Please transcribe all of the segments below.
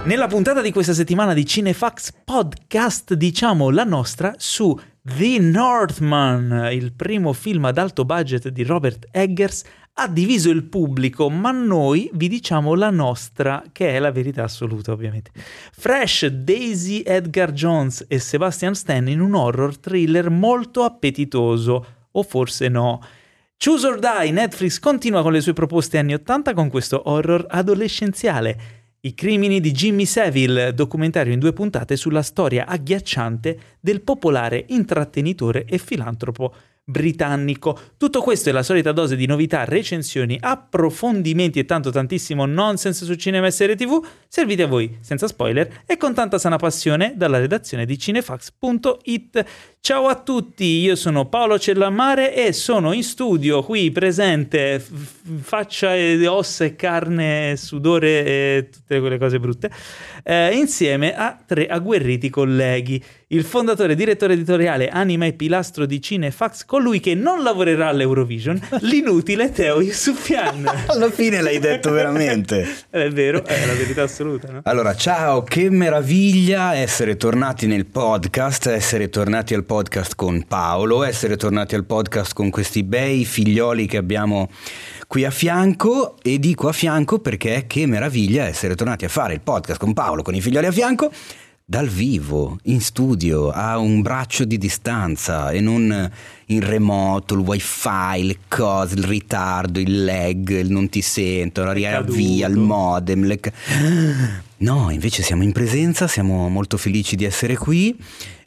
Nella puntata di questa settimana di Cinefax Podcast diciamo la nostra su The Northman, il primo film ad alto budget di Robert Eggers. Ha diviso il pubblico, ma noi vi diciamo la nostra, che è la verità assoluta ovviamente. Fresh, Daisy Edgar Jones e Sebastian Stan in un horror thriller molto appetitoso, o forse no. Choose or Die, Netflix continua con le sue proposte anni 80 con questo horror adolescenziale. I crimini di Jimmy Savile, documentario in 2 puntate sulla storia agghiacciante del popolare intrattenitore e filantropo britannico. Tutto questo è la solita dose di novità, recensioni, approfondimenti e tantissimo nonsense su cinema e serie TV, serviti a voi senza spoiler e con tanta sana passione dalla redazione di cinefax.it. Ciao a tutti, io sono Paolo Cellamare e sono in studio qui presente, faccia e ossa e carne e sudore e tutte quelle cose brutte, insieme a 3 agguerriti colleghi. Il fondatore e direttore editoriale, anima e pilastro di Cinefax, colui che non lavorerà all'Eurovision, l'inutile Teo Yusufian. Alla fine l'hai detto veramente. È vero, è la verità assoluta, no? Allora, ciao, che meraviglia essere tornati nel podcast, essere tornati al podcast con Paolo, essere tornati al podcast con questi bei figlioli che abbiamo qui a fianco, e dico a fianco perché che meraviglia essere tornati a fare il podcast con Paolo, con i figlioli a fianco, dal vivo, in studio, a un braccio di distanza e non in remoto, il wifi, le cose, il ritardo, il lag, il non ti sento, la riavvia, il modem. No, invece siamo in presenza, siamo molto felici di essere qui.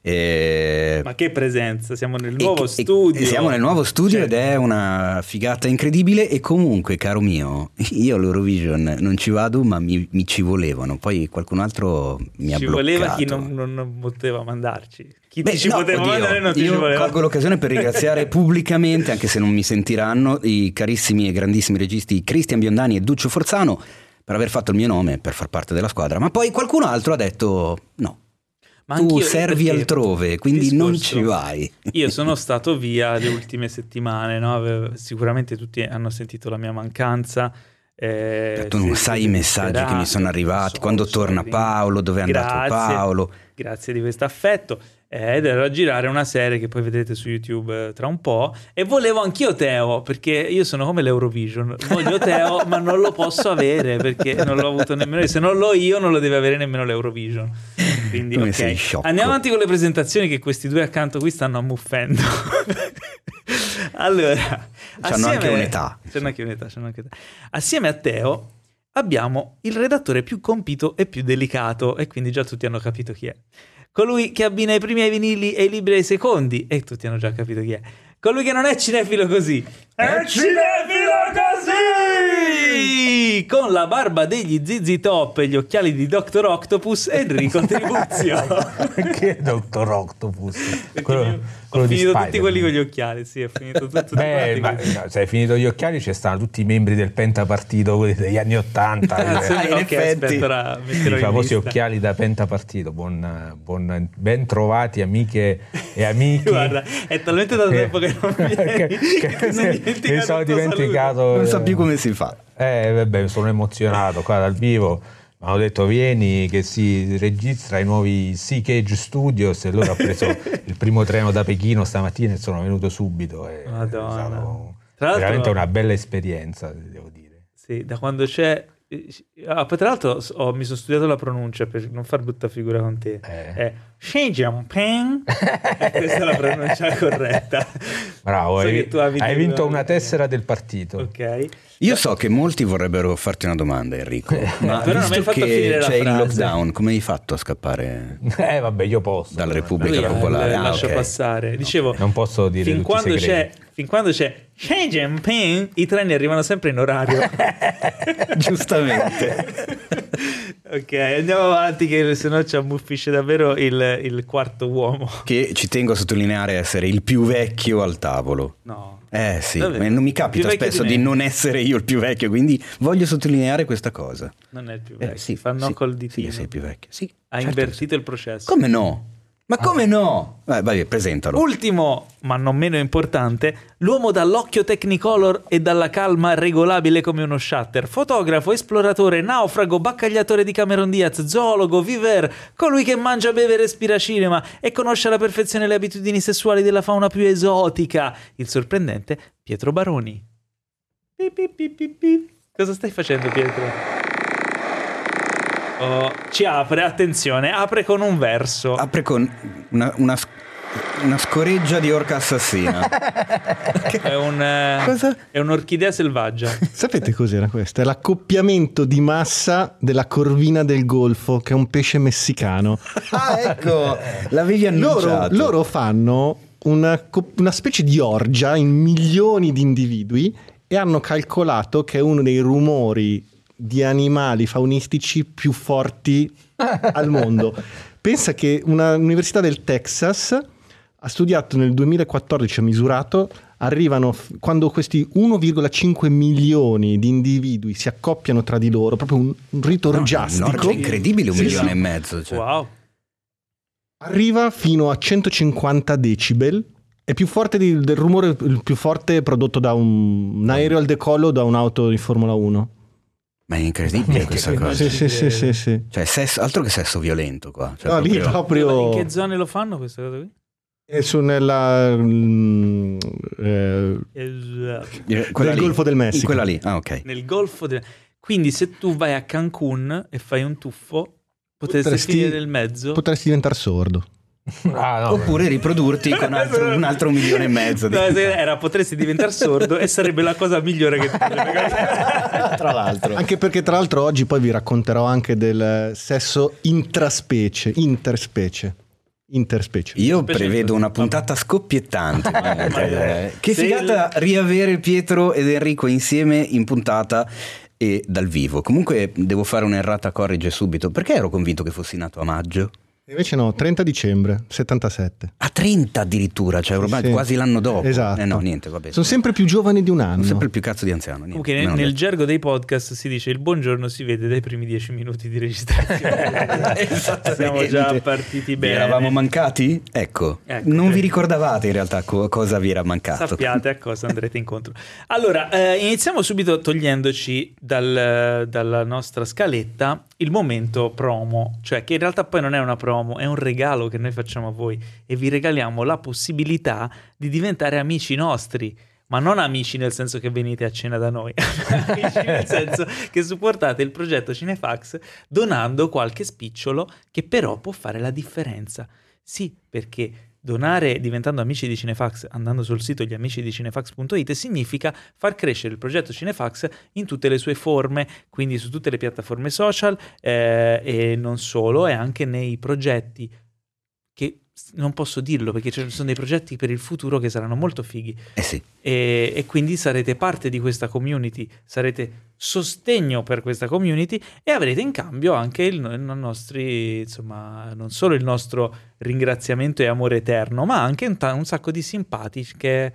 Ma che presenza, siamo nel nuovo studio. Siamo nel nuovo studio, ed è una figata incredibile. E comunque, caro mio, io all'Eurovision non ci vado, ma mi ci volevano. Poi qualcun altro mi ha bloccato. Ci voleva chi non poteva mandarci. Chi ci poteva mandare non ti ci voleva. Io colgo l'occasione per ringraziare pubblicamente, anche se non mi sentiranno, i carissimi e grandissimi registi Cristian Biondani e Duccio Forzano per aver fatto il mio nome, per far parte della squadra. Ma poi qualcun altro ha detto no. Ma tu servi altrove, quindi non ci vai. Io sono stato via le ultime settimane, no? Sicuramente tutti hanno sentito la mia mancanza. Tu non sai i messaggi che mi sono arrivati, quando torna Paolo, dove è andato Paolo. Grazie di questo affetto. Ed ero a girare una serie che poi vedrete su YouTube tra un po', e volevo anch'io Teo, perché io sono come l'Eurovision, voglio Teo ma non lo posso avere perché non l'ho avuto nemmeno io. Se non l'ho io non lo deve avere nemmeno l'Eurovision, quindi come ok, sei sciocco. Andiamo avanti con le presentazioni, che questi due accanto qui stanno ammuffendo. Allora, c'hanno anche un'età. C'hanno anche un'età. Assieme a Teo abbiamo il redattore più compito e più delicato, e quindi già tutti hanno capito chi è. Colui che abbina i primi ai vinili e i libri ai secondi, e tutti hanno già capito chi è. Colui che non è cinefilo così, è cinefilo così! Con la barba degli ZZ Top e gli occhiali di Dr. Octopus, Enrico Tribuzio. Perché Dr. Octopus? Ho finito tutti quelli con gli occhiali, sì, ho finito tutto. Se hai finito gli occhiali ci stanno tutti i membri del pentapartito degli anni 80. I famosi occhiali da pentapartito. Ben trovati amiche e amici. Guarda, è talmente tanto tempo che non mi sono dimenticato. Non so più come si fa. Vabbè, sono emozionato qua dal vivo. Mi hanno detto vieni che si registra i nuovi Sea Cage Studios, e allora ho preso il primo treno da Pechino stamattina e sono venuto subito. Madonna. Veramente una bella esperienza, devo dire. Sì, da quando c'è... poi tra l'altro mi sono studiato la pronuncia per non far brutta figura con te. Xi Jinping. Questa è la pronuncia corretta. Bravo, hai vinto una tessera del partito. Ok. Io so che molti vorrebbero farti una domanda, Enrico, ma però visto non mi hai fatto che finire la c'è frase. il lockdown, come hai fatto a scappare vabbè, io posso dalla Repubblica Lui Popolare? lascia passare. Dicevo, non posso dire fin quando c'è Xi Jinping, i treni arrivano sempre in orario. Giustamente. Ok, andiamo avanti, che se no ci ammuffisce davvero il quarto uomo. Che ci tengo a sottolineare essere il più vecchio al tavolo. No. Sì, Davvero? non mi capita spesso di non essere io il più vecchio, quindi voglio sottolineare questa cosa. Non è il più vecchio, Sì, fa no sì, col ditino. Sì, sei più vecchio. Sì, Ha certo invertito il processo. Come no? Ma come no? Vai, presentalo. Ultimo, ma non meno importante, l'uomo dall'occhio Technicolor e dalla calma regolabile come uno shutter, fotografo, esploratore, naufrago, baccagliatore di Cameron Diaz, zoologo, viver, colui che mangia, beve e respira cinema e conosce alla perfezione le abitudini sessuali della fauna più esotica, il sorprendente Pietro Baroni. Cosa stai facendo, Pietro? Ci apre, attenzione, apre con un verso. Apre con una scoreggia di orca assassina. È un'orchidea selvaggia. Sapete cos'era questo? È l'accoppiamento di massa della corvina del Golfo, che è un pesce messicano. Ah, ecco, l'avevi annunciato. Loro fanno una specie di orgia in milioni di individui e hanno calcolato che è uno dei rumori di animali faunistici più forti al mondo. Pensa che un'università del Texas ha studiato nel 2014, ha misurato, arrivano quando questi 1,5 milioni di individui si accoppiano tra di loro, proprio un rito orgiastico. È incredibile, 1,5 milioni. Cioè. Wow. Arriva fino a 150 decibel. È più forte del rumore il più forte prodotto da un aereo al decollo da un'auto di Formula 1. Ma è incredibile questa cosa. Sì. Cioè, altro che sesso violento qua. Cioè, no, lì proprio... In che zone lo fanno questa cosa qui? È nel Golfo del Messico. Quella lì, ok. Nel Golfo Quindi se tu vai a Cancun e fai un tuffo, potresti finire nel mezzo. Potresti diventare sordo. Oppure riprodurti con un altro 1,5 milioni. Potresti diventare sordo e sarebbe la cosa migliore che ti tra l'altro. Anche perché tra l'altro oggi poi vi racconterò anche del sesso interspecie. Io prevedo una puntata scoppiettante. Che figata riavere Pietro ed Enrico insieme in puntata e dal vivo. Comunque devo fare un'errata corrige subito, perché ero convinto che fossi nato a maggio. Invece no, 30 dicembre 77. A 30 addirittura, cioè ormai sì. Quasi l'anno dopo. Esatto. No, niente, vabbè. Sono sempre più giovani di un anno. Sono sempre più cazzo di anziano. Comunque nel gergo dei podcast si dice il buongiorno si vede dai primi 10 minuti di registrazione. Siamo già partiti bene. Vi eravamo mancati? Ecco non vi ricordavate in realtà cosa vi era mancato. Sappiate a cosa andrete incontro. Allora, iniziamo subito togliendoci dalla nostra scaletta il momento promo, cioè che in realtà poi non è una promo, è un regalo che noi facciamo a voi e vi regaliamo la possibilità di diventare amici nostri, ma non amici nel senso che venite a cena da noi, amici nel senso che supportate il progetto Cinefax donando qualche spicciolo che però può fare la differenza. Sì, perché donare diventando amici di Cinefax, andando sul sito gli-amici-di-cinefax.it, significa far crescere il progetto Cinefax in tutte le sue forme, quindi su tutte le piattaforme social e non solo, e anche nei progetti che non posso dirlo perché ci sono dei progetti per il futuro che saranno molto fighi. Sì. E quindi sarete parte di questa community, sarete sostegno per questa community e avrete in cambio anche i nostri, insomma, non solo il nostro ringraziamento e amore eterno, ma anche un sacco di simpatiche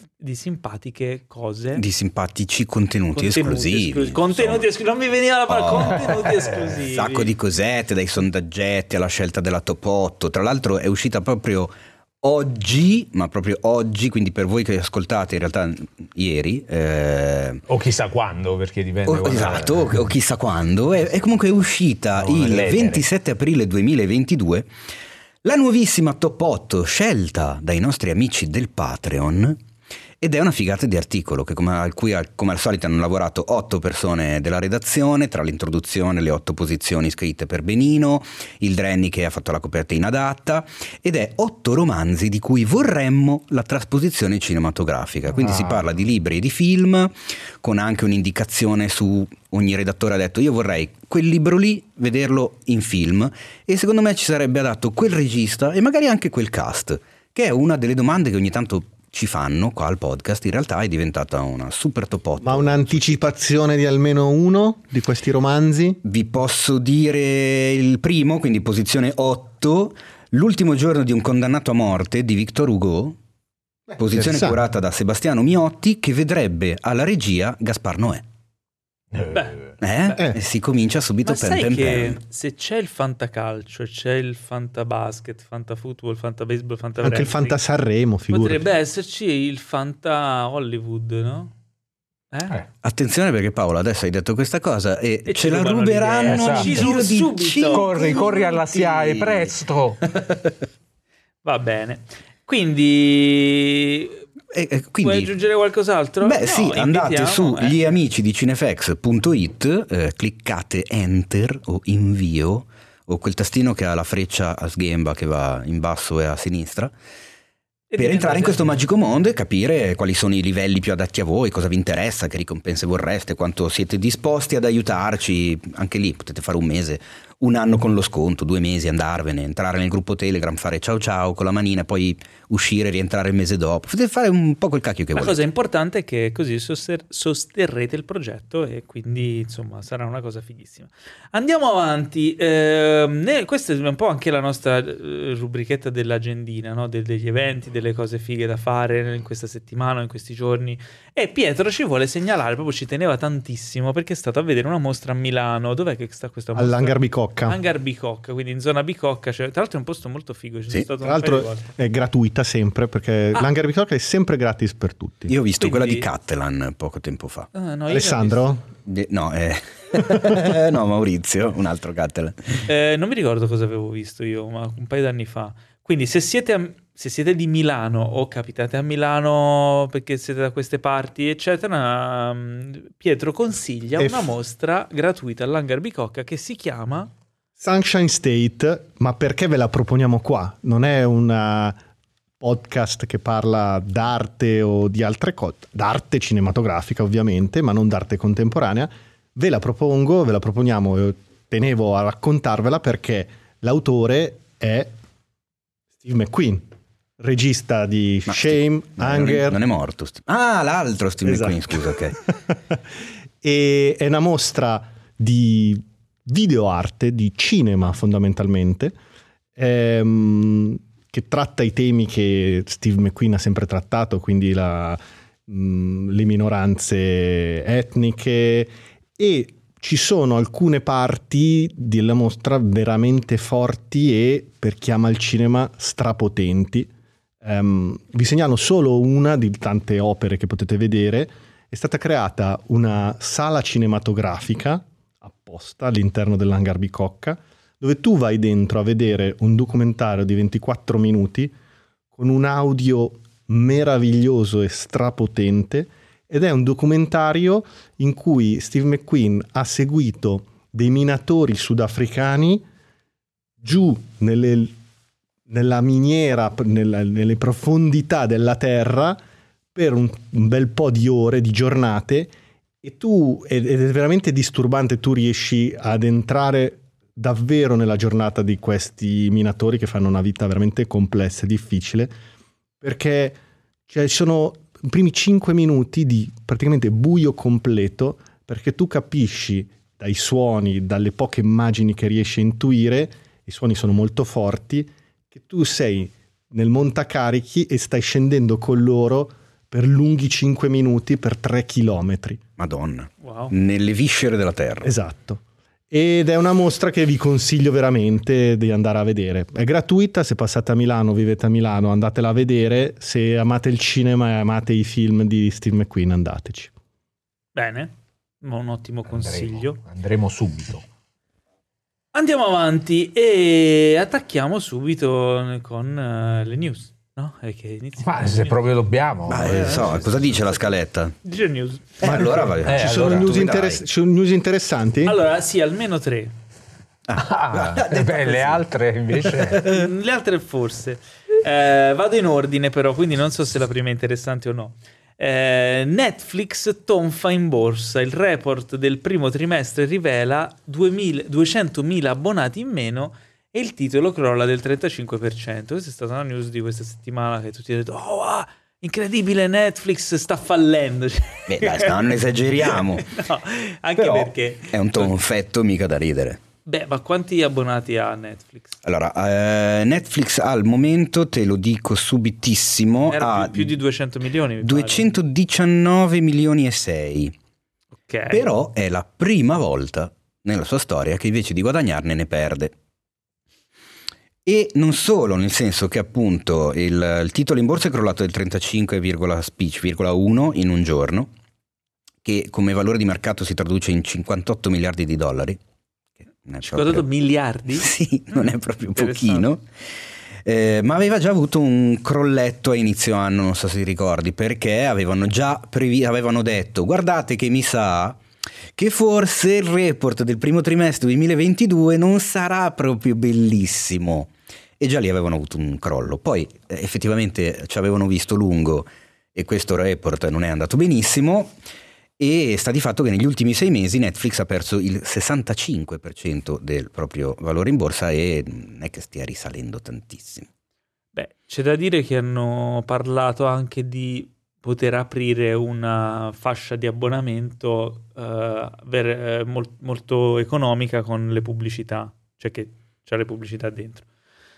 cose, di simpatici contenuti esclusivi. Non mi veniva la parola, contenuti esclusivi. Un sacco di cosette, dai sondaggetti alla scelta della top 8. Tra l'altro è uscita proprio oggi, ma proprio oggi, quindi per voi che ascoltate in realtà ieri o chissà quando, perché dipende esatto, o chissà quando è comunque uscita il 27 aprile 2022 la nuovissima top 8 scelta dai nostri amici del Patreon. Ed è una figata di articolo al cui come al solito hanno lavorato 8 persone della redazione, tra l'introduzione, le 8 posizioni scritte per Benino, il Drenny che ha fatto la coperta inadatta, ed è 8 romanzi di cui vorremmo la trasposizione cinematografica. Quindi si parla di libri e di film, con anche un'indicazione su ogni redattore ha detto io vorrei quel libro lì vederlo in film e secondo me ci sarebbe adatto quel regista e magari anche quel cast, che è una delle domande che ogni tanto ci fanno qua al podcast. In realtà è diventata una super top 8. Ma un'anticipazione di almeno uno di questi romanzi? Vi posso dire il primo, quindi posizione 8, L'ultimo giorno di un condannato a morte di Victor Hugo, posizione curata da Sebastiano Miotti, che vedrebbe alla regia Gaspar Noè. Beh, E si comincia subito ma sai che se c'è il fantacalcio, c'è il fantabasket, fantafootball, fantabaseball, anche il fantasanremo, figurati. Potrebbe esserci il fanta Hollywood, no? Attenzione, perché Paolo adesso hai detto questa cosa e ce la ruberanno subito. Corri alla SIAE, presto. Va bene, quindi vuoi aggiungere qualcos'altro? Beh, sì, andate su gliamici di cinefx.it, cliccate enter o invio o quel tastino che ha la freccia a sghemba che va in basso e a sinistra, per entrare in questo magico mondo e capire quali sono i livelli più adatti a voi, cosa vi interessa, che ricompense vorreste, quanto siete disposti ad aiutarci. Anche lì potete fare 1 mese, 1 anno con lo sconto, 2 mesi, andarvene, entrare nel gruppo Telegram, fare ciao ciao con la manina, poi uscire e rientrare il mese dopo. Potete fare un po' quel cacchio che volete. La cosa importante è che così sosterrete il progetto e quindi insomma sarà una cosa fighissima. Andiamo avanti. Questa è un po' anche la nostra rubrichetta dell'agendina, no? Degli eventi, delle cose fighe da fare in questa settimana, in questi giorni. E Pietro ci vuole segnalare, proprio ci teneva tantissimo perché è stato a vedere una mostra a Milano. Dov'è che sta questa mostra? All'Hangar Bicocca. Hangar Bicocca, quindi in zona Bicocca, tra l'altro è un posto molto figo. Sì. Stato tra l'altro è gratuita sempre, perché l'Hangar Bicocca è sempre gratis per tutti. Io ho visto quella di Catalan poco tempo fa. No, Alessandro? No, no, Maurizio, un altro Catalan. Non mi ricordo cosa avevo visto io, ma un paio d'anni fa. Quindi se siete di Milano o capitate a Milano perché siete da queste parti, eccetera, Pietro consiglia una mostra gratuita all'Hangar Bicocca che si chiama Sunshine State. Ma perché ve la proponiamo qua? Non è una podcast che parla d'arte o di altre cose, d'arte cinematografica ovviamente, ma non d'arte contemporanea. Ve la proponiamo, tenevo a raccontarvela perché l'autore è Steve McQueen, regista di Shame, Hunger. Non è morto. L'altro Steve McQueen, scusa, ok. E è una mostra di videoarte, di cinema fondamentalmente, che tratta i temi che Steve McQueen ha sempre trattato, quindi le minoranze etniche, e ci sono alcune parti della mostra veramente forti e, per chi ama il cinema, strapotenti. Vi segnalo solo una di tante opere che potete vedere. È stata creata una sala cinematografica apposta all'interno dell'Hangar Bicocca, dove tu vai dentro a vedere un documentario di 24 minuti con un audio meraviglioso e strapotente, ed è un documentario in cui Steve McQueen ha seguito dei minatori sudafricani giù nella miniera, nelle profondità della terra per un bel po' di ore, di giornate, ed è veramente disturbante. Tu riesci ad entrare davvero nella giornata di questi minatori che fanno una vita veramente complessa e difficile, perché ci sono i primi 5 minuti di praticamente buio completo, perché tu capisci dai suoni, dalle poche immagini che riesci a intuire, i suoni sono molto forti, che tu sei nel montacarichi e stai scendendo con loro per lunghi 5 minuti per 3 chilometri. Madonna, wow. Nelle viscere della terra. Esatto. Ed è una mostra che vi consiglio veramente di andare a vedere. È gratuita, se passate a Milano, vivete a Milano, andatela a vedere. Se amate il cinema e amate i film di Steve McQueen, andateci. Bene, un ottimo consiglio. Andremo subito. Andiamo avanti e attacchiamo subito con le news. No? Ma se proprio dobbiamo. Cosa dice la scaletta? Dice news. Ma allora vai. Ci sono news interessanti? Allora, sì, almeno 3. Le altre invece. Le altre forse. Vado in ordine però, quindi non so se la prima è interessante o no. Netflix tonfa in borsa. Il report del primo trimestre rivela 200.000 abbonati in meno e il titolo crolla del 35%. Questa è stata una news di questa settimana che tutti hanno detto: oh, wow, incredibile, Netflix sta fallendo. Beh, dai, non esageriamo. No, anche però perché è un tonfetto mica da ridere. Beh, ma quanti abbonati ha Netflix? Allora, Netflix al momento, te lo dico subitissimo, ha più di 200 milioni. 219 milioni e 6. Okay. Però è la prima volta nella sua storia che invece di guadagnarne ne perde. E non solo, nel senso che appunto il titolo in borsa è crollato del 35,1 in un giorno, che come valore di mercato si traduce in 58 miliardi di dollari. 58 miliardi? Sì, non è proprio pochino. Ma aveva già avuto un crolletto a inizio anno, non so se ti ricordi, perché avevano detto: guardate che mi sa che forse il report del primo trimestre 2022 non sarà proprio bellissimo, e già lì avevano avuto un crollo. Poi effettivamente ci avevano visto lungo e questo report non è andato benissimo, e sta di fatto che negli ultimi 6 mesi Netflix ha perso il 65% del proprio valore in borsa, e non è che stia risalendo tantissimo. Beh, c'è da dire che hanno parlato anche di poter aprire una fascia di abbonamento molto economica con le pubblicità, cioè che c'ha le pubblicità dentro.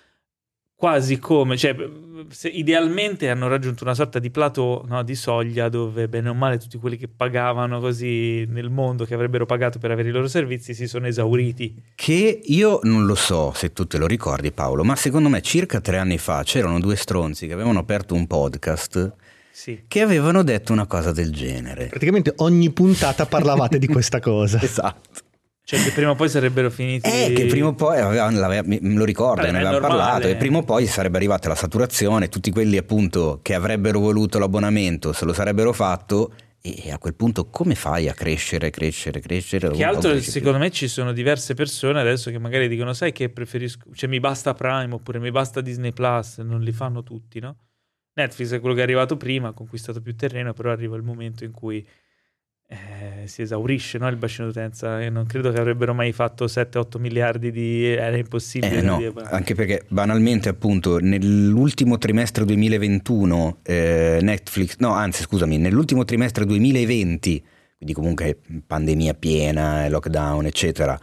Quasi come, cioè, idealmente hanno raggiunto una sorta di plateau, no, di soglia, dove bene o male tutti quelli che pagavano così nel mondo, che avrebbero pagato per avere i loro servizi, si sono esauriti. Che io non lo so se tu te lo ricordi, Paolo, ma secondo me circa 3 anni fa c'erano 2 stronzi che avevano aperto un podcast, sì, che avevano detto una cosa del genere. Praticamente ogni puntata parlavate di questa cosa. Esatto. Cioè che prima o poi sarebbero finiti. Che prima o poi me lo ricordo, ne avevamo parlato, e prima o poi sarebbe arrivata la saturazione, tutti quelli appunto che avrebbero voluto l'abbonamento se lo sarebbero fatto, e a quel punto come fai a crescere? Che altro, secondo me ci sono diverse persone adesso che magari dicono: sai che preferisco, cioè mi basta Prime oppure mi basta Disney Plus, non li fanno tutti, no? Netflix è quello che è arrivato prima, ha conquistato più terreno, però arriva il momento in cui si esaurisce, no, il bacino d'utenza, e non credo che avrebbero mai fatto 7-8 miliardi era impossibile. No, anche perché banalmente appunto nell'ultimo trimestre 2021 nell'ultimo trimestre 2020, quindi comunque pandemia piena, lockdown eccetera,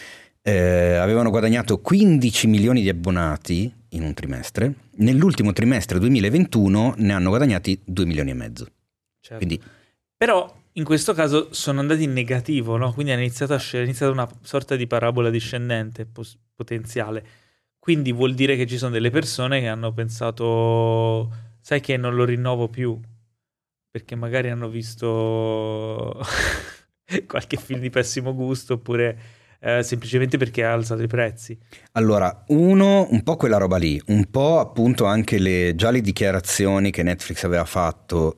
avevano guadagnato 15 milioni di abbonati in un trimestre. Nell'ultimo trimestre 2021 ne hanno guadagnati 2 milioni e mezzo. Certo. Quindi, però in questo caso sono andati in negativo, no? Quindi è iniziata una sorta di parabola discendente potenziale. Quindi vuol dire che ci sono delle persone che hanno pensato: sai che non lo rinnovo più, perché magari hanno visto qualche film di pessimo gusto, oppure semplicemente perché ha alzato i prezzi. Allora, un po' quella roba lì, un po' appunto anche le dichiarazioni che Netflix aveva fatto,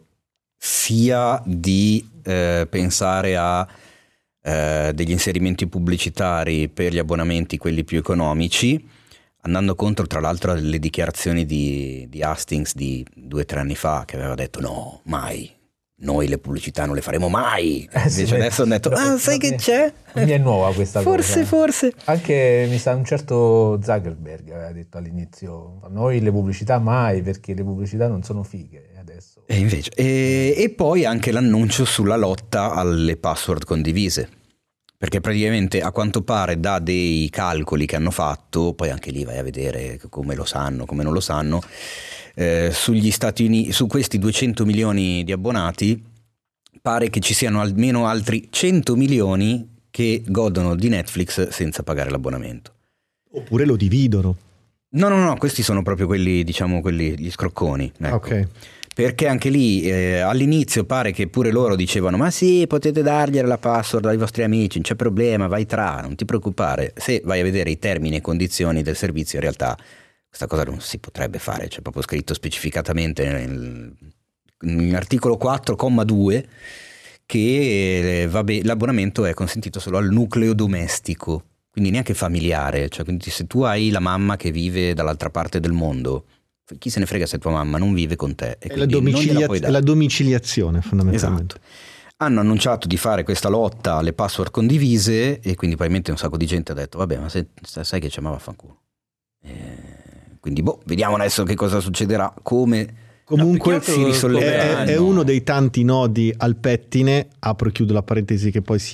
sia di pensare a degli inserimenti pubblicitari per gli abbonamenti, quelli più economici, andando contro tra l'altro alle dichiarazioni di Hastings di 2-3 anni fa, che aveva detto: no, mai, noi le pubblicità non le faremo mai. Invece sì, adesso hanno detto: sai che c'è? Mi è nuova questa cosa. Forse. Anche mi sa un certo Zuckerberg aveva detto all'inizio: noi le pubblicità mai, perché le pubblicità non sono fighe. E invece, e poi anche l'annuncio sulla lotta alle password condivise, perché praticamente a quanto pare da dei calcoli che hanno fatto, poi anche lì vai a vedere come lo sanno, come non lo sanno, sugli Stati Uniti, su questi 200 milioni di abbonati pare che ci siano almeno altri 100 milioni che godono di Netflix senza pagare l'abbonamento. Oppure lo dividono. No, questi sono proprio quelli, diciamo, gli scrocconi, ecco. Ok. Perché anche lì all'inizio pare che pure loro dicevano: ma sì, potete dargliela la password ai vostri amici, non c'è problema, vai non ti preoccupare. Se vai a vedere i termini e condizioni del servizio, in realtà questa cosa non si potrebbe fare, c'è proprio scritto specificatamente nell'articolo 4,2 che l'abbonamento è consentito solo al nucleo domestico, quindi neanche familiare, cioè quindi se tu hai la mamma che vive dall'altra parte del mondo, chi se ne frega se tua mamma non vive con te, e è la domiciliazione fondamentalmente. Esatto. Hanno annunciato di fare questa lotta alle password condivise, e quindi probabilmente un sacco di gente ha detto: vabbè, ma sai che c'è, ma vaffanculo. Quindi vediamo adesso che cosa succederà, comunque si risolleveranno. È uno dei tanti nodi al pettine, apro e chiudo la parentesi che poi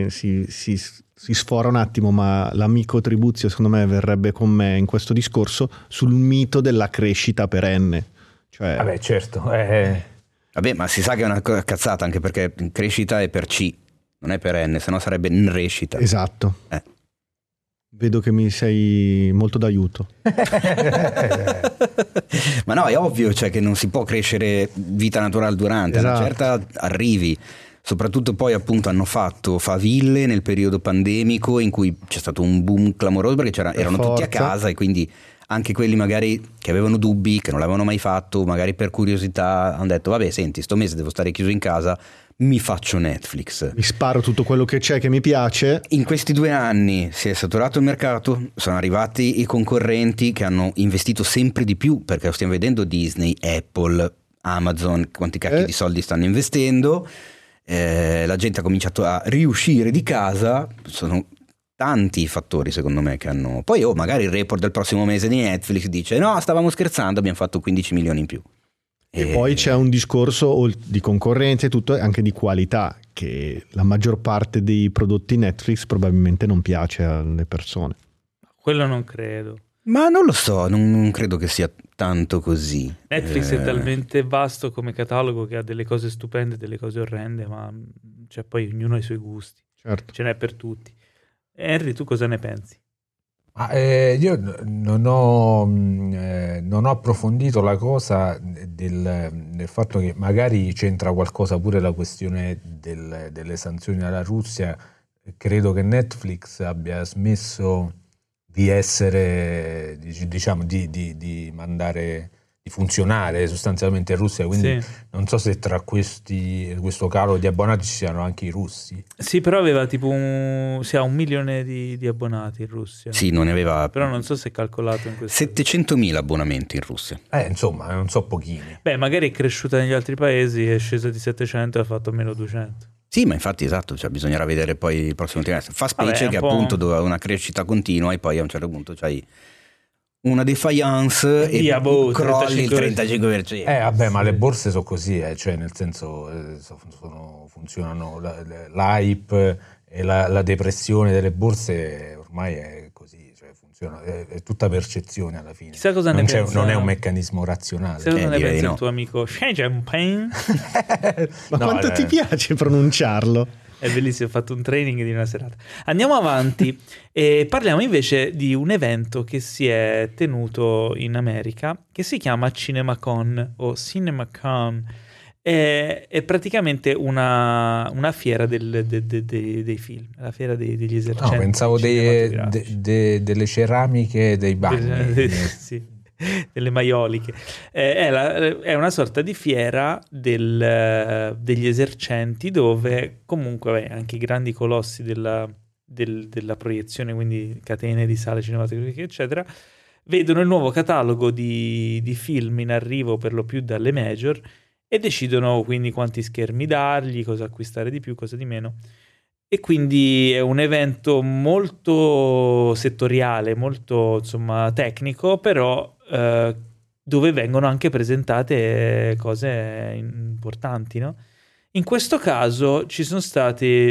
si sfora un attimo, ma l'amico Tribuzio secondo me verrebbe con me in questo discorso sul mito della crescita perenne. Cioè, vabbè, certo. Vabbè, ma si sa che è una cazzata, anche perché crescita è per C, non è perenne, sennò sarebbe in crescita. Esatto. Vedo che mi sei molto d'aiuto. Ma no, è ovvio, cioè, che non si può crescere vita naturale durante, esatto. A una certa arrivi. Soprattutto poi appunto hanno fatto faville nel periodo pandemico in cui c'è stato un boom clamoroso perché erano tutti a casa, e quindi anche quelli magari che avevano dubbi, che non l'avevano mai fatto, magari per curiosità hanno detto vabbè, senti, sto mese devo stare chiuso in casa, mi faccio Netflix, mi sparo tutto quello che c'è che mi piace. In questi 2 anni si è saturato il mercato, sono arrivati i concorrenti che hanno investito sempre di più, perché lo stiamo vedendo Disney, Apple, Amazon, quanti cacchi di soldi stanno investendo. La gente ha cominciato a riuscire di casa. Sono tanti i fattori secondo me che hanno. Poi magari il report del prossimo mese di Netflix dice no, stavamo scherzando, abbiamo fatto 15 milioni in più. E poi c'è un discorso di concorrenza e tutto, anche di qualità, che la maggior parte dei prodotti Netflix probabilmente non piace alle persone. Quello non credo. Ma non lo so, non credo che sia tanto così. Netflix è talmente vasto come catalogo che ha delle cose stupende e delle cose orrende, ma cioè, poi ognuno ha i suoi gusti. Certo. Ce n'è per tutti. Henry, tu cosa ne pensi? Io non ho approfondito la cosa del fatto che magari c'entra qualcosa pure la questione delle sanzioni alla Russia. Credo che Netflix abbia smesso di essere, diciamo, di mandare, di funzionare sostanzialmente in Russia, quindi sì. Non so se tra questo calo di abbonati ci siano anche i russi. Sì, però aveva tipo ha 1 milione di abbonati in Russia. Sì, non ne aveva. Però non so se è calcolato in questo. 700.000 abbonamenti in Russia. Insomma, non so pochini. Beh, magari è cresciuta negli altri paesi, è scesa di 700 e ha fatto meno 200. Sì, ma infatti esatto, cioè bisognerà vedere poi il prossimo trimestre. Fa specie che appunto dove una crescita continua e poi a un certo punto c'hai una defiance e crolli il 35%. Vabbè, ma le borse sono così, cioè nel senso funzionano l'hype e la depressione delle borse ormai è così, cioè funziona, è tutta percezione alla fine. Chissà cosa ne pensa, non è un meccanismo razionale. Chissà cosa ne pensa il tuo amico Xi Jinping. Ma quanto ti piace pronunciarlo? È bellissimo, ho fatto un training di una serata. Andiamo avanti e parliamo invece di un evento che si è tenuto in America che si chiama CinemaCon o CinemaCon. È praticamente una fiera dei film, la fiera degli esercenti. No, pensavo delle ceramiche dei bagni. Sì. Delle maioliche. È una sorta di fiera degli esercenti dove comunque anche i grandi colossi della proiezione, quindi catene di sale cinematografiche eccetera, vedono il nuovo catalogo di film in arrivo per lo più dalle major e decidono quindi quanti schermi dargli, cosa acquistare di più, cosa di meno. E quindi è un evento molto settoriale, molto insomma tecnico, però dove vengono anche presentate cose importanti, no? In questo caso ci sono state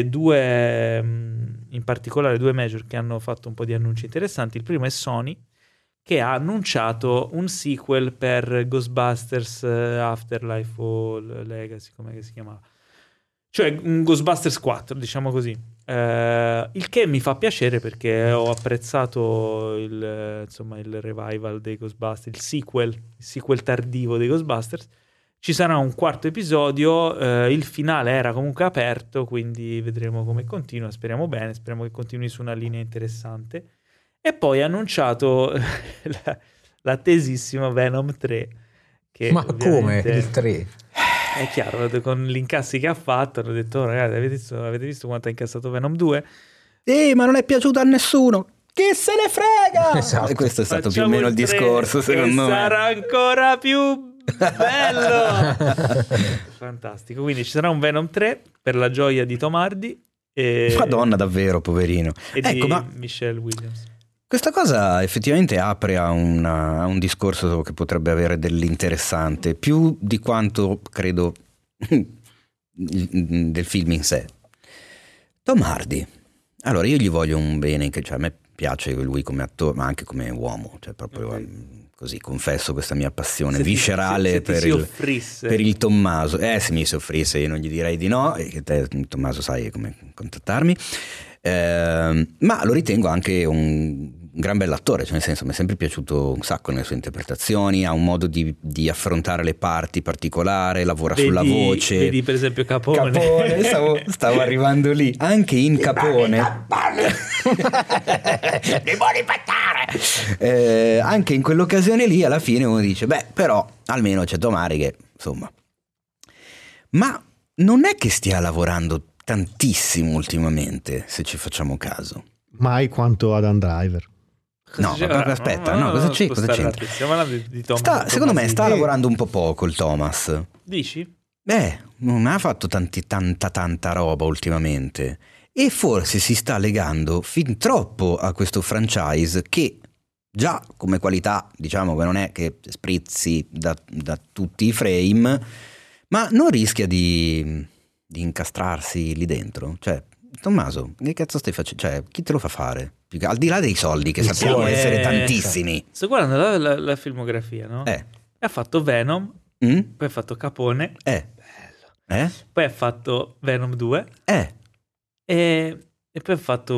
in particolare due major che hanno fatto un po' di annunci interessanti. Il primo è Sony, che ha annunciato un sequel per Ghostbusters Afterlife o Legacy, come si chiamava. Cioè un Ghostbusters 4, diciamo così. Il che mi fa piacere perché ho apprezzato il revival dei Ghostbusters, il sequel tardivo dei Ghostbusters. Ci sarà un 4º episodio, il finale era comunque aperto, quindi vedremo come continua, speriamo bene, speriamo che continui su una linea interessante. E poi ha annunciato l'attesissimo Venom 3. Che ma come il 3? È chiaro, con gli incassi che ha fatto hanno detto oh, ragazzi, avete visto quanto ha incassato Venom 2? Ma non è piaciuto a nessuno, chi se ne frega. Esatto. E questo è stato più o meno il discorso, secondo me. Sarà ancora più bello. Fantastico, quindi ci sarà un Venom 3 per la gioia di Tom Hardy Madonna, davvero, poverino. E di Michelle Williams. Questa cosa effettivamente apre a un discorso che potrebbe avere dell'interessante, più di quanto credo del film in sé. Tom Hardy, allora io gli voglio un bene, cioè a me piace lui come attore, ma anche come uomo, cioè proprio così confesso questa mia passione viscerale se per il Tommaso. Se mi si offrisse io non gli direi di no, e che te Tommaso sai come contattarmi, ma lo ritengo anche un gran bell'attore, cioè nel senso mi è sempre piaciuto un sacco nelle sue interpretazioni, ha un modo di affrontare le parti particolare, lavora sulla voce. Vedi per esempio Capone stavo arrivando lì, anche in Capone li vuoi pattare, anche in quell'occasione lì alla fine uno dice beh, però almeno c'è Tomari che insomma, ma non è che stia lavorando tantissimo ultimamente, se ci facciamo caso. Mai quanto Adam Driver. Aspetta, cosa c'entra? Stiamo parlando di Thomas. Secondo me sta lavorando un po' poco il Thomas. Dici? Non ha fatto tanta roba ultimamente, e forse si sta legando fin troppo a questo franchise che già come qualità diciamo che non è che sprizzi da tutti i frame, ma non rischia di incastrarsi lì dentro. Cioè, Tommaso, che cazzo stai facendo? Cioè, chi te lo fa fare? Al di là dei soldi che sappiamo essere tantissimi. Sto guardando la filmografia, no? Ha fatto Venom, poi ha fatto Capone. Bello. Poi ha fatto Venom 2. E poi ha fatto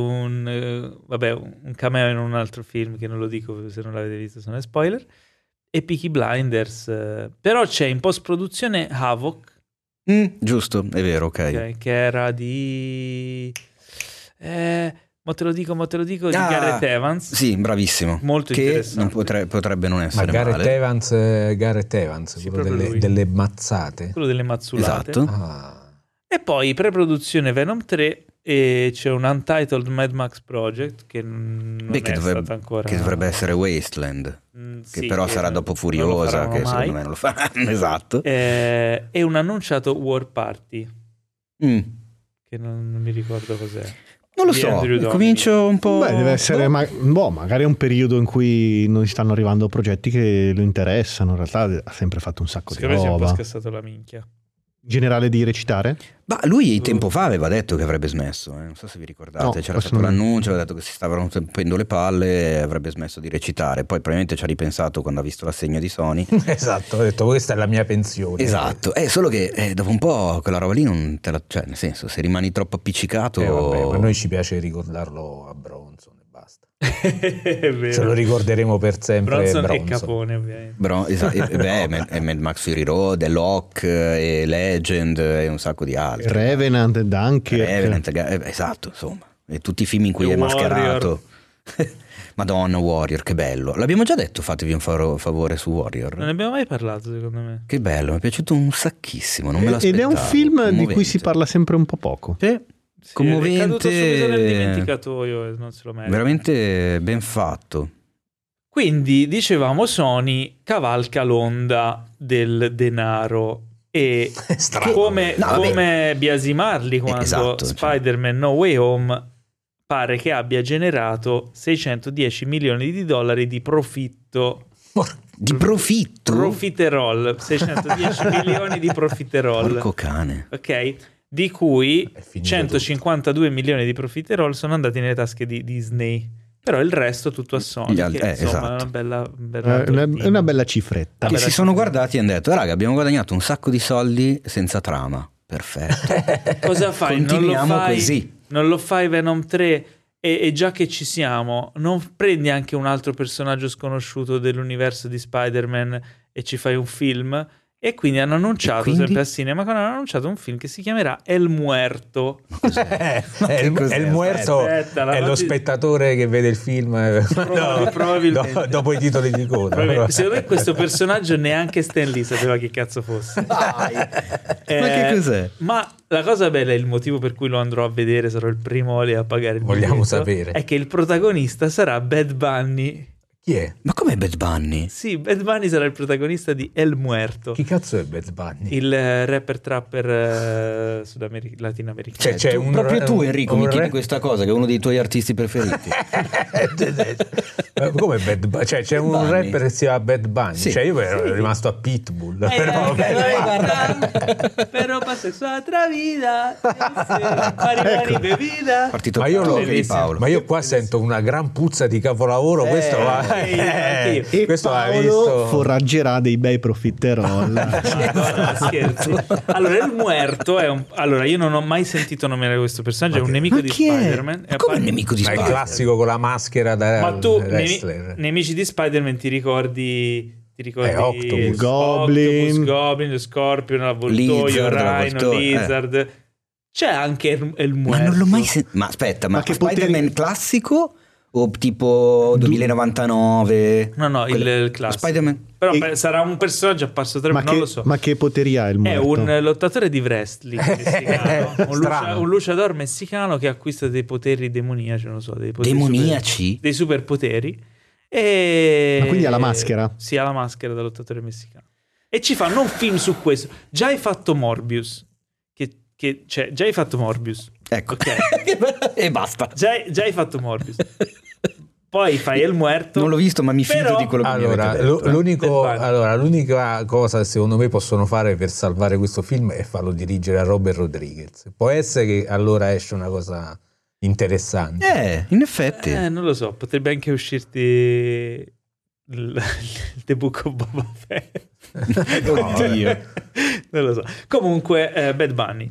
un cameo in un altro film che non lo dico se non l'avete visto, sono spoiler. E Peaky Blinders. Però c'è in post-produzione Havoc. Giusto, è vero, ok. Che era di... Ma te lo dico di Gareth Evans. Sì, bravissimo. Molto che interessante. potrebbe non essere Gareth male. Gareth Evans, sì, quello delle mazzate. Quello delle mazzulate. Esatto. E poi pre-produzione Venom 3 e c'è un Untitled Mad Max Project che non è stato ancora... Che dovrebbe essere Wasteland, che sì, però sarà dopo Furiosa, che secondo me non lo faranno. Esatto. E un annunciato War Party, che non mi ricordo cos'è. Non lo so, comincio un po'... deve essere magari è un periodo in cui non stanno arrivando progetti che lo interessano. In realtà ha sempre fatto un sacco di roba. Secondo me si è un po' scassato la minchia. Generale di recitare? Ma lui tempo fa aveva detto che avrebbe smesso, non so se vi ricordate, c'era stato l'annuncio, aveva detto che si stavano rompendo le palle e avrebbe smesso di recitare, poi probabilmente ci ha ripensato quando ha visto l'assegno di Sony. Esatto, ha detto questa è la mia pensione. Esatto, solo che dopo un po' quella roba lì non te la... cioè nel senso, se rimani troppo appiccicato... ma a noi ci piace ricordarlo a Bronson e basta. È vero. Ce lo ricorderemo per sempre. Bronson e Capone ovviamente. e Mad Max Fury Road, e Locke, e Legend e un sacco di altri. Revenant, Dunkirk. Esatto, insomma, e tutti i film in cui è mascherato. Madonna, Warrior, che bello. L'abbiamo già detto, fatevi un favore su Warrior. Non ne abbiamo mai parlato, secondo me. Che bello, mi è piaciuto un sacchissimo, non me l'aspettavo. Ed è un film di cui si parla sempre un po' poco. Sì, commovente, è caduto subito nel dimenticatoio e non se lo merita. Veramente ben fatto. Quindi dicevamo Sony cavalca l'onda del denaro e come biasimarli quando esatto, Spider-Man No Way Home pare che abbia generato 610 milioni di dollari di profitto. Di profitto? Profiterol, 610 milioni di profiterol. Porco cane. Ok? Di cui 152 milioni di profiterol sono andati nelle tasche di Disney, però il resto tutto a Sony, che insomma esatto. è una bella cifretta. Che si sono guardati e hanno detto raga, abbiamo guadagnato un sacco di soldi senza trama, perfetto. Cosa fai? Continuiamo così. Non lo fai Venom 3 e già che ci siamo, non prendi anche un altro personaggio sconosciuto dell'universo di Spider-Man e ci fai un film? E quindi hanno annunciato, sempre al cinema, hanno annunciato un film che si chiamerà El Muerto. El Muerto è lo spettatore che vede il film probabilmente. Dopo i titoli di coda. Secondo me questo personaggio neanche Stan Lee sapeva che cazzo fosse. Ma che cos'è? Ma la cosa bella, il motivo per cui lo andrò a vedere, sarò il primo a pagare il biglietto, vogliamo sapere, è che il protagonista sarà Bad Bunny. Chi è? Ma com'è Bad Bunny? Sì, Bad Bunny sarà il protagonista di El Muerto. Chi cazzo è Bad Bunny? Il rapper trapper latinoamericano. Cioè, proprio tu Enrico mi chiedi questa cosa, che è uno dei tuoi artisti preferiti. Come Bad Bunny? Cioè c'è un rapper che si chiama Bad Bunny. Cioè io ero rimasto a Pitbull. Però passa sua otra vida. Pari bevida. Partito di Paolo. Ma io qua sento una gran puzza di capolavoro. Questo va E questo Paolo foraggerà dei bei profiterol. Scherzi. Allora il muerto è allora io non ho mai sentito nominare questo personaggio, è un nemico di Spider-Man. Come un nemico di Spider-Man? Ma è il classico con la maschera da ma tu wrestler. nemici di Spider-Man ti ricordi Octopus, Goblin, Scorpion, l'avvoltoio, Rhino, Lizard. C'è anche il muerto. Ma non l'ho mai sentito. Ma aspetta, ma che Spider-Man classico o tipo 2099? No, il classico. Spider-Man. Però sarà un personaggio apparso non lo so. Ma che poteri ha il muerto? È un lottatore di wrestling messicano, un luchador messicano che acquista dei poteri demoniaci, non lo so, dei poteri demoniaci? Dei superpoteri. E... Ma quindi ha la maschera? Sì, ha la maschera da lottatore messicano. E ci fanno un film su questo. Già hai fatto Morbius. Già hai fatto Morbius. Ecco. Okay. E basta. Già hai fatto Morbius. Poi fai il muerto. Non l'ho visto, ma mi fido di quello che mi avete detto. L'unica cosa secondo me possono fare per salvare questo film è farlo dirigere a Robert Rodriguez. Può essere che allora esce una cosa interessante. In effetti. Non lo so, potrebbe anche uscirti The Book of Boba Fett. Oddio. Non lo so. Comunque Bad Bunny.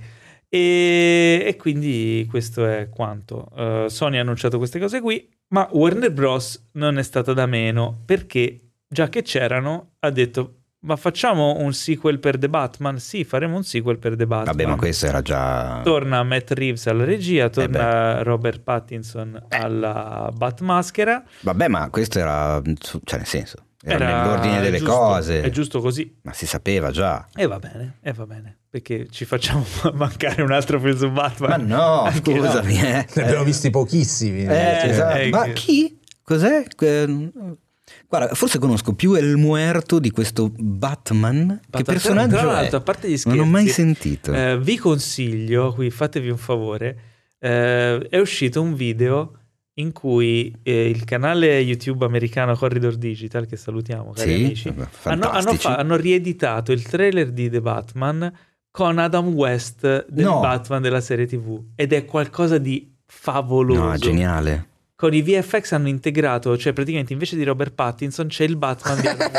E quindi questo è quanto. Sony ha annunciato queste cose qui, ma Warner Bros. Non è stata da meno, perché già che c'erano ha detto: ma facciamo un sequel per The Batman? Sì, faremo un sequel per The Batman. Vabbè, ma questo era già... Torna Matt Reeves alla regia, torna Robert Pattinson alla Batmaschera. Vabbè, ma questo era... Cioè, nel senso... Era nell'ordine delle cose. È giusto così. Ma si sapeva già. E va bene. Perché ci facciamo mancare un altro film su Batman? Ma no, scusami. Ne abbiamo visti pochissimi. Esatto. Ma chi? Cos'è? Guarda, forse conosco più El Muerto di questo Batman. Che personaggio tra l'altro, è? A parte gli scherzi, non ho mai sentito. Vi consiglio, qui fatevi un favore, è uscito un video in cui il canale YouTube americano Corridor Digital, che salutiamo, cari amici, hanno rieditato il trailer di The Batman con Adam West del Batman della serie TV, ed è qualcosa di favoloso. No, geniale. Con i VFX hanno integrato, cioè praticamente invece di Robert Pattinson c'è il Batman di Adam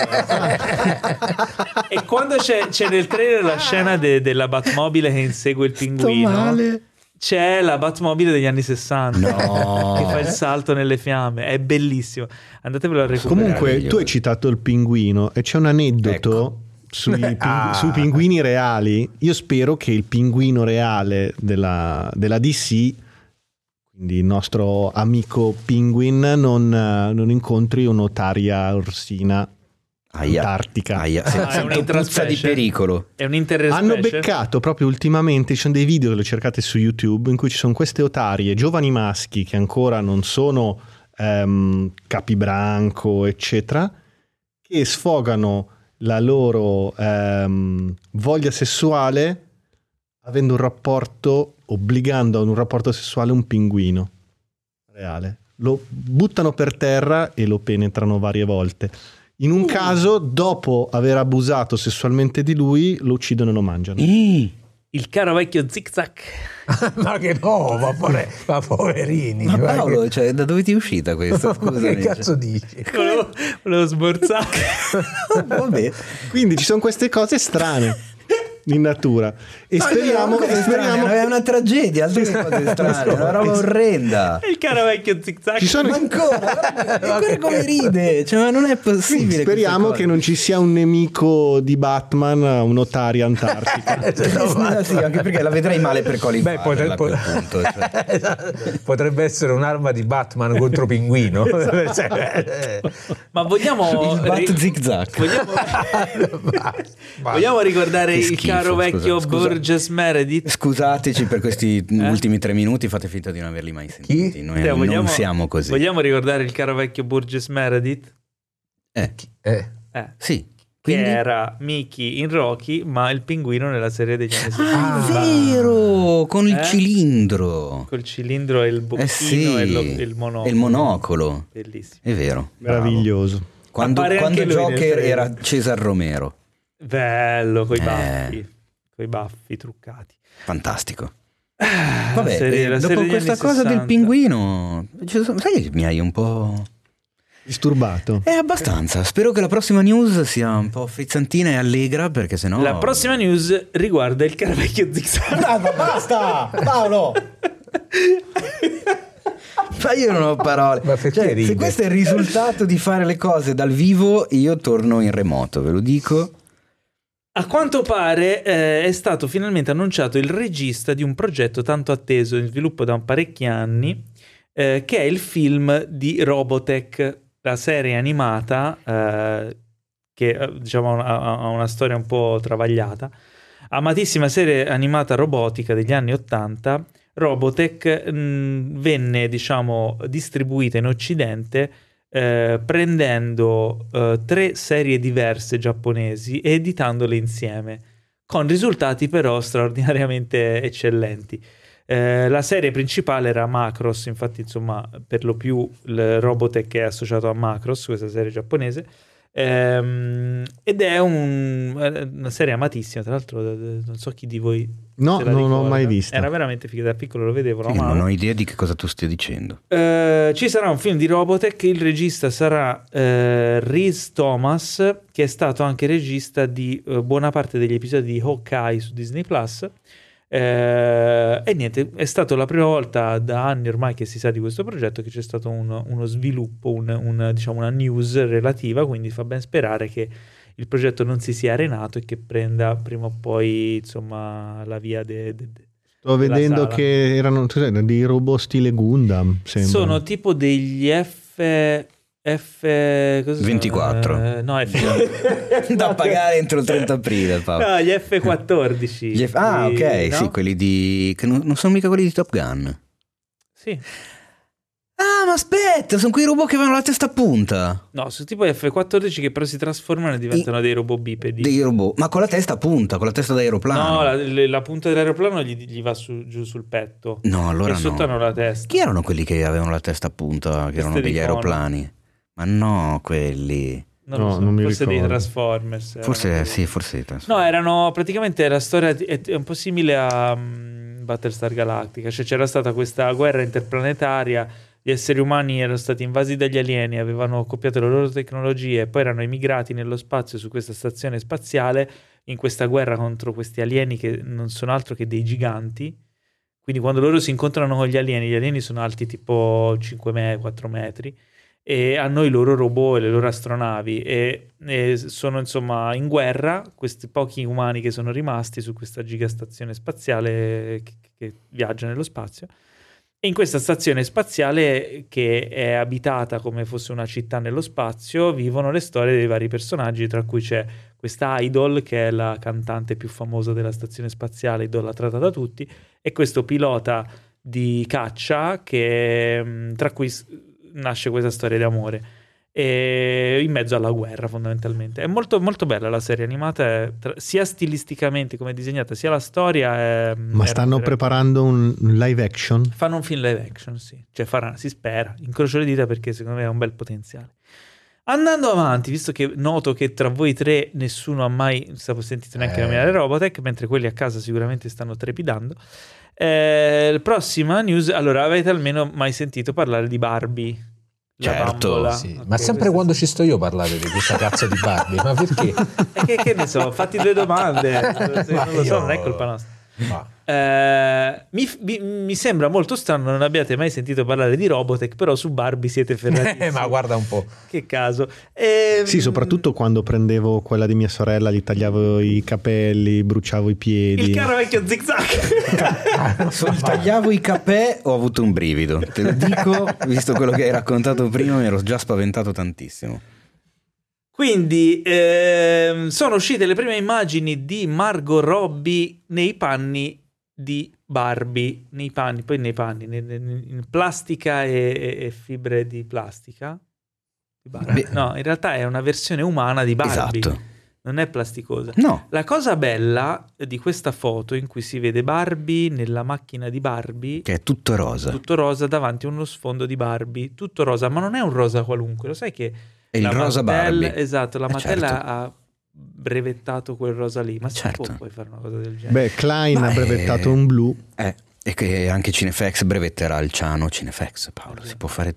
West. E quando c'è nel trailer la scena della Batmobile che insegue il pinguino, c'è la Batmobile degli anni 60 che fa il salto nelle fiamme. È bellissimo, andatevelo a recuperare. Comunque tu hai citato il pinguino e c'è un aneddoto sui pinguini reali. Io spero che il pinguino reale della DC, quindi il nostro amico Penguin, non incontri un'otaria orsina antartica. È un'interspecie di pericolo. È un'interspecie. Hanno beccato proprio ultimamente, ci sono dei video che lo cercate su YouTube in cui ci sono queste otarie, giovani maschi che ancora non sono capibranco eccetera, che sfogano la loro voglia sessuale avendo un rapporto, obbligando ad un rapporto sessuale un pinguino reale. Lo buttano per terra e lo penetrano varie volte. In un caso, dopo aver abusato sessualmente di lui, lo uccidono e lo mangiano. Il caro vecchio Zig Zag. Ma che no, ma poverini. Ma Paolo, cioè, da dove ti è uscita questa? Che cazzo dici? Volevo smorzare. Vabbè. Quindi ci sono queste cose strane in natura e speriamo è una tragedia, altre cose strane, una roba orrenda. Il caro vecchio Zig Zag. Ci sono... Ma ancora come ride, cioè, ma non è possibile. Speriamo che non ci sia un nemico di Batman, un'otaria antartica. Sì, anche perché la vedrei male per Colin Farrell, punto, cioè. Potrebbe essere un'arma di Batman contro Pinguino. Ma vogliamo il Bat Zig Zag. Vogliamo ricordare il caro vecchio Burgess Meredith. Scusateci per questi ultimi 3 minuti, fate finta di non averli mai sentiti. Noi non siamo così. Vogliamo ricordare il caro vecchio Burgess Meredith? Sì. Che era Mickey in Rocky, ma il pinguino nella serie degli anni 60. È vero, con il cilindro. Col cilindro e il bocchino e il monocolo. E il monocolo. Bellissimo. È vero. Meraviglioso. Quando Joker era Cesar Romero. Bello, coi baffi truccati. Fantastico. Vabbè, dopo questa cosa del pinguino, sai che mi hai un po'... Disturbato. È abbastanza. Spero che la prossima news sia un po' frizzantina e allegra, perché sennò... La prossima news riguarda il Caravecchio zigzag. Basta, Paolo! Ma io non ho parole. Ma cioè, se questo è il risultato di fare le cose dal vivo, io torno in remoto, ve lo dico. A quanto pare è stato finalmente annunciato il regista di un progetto tanto atteso in sviluppo da parecchi anni, che è il film di Robotech, la serie animata che diciamo ha una storia un po' travagliata. Amatissima serie animata robotica degli anni '80, Robotech venne, diciamo, distribuita in Occidente prendendo 3 serie diverse giapponesi e editandole insieme, con risultati però straordinariamente eccellenti. La serie principale era Macross, infatti insomma per lo più il Robotech è associato a Macross, questa serie giapponese, ed è una serie amatissima, tra l'altro non so chi di voi no, non l'ho mai vista. Era veramente figa, da piccolo lo vedevo. Non ho idea di che cosa tu stia dicendo. Ci sarà un film di Robotech, il regista sarà Rhys Thomas, che è stato anche regista di buona parte degli episodi di Hawkeye su Disney Plus. E niente, è stato la prima volta da anni ormai che si sa di questo progetto che c'è stato uno sviluppo, diciamo una news relativa, quindi fa ben sperare che il progetto non si sia arenato e che prenda prima o poi insomma la via sto vedendo sala. Che erano dei robot stile Gundam, sembra. Sono tipo degli F24 no, F da pagare entro il 30 aprile, Paolo. No, gli F14 ok, no? Sì, quelli che non sono mica quelli di Top Gun. Sì. Ma aspetta, sono quei robot che avevano la testa a punta. No, sono tipo F14 che però si trasformano e diventano dei robot bipedi. Dei robot, ma con la testa a punta, con la testa d'aeroplano. No, la punta dell'aeroplano gli va giù sul petto. No, allora e sotto hanno la testa. Chi erano quelli che avevano la testa a punta, che erano degli aeroplani? Ma no, quelli... Non mi forse ricordo. dei Transformers. Forse No, erano praticamente la storia è un po' simile a Battlestar Galactica, cioè c'era stata questa guerra interplanetaria, gli esseri umani erano stati invasi dagli alieni, avevano copiato le loro tecnologie, poi erano emigrati nello spazio su questa stazione spaziale in questa guerra contro questi alieni che non sono altro che dei giganti. Quindi quando loro si incontrano con gli alieni sono alti tipo 4 metri e hanno i loro robot e le loro astronavi e sono insomma in guerra questi pochi umani che sono rimasti su questa gigastazione spaziale che viaggia nello spazio. E in questa stazione spaziale, che è abitata come fosse una città nello spazio, vivono le storie dei vari personaggi, tra cui c'è questa Idol, che è la cantante più famosa della stazione spaziale, idolatrata da tutti, e questo pilota di caccia tra cui nasce questa storia di amore. E in mezzo alla guerra, fondamentalmente. È molto molto bella la serie animata, sia stilisticamente come è disegnata, sia la storia. Ma stanno preparando un live action? Fanno un film live action, sì. Cioè si spera. Incrocio le dita perché secondo me ha un bel potenziale. Andando avanti, visto che noto che tra voi tre nessuno ha mai sentito neanche nominare Robotech, mentre quelli a casa sicuramente stanno trepidando. Prossima news. Allora, avete almeno mai sentito parlare di Barbie? Certo, sì. Okay, ma sempre quando ci sto io a parlare di questa cazzo di Barbie, ma perché? Che ne so, fatti 2 domande. Non lo so, non è colpa nostra. Mi sembra molto strano non abbiate mai sentito parlare di Robotech, però su Barbie siete ferrati. Ma guarda un po'. Che caso. Sì, soprattutto quando prendevo quella di mia sorella, gli tagliavo i capelli, bruciavo i piedi. Il caro vecchio zigzag. Tagliavo i capè, ho avuto un brivido. Te lo dico, visto quello che hai raccontato prima, mi ero già spaventato tantissimo. Quindi sono uscite le prime immagini di Margot Robbie nei panni di Barbie, in plastica e fibre di plastica. No, in realtà è una versione umana di Barbie. Esatto. Non è plasticosa. No. La cosa bella di questa foto in cui si vede Barbie nella macchina di Barbie, che è tutto rosa. Tutto rosa davanti a uno sfondo di Barbie, tutto rosa, ma non è un rosa qualunque, lo sai che è il rosa Barbie. Esatto, la Mattel certo. ha brevettato quel rosa lì, ma certo. si può poi fare una cosa del genere? Beh, Klein ha brevettato un blu. E che anche Cinefex brevetterà il ciano Cinefex, Paolo, si può fare tutto.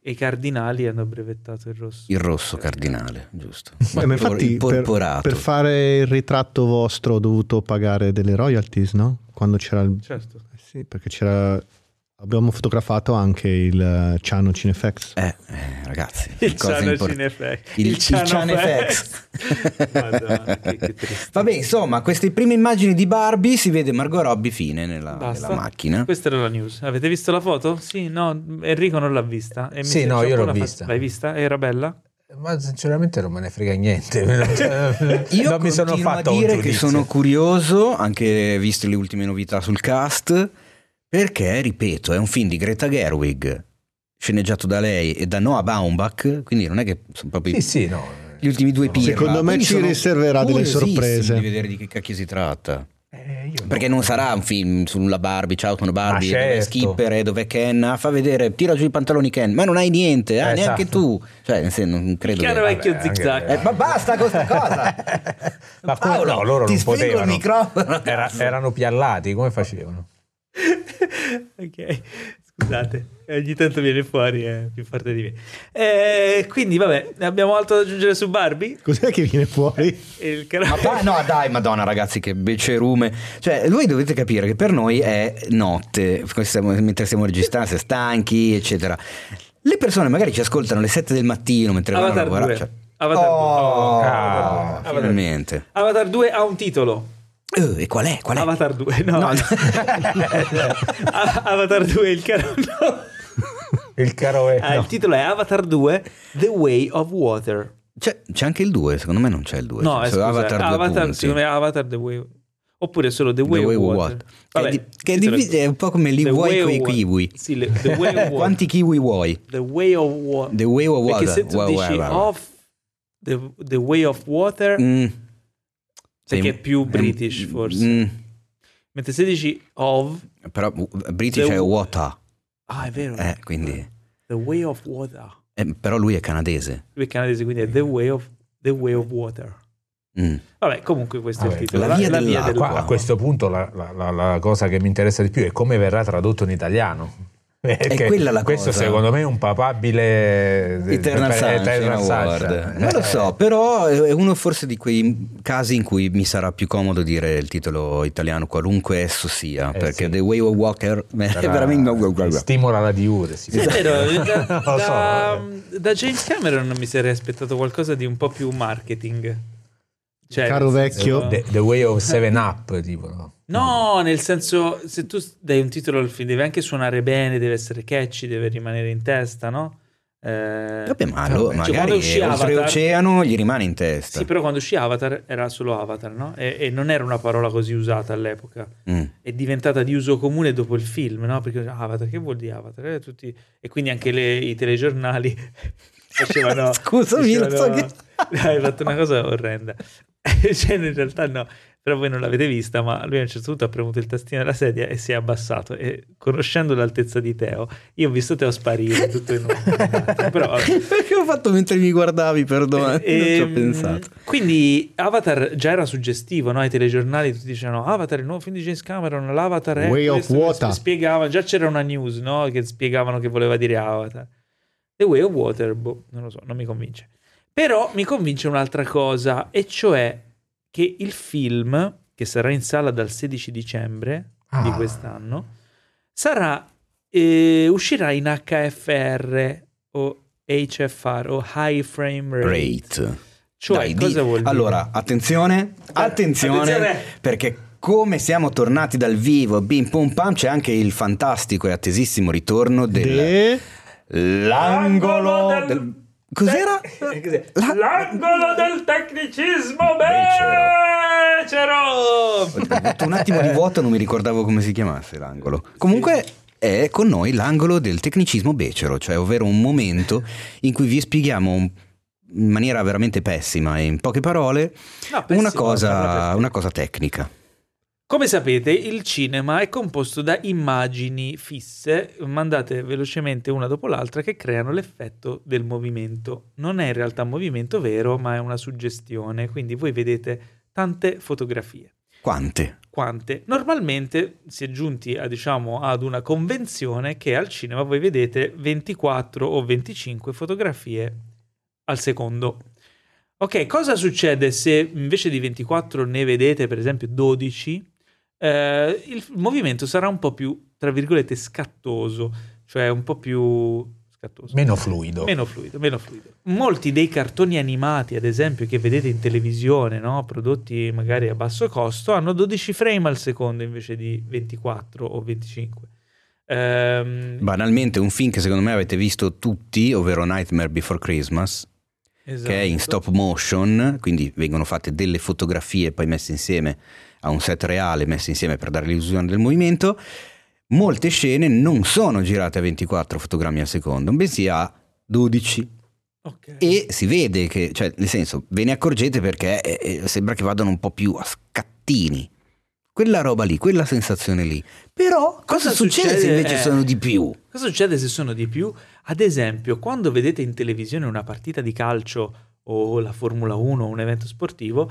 E i cardinali hanno brevettato il rosso. Il rosso cardinale, giusto. Ma infatti per fare il ritratto vostro ho dovuto pagare delle royalties, no? Quando c'era Certo. Sì, perché abbiamo fotografato anche il Ciano Cinefx. Ragazzi, il Ciano Cinefx. Il Cinefx. Madonna, che triste. Vabbè, insomma, queste prime immagini di Barbie, si vede Margot Robbie fine nella macchina. Questa era la news. Avete visto la foto? Sì, no, Enrico non l'ha vista. Sì, no, io l'ho vista. L'hai vista? Era bella? Ma sinceramente non me ne frega niente. Io non mi sono fatto a dire che sono curioso, anche visto le ultime novità sul cast, perché, ripeto, è un film di Greta Gerwig, sceneggiato da lei e da Noah Baumbach, quindi non è che sono proprio gli ultimi due pirla. Secondo me ci riserverà delle sorprese. Di vedere di che cacchio si tratta. Perché non sarà un film sulla Barbie, ciao sono Barbie, dov'è Skipper, dov'è Ken, fa vedere, tira giù i pantaloni Ken, ma non hai niente, neanche tu, cioè non credo che... Chiaro vecchio zigzag. Ma basta con questa cosa. Ma Paolo, loro non potevano, il microfono. Erano piallati, come facevano? Ok, scusate, ogni tanto viene fuori, è più forte di me. Quindi vabbè, abbiamo altro da aggiungere su Barbie? Cos'è che viene fuori? No dai, madonna ragazzi, che becerume. Cioè voi dovete capire che per noi è notte, mentre stiamo registrando, siamo stanchi eccetera. Le persone magari ci ascoltano alle 7 del mattino mentre vanno a lavorare, cioè... Avatar 2 finalmente. Avatar 2 ha un titolo. E qual è? Avatar 2, no. Avatar 2, il caro no. Il caro è no. Il titolo è Avatar 2 The Way of Water. C'è anche il 2, secondo me non c'è il 2. No, scusa, Avatar secondo me Avatar The Way, oppure solo The Way of Water. Vabbè, che è un po' come li vuoi coi kiwi. Sì, The Way of Water. Quanti kiwi vuoi? The Way of Water. The Way of Water. Perché se tu dici of the Way of Water perché è più British forse. Mentre se dici of, però British è water. Ah, è vero. Quindi The Way of Water. Però lui è canadese. Lui è canadese, quindi è The Way of Water. Vabbè, comunque questo è il titolo. La via dell'acqua. A questo punto la cosa che mi interessa di più è come verrà tradotto in italiano. È quella la questo cosa. Secondo me è un papabile Eternal Sunshine. Non lo so, però è uno forse di quei casi in cui mi sarà più comodo dire il titolo italiano qualunque esso sia, perché The Way of Walker è veramente stimola la diuresi. Sì, è vero, da James Cameron mi sarei aspettato qualcosa di un po' più marketing. Cioè, caro vecchio, The Way of 7-Up tipo. No, nel senso, se tu dai un titolo al film deve anche suonare bene, deve essere catchy, deve rimanere in testa, no? Vabbè, ma magari oltreoceano gli rimane in testa. Sì, però quando uscì Avatar era solo Avatar, no? E non era una parola così usata all'epoca. È diventata di uso comune dopo il film, no? Perché Avatar, che vuol dire Avatar? E quindi anche i telegiornali facevano... Scusami, non so che... Hai fatto una cosa orrenda. Cioè, in realtà no, però voi non l'avete vista, ma lui a un certo punto ha premuto il tastino della sedia e si è abbassato, e conoscendo l'altezza di Teo io ho visto Teo sparire tutto in un però perché ho fatto mentre mi guardavi, perdono, non ci ho pensato. Quindi Avatar già era suggestivo, no? Ai telegiornali tutti dicevano Avatar, il nuovo film di James Cameron, l'Avatar è Way of Water, spiegavano, già c'era una news, no? Che spiegavano che voleva dire Avatar. The Way of Water, non lo so, non mi convince. Però mi convince un'altra cosa, e cioè che il film, che sarà in sala dal 16 dicembre di quest'anno, uscirà in HFR o HFR o High Frame Rate. Cioè, cosa vuol dire? Allora, attenzione, perché come siamo tornati dal vivo, bim pum pam, c'è anche il fantastico e attesissimo ritorno dell'angolo del... Cos'era? L'angolo del tecnicismo becero. Un attimo di vuoto, non mi ricordavo come si chiamasse l'angolo. Comunque è con noi l'angolo del tecnicismo becero, cioè ovvero un momento in cui vi spieghiamo in maniera veramente pessima e in poche parole una cosa tecnica. Come sapete, il cinema è composto da immagini fisse, mandate velocemente una dopo l'altra, che creano l'effetto del movimento. Non è in realtà un movimento vero, ma è una suggestione, quindi voi vedete tante fotografie. Quante? Normalmente si è giunti ad una convenzione che al cinema voi vedete 24 o 25 fotografie al secondo. Ok, cosa succede se invece di 24 ne vedete per esempio 12? Il movimento sarà un po' più, tra virgolette, scattoso, cioè un po' più scattoso. Meno fluido. Molti dei cartoni animati, ad esempio, che vedete in televisione, no? Prodotti magari a basso costo, hanno 12 frame al secondo invece di 24 o 25. Banalmente un film che secondo me avete visto tutti, ovvero Nightmare Before Christmas, esatto. Che è in stop motion, quindi vengono fatte delle fotografie poi messe insieme a un set reale, messe insieme per dare l'illusione del movimento. Molte scene non sono girate a 24 fotogrammi al secondo, bensì a 12. Okay. E si vede che, cioè, nel senso, ve ne accorgete perché sembra che vadano un po' più a scattini. Quella roba lì, quella sensazione lì. Però cosa succede se invece sono di più? Cosa succede se sono di più? Ad esempio, quando vedete in televisione una partita di calcio o la Formula 1 o un evento sportivo,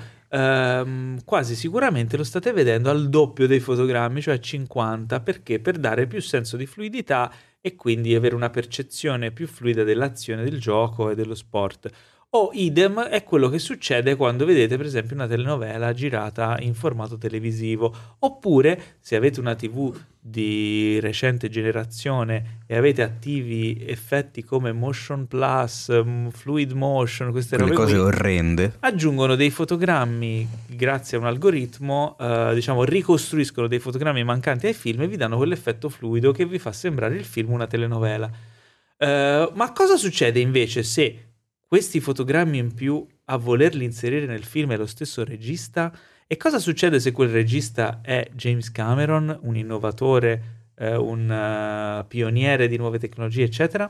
quasi sicuramente lo state vedendo al doppio dei fotogrammi, cioè 50, perché? Per dare più senso di fluidità e quindi avere una percezione più fluida dell'azione del gioco e dello sport. O idem è quello che succede quando vedete per esempio una telenovela girata in formato televisivo, oppure se avete una TV di recente generazione e avete attivi effetti come Motion Plus, Fluid Motion, queste quelle robe cose qui, orrende, aggiungono dei fotogrammi grazie a un algoritmo, ricostruiscono dei fotogrammi mancanti ai film e vi danno quell'effetto fluido che vi fa sembrare il film una telenovela. Ma cosa succede invece se questi fotogrammi in più a volerli inserire nel film è lo stesso regista? E cosa succede se quel regista è James Cameron, un innovatore, un pioniere di nuove tecnologie, eccetera?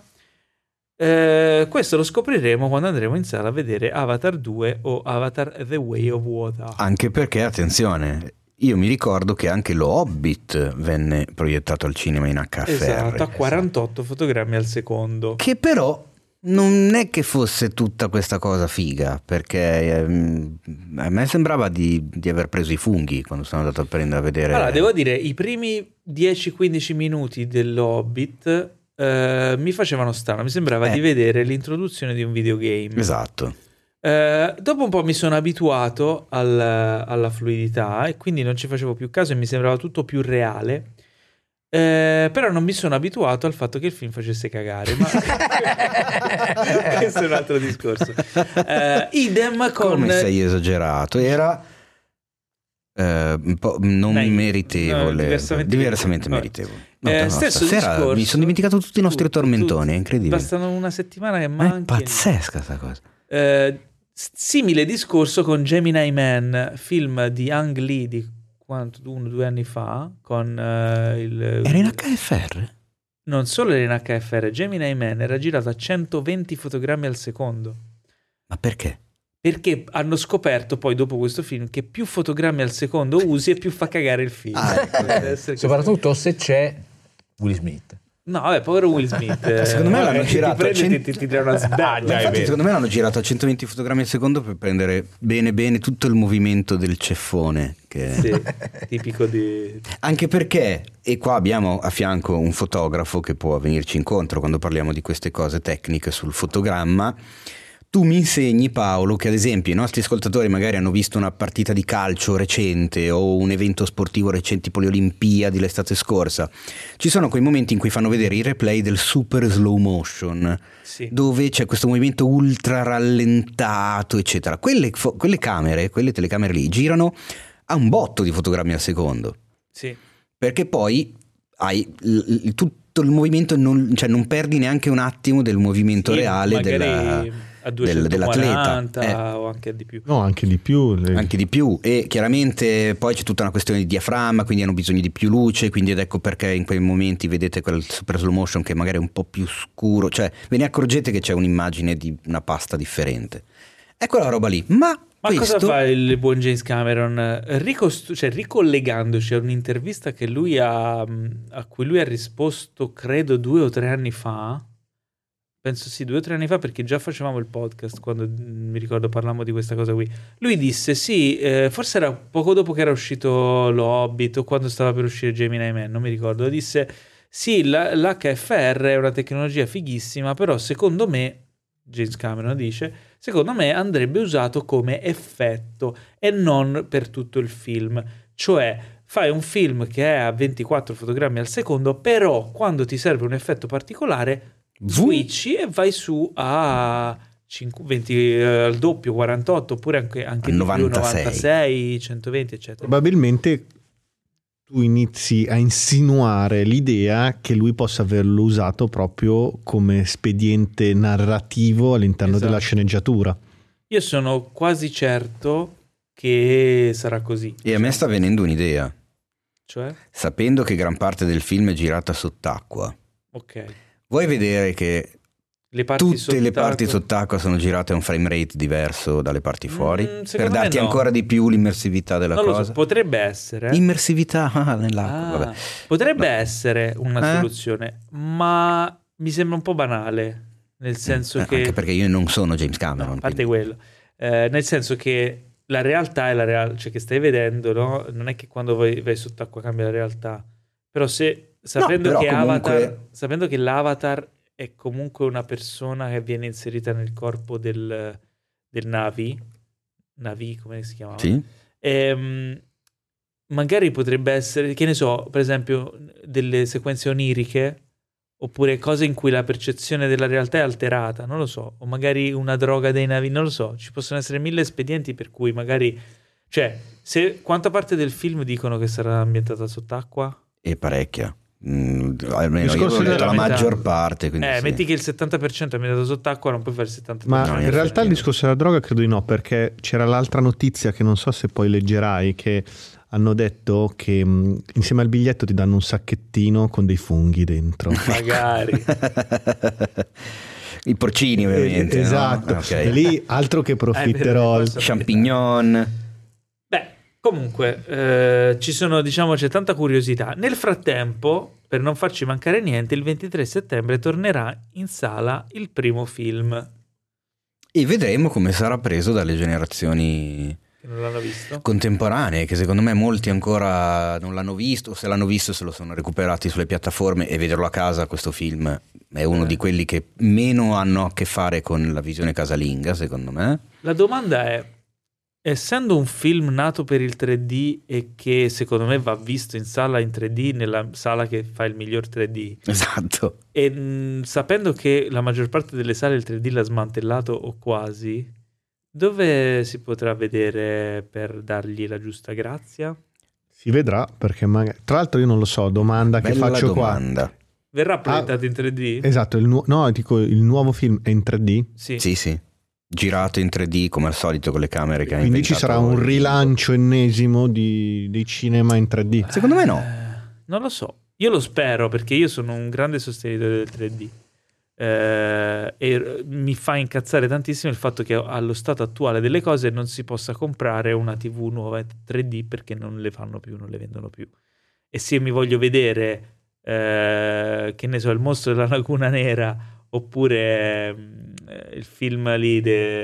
Questo lo scopriremo quando andremo in sala a vedere Avatar 2 o Avatar The Way of Water. Anche perché, attenzione, io mi ricordo che anche lo Hobbit venne proiettato al cinema in HFR. Esatto, a 48 fotogrammi al secondo. Che però non è che fosse tutta questa cosa figa, perché a me sembrava di aver preso i funghi quando sono andato a vedere. Allora, devo dire, i primi 10-15 minuti dell'Hobbit mi facevano strano, mi sembrava di vedere l'introduzione di un videogame. Esatto. Dopo un po' mi sono abituato alla fluidità e quindi non ci facevo più caso e mi sembrava tutto più reale. Però non mi sono abituato al fatto che il film facesse cagare, ma questo è un altro discorso. Idem con... Come sei esagerato, era un po' non meritevole, diversamente meritevole. Stesso discorso, mi sono dimenticato tutti i nostri tormentoni, è incredibile. Bastano una settimana che manchi. È pazzesca sta cosa. Simile discorso con Gemini Man, film di Ang Lee di 1-2 anni fa, con era in HFR? Non solo era in HFR, Gemini Man era girato a 120 fotogrammi al secondo. Ma perché? Perché hanno scoperto poi dopo questo film che più fotogrammi al secondo usi e più fa cagare il film. Soprattutto se c'è Will Smith. No, vabbè, povero Will Smith. Secondo me l'hanno girato ti tira una sbaglia. Infatti, secondo me l'hanno girato a 120 fotogrammi al secondo per prendere bene tutto il movimento del ceffone. Sì, tipico di... Anche perché, e qua abbiamo a fianco un fotografo che può venirci incontro quando parliamo di queste cose tecniche sul fotogramma. Tu mi insegni, Paolo, che ad esempio i nostri ascoltatori magari hanno visto una partita di calcio recente o un evento sportivo recente tipo le Olimpiadi l'estate scorsa. Ci sono quei momenti in cui fanno vedere i replay del super slow motion, sì, dove c'è questo movimento ultra rallentato, eccetera. Quelle camere, quelle telecamere lì, girano a un botto di fotogrammi al secondo. Sì. Perché poi hai tutto il movimento, non perdi neanche un attimo del movimento reale a 240 dell'atleta o anche di più. No, anche di più. Anche di più. E chiaramente poi c'è tutta una questione di diaframma, quindi hanno bisogno di più luce, quindi ed ecco perché in quei momenti vedete quel super slow motion che magari è un po' più scuro, cioè ve ne accorgete che c'è un'immagine di una pasta differente. È quella roba lì. Ma cosa fa il buon James Cameron? Ricollegandoci a un'intervista che a cui lui ha risposto credo 2 o 3 anni fa, penso sì, 2 o 3 anni fa, perché già facevamo il podcast quando mi ricordo parlammo di questa cosa qui. Lui disse sì, forse era poco dopo che era uscito lo Hobbit o quando stava per uscire Gemini Man, non mi ricordo. Disse sì, l'HFR è una tecnologia fighissima, però secondo me, James Cameron dice, secondo me andrebbe usato come effetto e non per tutto il film. Cioè fai un film che è a 24 fotogrammi al secondo, però quando ti serve un effetto particolare switchi e vai su a 20 al doppio, 48 oppure anche di 96. più, 96, 120 eccetera. Probabilmente tu inizi a insinuare l'idea che lui possa averlo usato proprio come espediente narrativo all'interno della sceneggiatura. Io sono quasi certo che sarà così. E a me sta venendo un'idea. Cioè? Sapendo che gran parte del film è girata sott'acqua. Ok. Vuoi vedere che tutte le parti sott'acqua sono girate a un frame rate diverso dalle parti fuori? Per darti ancora di più l'immersività della cosa? Lo so, potrebbe essere. Immersività nell'acqua. Vabbè. Potrebbe essere una soluzione, ma mi sembra un po' banale. Nel senso che... Anche perché io non sono James Cameron. No, a parte quello. Nel senso che la realtà è la realtà, cioè che stai vedendo, no? Non è che quando vai sott'acqua cambia la realtà. Però sapendo che l'avatar è comunque una persona che viene inserita nel corpo del Navi, come si chiamava? Sì. Magari potrebbe essere, che ne so, per esempio delle sequenze oniriche, oppure cose in cui la percezione della realtà è alterata, non lo so, o magari una droga dei Navi, non lo so, ci possono essere 1000 espedienti per cui magari, cioè, quanta parte del film dicono che sarà ambientata sott'acqua? E parecchia. Almeno io ho detto la maggior parte. Metti che il 70% è ambientato sott'acqua, non puoi fare il 70%. Ma in realtà il discorso della droga credo di no, perché c'era l'altra notizia che non so se poi leggerai, che hanno detto che insieme al biglietto ti danno un sacchettino con dei funghi dentro. Magari. I porcini ovviamente. Esatto, no? Okay. E lì altro che profiterol. Champignon. Comunque, c'è tanta curiosità. Nel frattempo, per non farci mancare niente, il 23 settembre tornerà in sala il primo film. E vedremo come sarà preso dalle generazioni che non l'hanno visto, contemporanee, che secondo me molti ancora non l'hanno visto, o se l'hanno visto se lo sono recuperati sulle piattaforme, e vederlo a casa questo film è uno di quelli che meno hanno a che fare con la visione casalinga, secondo me. La domanda è: essendo un film nato per il 3D e che secondo me va visto in sala in 3D, nella sala che fa il miglior 3D, esatto, e sapendo che la maggior parte delle sale il 3D l'ha smantellato o quasi, dove si potrà vedere per dargli la giusta grazia? Si vedrà, perché tra l'altro io non lo so, domanda che faccio domanda. Qua. Verrà proiettato in 3D? Esatto, il nuovo film è in 3D? Sì. Girato in 3D come al solito con le camere che hanno inventato. Quindi ci sarà un rilancio ennesimo dei cinema in 3D? Secondo me no. Non lo so. Io lo spero, perché io sono un grande sostenitore del 3D. E mi fa incazzare tantissimo il fatto che allo stato attuale delle cose non si possa comprare una TV nuova in 3D perché non le fanno più, non le vendono più. E se io mi voglio vedere che ne so, il mostro della Laguna Nera, oppure il film lì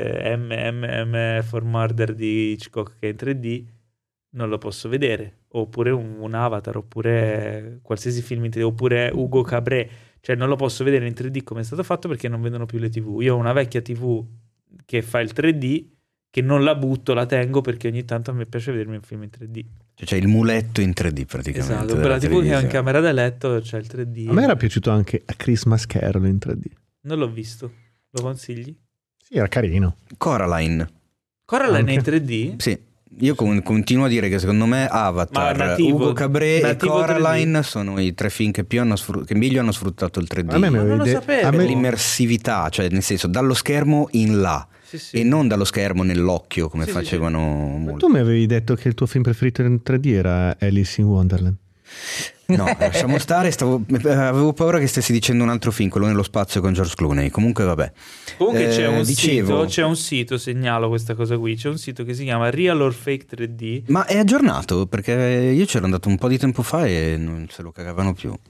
M for Murder di Hitchcock che è in 3D, non lo posso vedere, oppure un Avatar, oppure qualsiasi film in 3D, oppure Hugo Cabret, cioè non lo posso vedere in 3D come è stato fatto perché non vendono più le TV. Io ho una vecchia TV che fa il 3D, che non la butto, la tengo perché ogni tanto a me piace vedermi un film in 3D. Cioè c'è il muletto in 3D praticamente. Esatto, per la TV che ho in camera da letto c'è il 3D. A me era piaciuto anche A Christmas Carol in 3D. Non l'ho visto, lo consigli? Sì, era carino. Coraline è in 3D? Sì, io continuo a dire che secondo me Avatar, Hugo Cabret e Coraline 3D sono i 3 film che meglio hanno sfruttato il 3D. A me non lo sapevo. Per l'immersività, cioè nel senso dallo schermo in là. Sì. E non dallo schermo nell'occhio come facevano molti. Ma tu mi avevi detto che il tuo film preferito in 3D era Alice in Wonderland. No, lasciamo stare, avevo paura che stessi dicendo un altro film, quello nello spazio con George Clooney. Comunque vabbè. Comunque c'è un sito, segnalo questa cosa qui, c'è un sito che si chiama Real or Fake 3D. Ma è aggiornato? Perché io c'ero andato un po' di tempo fa e non se lo cagavano più.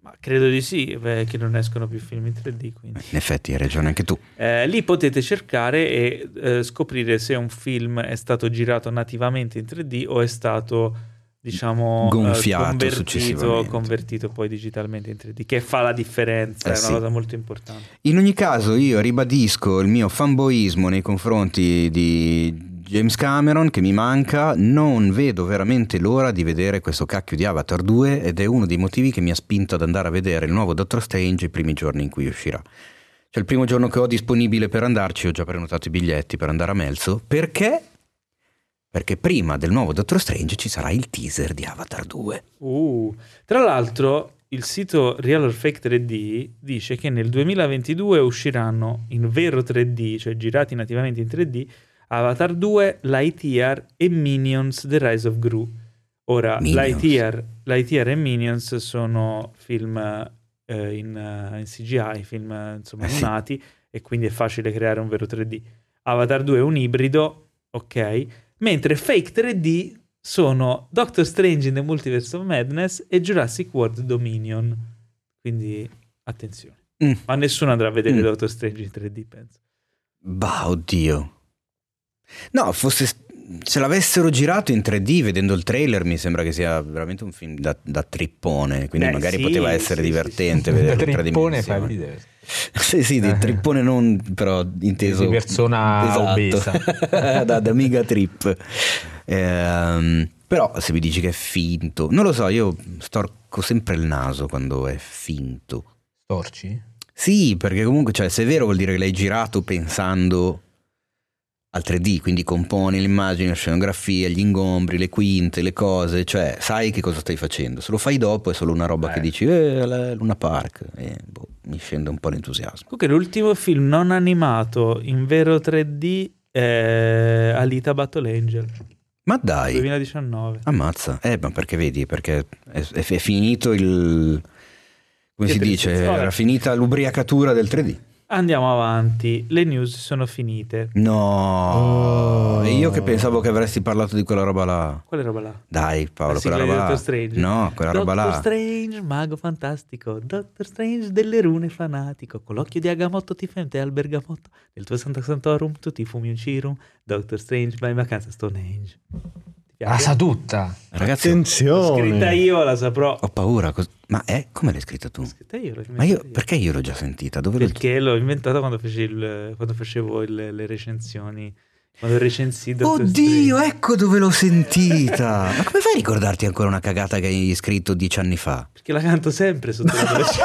Ma credo di sì, che non escono più film in 3D. Quindi. In effetti hai ragione anche tu. Lì potete cercare e scoprire se un film è stato girato nativamente in 3D o è stato, diciamo, gonfiato successivamente, convertito poi digitalmente in 3D, che fa la differenza, è una cosa molto importante. In ogni caso io ribadisco il mio fanboismo nei confronti di James Cameron, che mi manca. Non vedo veramente l'ora di vedere questo cacchio di Avatar 2 ed è uno dei motivi che mi ha spinto ad andare a vedere il nuovo Doctor Strange i primi giorni in cui uscirà. Cioè il primo giorno che ho disponibile per andarci ho già prenotato i biglietti per andare a Melzo. Perché? Perché prima del nuovo Doctor Strange ci sarà il teaser di Avatar 2. Tra l'altro il sito Real or Fake 3D dice che nel 2022 usciranno in vero 3D, cioè girati nativamente in 3D, Avatar 2, Lightyear e Minions The Rise of Gru. Ora, Lightyear e Minions sono film in CGI, film insomma animati, e quindi è facile creare un vero 3D. Avatar 2 è un ibrido, ok, mentre Fake 3D sono Doctor Strange in the Multiverse of Madness e Jurassic World Dominion. Quindi attenzione. Ma nessuno andrà a vedere Doctor Strange in 3D, penso. Bah, oddio. No, se l'avessero girato in 3D, vedendo il trailer mi sembra che sia veramente un film da trippone, quindi magari poteva essere diverente vederlo in 3D. Trippone fa ridere. Sì, di trippone non però inteso di persona obesa. da mega trip. Però se mi dici che è finto, non lo so, io storco sempre il naso quando è finto. Storci? Sì, perché comunque, cioè, se è vero vuol dire che l'hai girato pensando al 3D, quindi componi l'immagine, la scenografia, gli ingombri, le quinte, le cose, cioè sai che cosa stai facendo. Se lo fai dopo è solo una roba che dici Luna Park, mi scende un po' l'entusiasmo. Comunque l'ultimo film non animato in vero 3D è Alita Battle Angel. Ma dai, 2019. Ammazza, ma perché vedi, perché è finito il, come si dice, era finita l'ubriacatura del 3D. Andiamo avanti, le news sono finite. No, e io che pensavo che avresti parlato di quella roba là. Quale roba là? Dai Paolo, quella roba di là. Doctor Strange. No, quella roba là. Doctor Strange, mago fantastico. Doctor Strange delle rune fanatico. Con l'occhio di Agamotto ti fente al bergamotto. Nel tuo Santa Santorum tu ti fumi un cirum. Doctor Strange va in vacanza a Stonehenge. La sa tutta. Ragazzi, attenzione. L'ho scritta io, la saprò. Ho paura. Ma come l'hai scritta tu? L'ho scritta io. Perché io l'ho già sentita? Perché l'ho inventata quando facevo le recensioni. Quando recensì Doctor Oddio, Strange. ecco dove l'ho sentita. Ma come fai a ricordarti ancora una cagata che hai scritto 10 anni fa? Perché la canto sempre sotto la voce.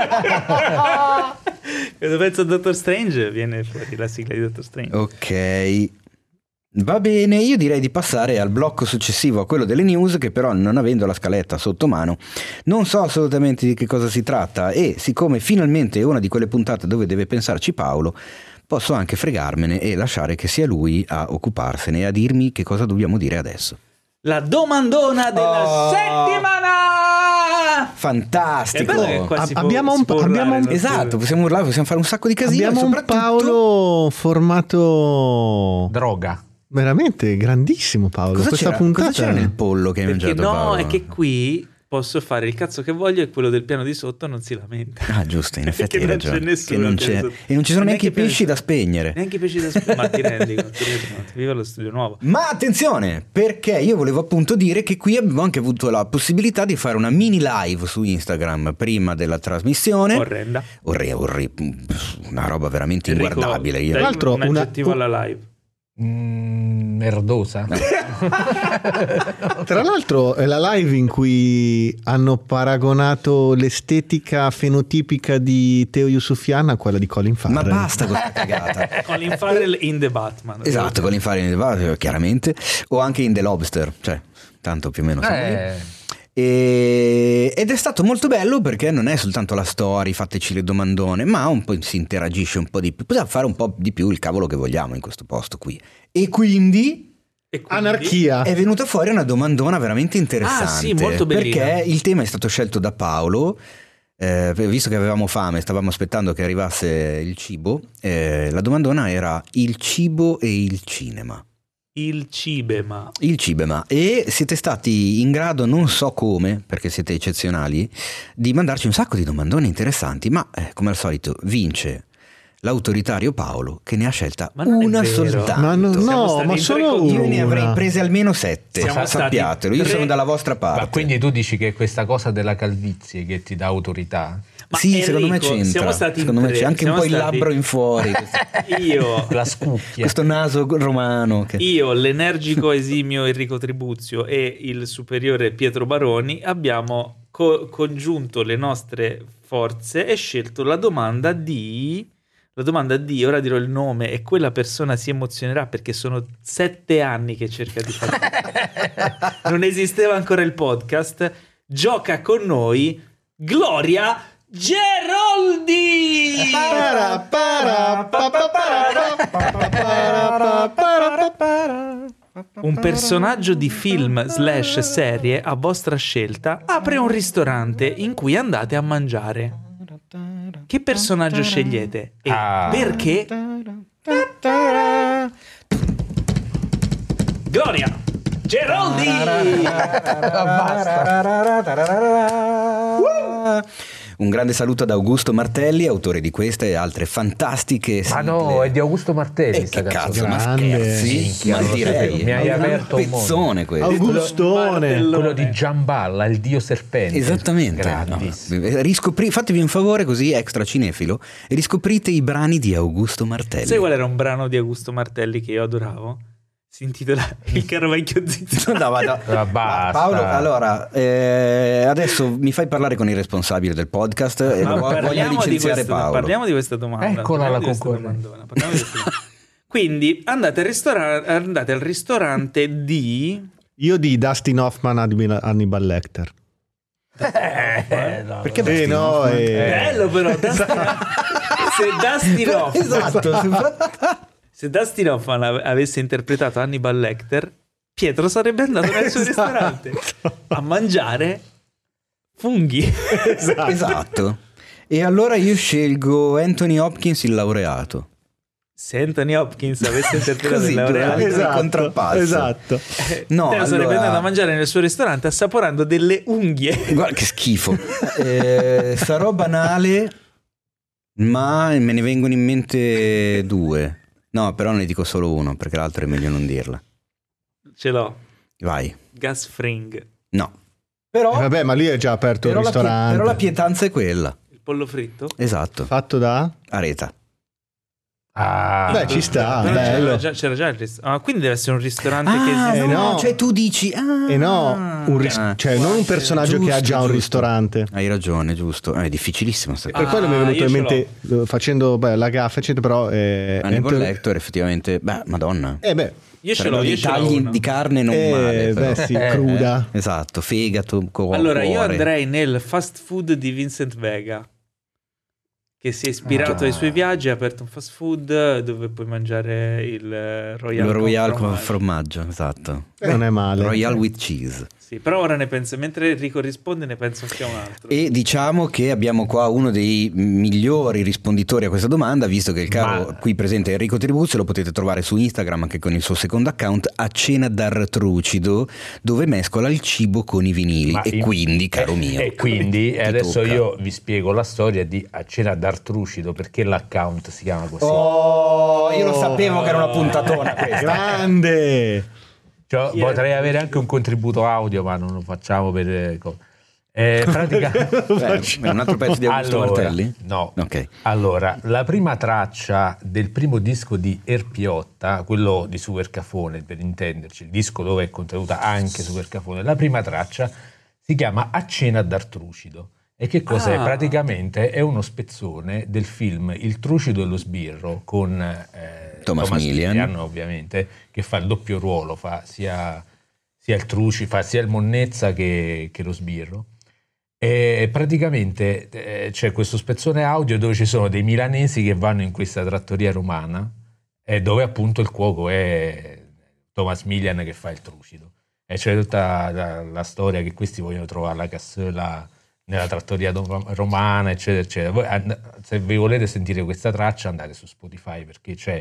Quando penso a Doctor Strange viene fuori la sigla di Doctor Strange. Ok. Va bene, io direi di passare al blocco successivo, a quello delle news, che però non avendo la scaletta sotto mano non so assolutamente di che cosa si tratta, e siccome finalmente è una di quelle puntate dove deve pensarci Paolo, posso anche fregarmene e lasciare che sia lui a occuparsene e a dirmi che cosa dobbiamo dire adesso. La domandona della settimana! Fantastico! Abbiamo esatto, possiamo urlare, possiamo fare un sacco di casino. Abbiamo un Paolo formato droga. Veramente grandissimo Paolo. Questa puntata cosa c'era nel pollo che hai mangiato, Paolo? No, è che qui posso fare il cazzo che voglio e quello del piano di sotto non si lamenta. Ah, giusto, in effetti hai ragione. Non c'è nessuno. E non ci sono neanche i pesci da spegnere. Neanche i pesci da spegnere. Ma ti rendi conto? Viva lo studio nuovo. Ma attenzione, perché io volevo appunto dire che qui abbiamo anche avuto la possibilità di fare una mini live su Instagram prima della trasmissione. Orrenda. Una roba veramente inguardabile. Tra l'altro un aggettivo alla live. Merdosa. Tra l'altro è la live in cui hanno paragonato l'estetica fenotipica di Teo Yusufian a quella di Colin Farrell. Ma basta con questa cagata. Colin Farrell in The Batman. Esatto, Colin Farrell in The Batman, chiaramente, o anche in The Lobster, cioè tanto più o meno ed è stato molto bello perché non è soltanto la storia, fateci le domandone, ma un po' si interagisce un po' di più, possiamo fare un po' di più il cavolo che vogliamo in questo posto qui, e quindi anarchia. È venuta fuori una domandona veramente interessante. Ah, sì, molto bellina. Perché il tema è stato scelto da Paolo, visto che avevamo fame, stavamo aspettando che arrivasse il cibo, la domandona era il cibo e il cinema. Il Cibema. E siete stati in grado, non so come, perché siete eccezionali, di mandarci un sacco di domandone interessanti, ma come al solito vince l'autoritario Paolo, che ne ha scelta una soltanto. Ma solo una. Io ne avrei prese almeno 7, sappiatelo, io sono dalla vostra parte. Ma quindi tu dici che questa cosa della calvizie che ti dà autorità? Ma sì, Enrico, secondo me c'entra. Secondo me c'è anche un po' il labbro in fuori. Io, la scucchia. Questo naso romano. Io, l'energico esimio Enrico Tribuzio e il superiore Pietro Baroni abbiamo congiunto le nostre forze e scelto la domanda di, ora dirò il nome e quella persona si emozionerà perché sono 7 anni che cerca di fare. Non esisteva ancora il podcast. Gioca con noi Gloria Geroldi! Un personaggio di film / serie a vostra scelta apre un ristorante in cui andate a mangiare. Che personaggio scegliete? E perché? Gloria Geroldi! Un grande saluto ad Augusto Martelli, autore di queste e altre fantastiche sigle. Ma no, è di Augusto Martelli. Che cazzo, ma grande. scherzi? Ma direi, mi hai aperto un pezzone questo. Augustone. Quello di Giamballa, il dio serpente. Esattamente. No. Fatevi un favore così, extra cinefilo, e riscoprite i brani di Augusto Martelli. Sai qual era un brano di Augusto Martelli che io adoravo? Si intitola Il caro vecchio zitto. No, basta. Paolo, allora adesso mi fai parlare con il responsabile del podcast e voglio licenziare Paolo. Parliamo di questa domanda. Eccola la concorrenza. Quindi andate al ristorante di... Io di Dustin Hoffman, Hannibal Lecter. No, perché bello però se Dustin Hoffman esatto. Se Dustin Hoffman avesse interpretato Hannibal Lecter, Pietro sarebbe andato nel suo ristorante a mangiare funghi. Esatto. E allora io scelgo Anthony Hopkins, il laureato. Se Anthony Hopkins avesse interpretato così, il laureato, contrappasso. Esatto. No, allora... sarebbe andato a mangiare nel suo ristorante assaporando delle unghie. Guarda che schifo. Sarò banale, ma me ne vengono in mente 2. No, però ne dico solo uno, perché l'altro è meglio non dirla. Ce l'ho. Vai. Gus Fring. No. Però vabbè, ma lì è già aperto il ristorante. Però la pietanza è quella. Il pollo fritto? Esatto. Fatto da? Areta. Beh, ci sta, bello. C'era già il ristorante. Quindi deve essere un ristorante che esiste. No, cioè tu dici cioè non un personaggio che ha già un ristorante. Hai ragione, giusto. È difficilissimo sta cosa. Per quello mi è venuto in mente facendo la gaffa, eccetera, però Hannibal Lecter effettivamente, madonna. Io ce l'ho, tagli di carne non male. Beh, sì, cruda. Esatto, fegato, allora cuore. Io andrei nel fast food di Vincent Vega, che si è ispirato ai suoi viaggi, ha aperto un fast food dove puoi mangiare il Royal con formaggio, esatto. Non è male. Royal with cheese. Sì, però ora ne penso, mentre Enrico risponde ne penso anche a un altro. E diciamo che abbiamo qua uno dei migliori risponditori a questa domanda, visto che il caro qui presente Enrico Tribuzio lo potete trovare su Instagram anche con il suo secondo account, A Cena d'Artrucido, dove mescola il cibo con i vinili. Quindi, caro mio, e quindi adesso tocca. Io vi spiego la storia di A Cena d'Artrucido, perché l'account si chiama così. Io lo sapevo che era una puntatona questa. Grande. Cioè, potrei avere anche un contributo audio, ma non lo facciamo per praticamente un altro pezzo di Augusto Martelli? No. Ok. Allora, la prima traccia del primo disco di Erpiotta, quello di Super Cafone per intenderci, il disco dove è contenuta anche Super Cafone, la prima traccia si chiama A Cena d'Artrucido. E che cos'è? Praticamente è uno spezzone del film Il Trucido e lo Sbirro con Thomas Milian, ovviamente, che fa il doppio ruolo, fa sia il Truci, fa sia il Monnezza che lo Sbirro. E praticamente c'è questo spezzone audio dove ci sono dei milanesi che vanno in questa trattoria romana e dove appunto il cuoco è Thomas Milian che fa il Trucido. E c'è tutta la storia che questi vogliono trovare la cassola nella trattoria romana, eccetera, eccetera. Voi, se vi volete sentire questa traccia, andate su Spotify perché c'è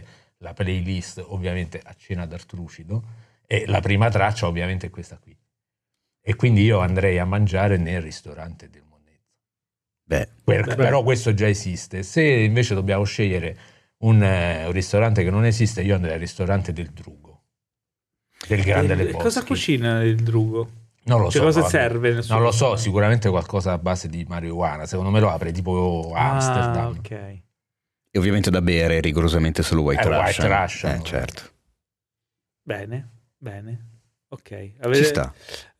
la playlist ovviamente A cena d'Artrucido, e la prima traccia ovviamente è questa qui. E quindi io andrei a mangiare nel ristorante del Monnezza. Però questo già esiste. Se invece dobbiamo scegliere un ristorante che non esiste, io andrei al ristorante del Drugo, del Grande Le Boschi. Cosa cucina il Drugo? Non lo so. Cosa serve? Non lo so, sicuramente qualcosa a base di marijuana. Secondo me lo apre tipo Amsterdam. Ok. E ovviamente da bere rigorosamente solo White Russian. White Russian. Certo. Bene. Ok. Ci sta.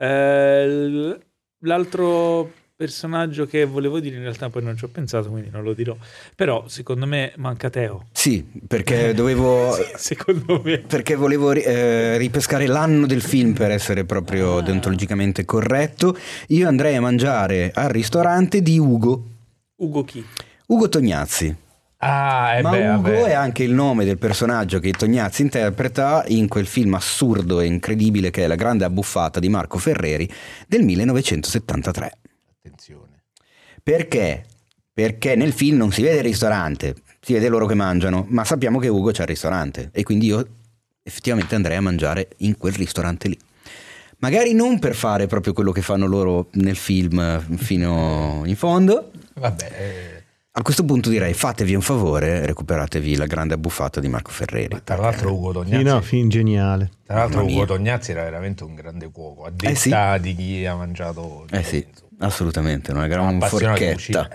L'altro personaggio che volevo dire, in realtà poi non ci ho pensato, quindi non lo dirò. Però secondo me manca Teo. Sì, perché dovevo... secondo me. Perché volevo ripescare l'anno del film per essere proprio deontologicamente corretto. Io andrei a mangiare al ristorante di Ugo. Ugo chi? Ugo Tognazzi. Ugo è anche il nome del personaggio che Tognazzi interpreta in quel film assurdo e incredibile che è La grande abbuffata di Marco Ferreri del 1973. Attenzione. Perché? Perché nel film non si vede il ristorante, si vede loro che mangiano, ma sappiamo che Ugo c'ha il ristorante e quindi io effettivamente andrei a mangiare in quel ristorante lì. Magari non per fare proprio quello che fanno loro nel film fino in fondo. Vabbè. A questo punto direi fatevi un favore, recuperatevi La grande abbuffata di Marco Ferreri. Tra l'altro Ugo Tognazzi film geniale. Tra l'altro Ugo Tognazzi era veramente un grande cuoco, a detta di chi ha mangiato sì, assolutamente, una gran forchetta.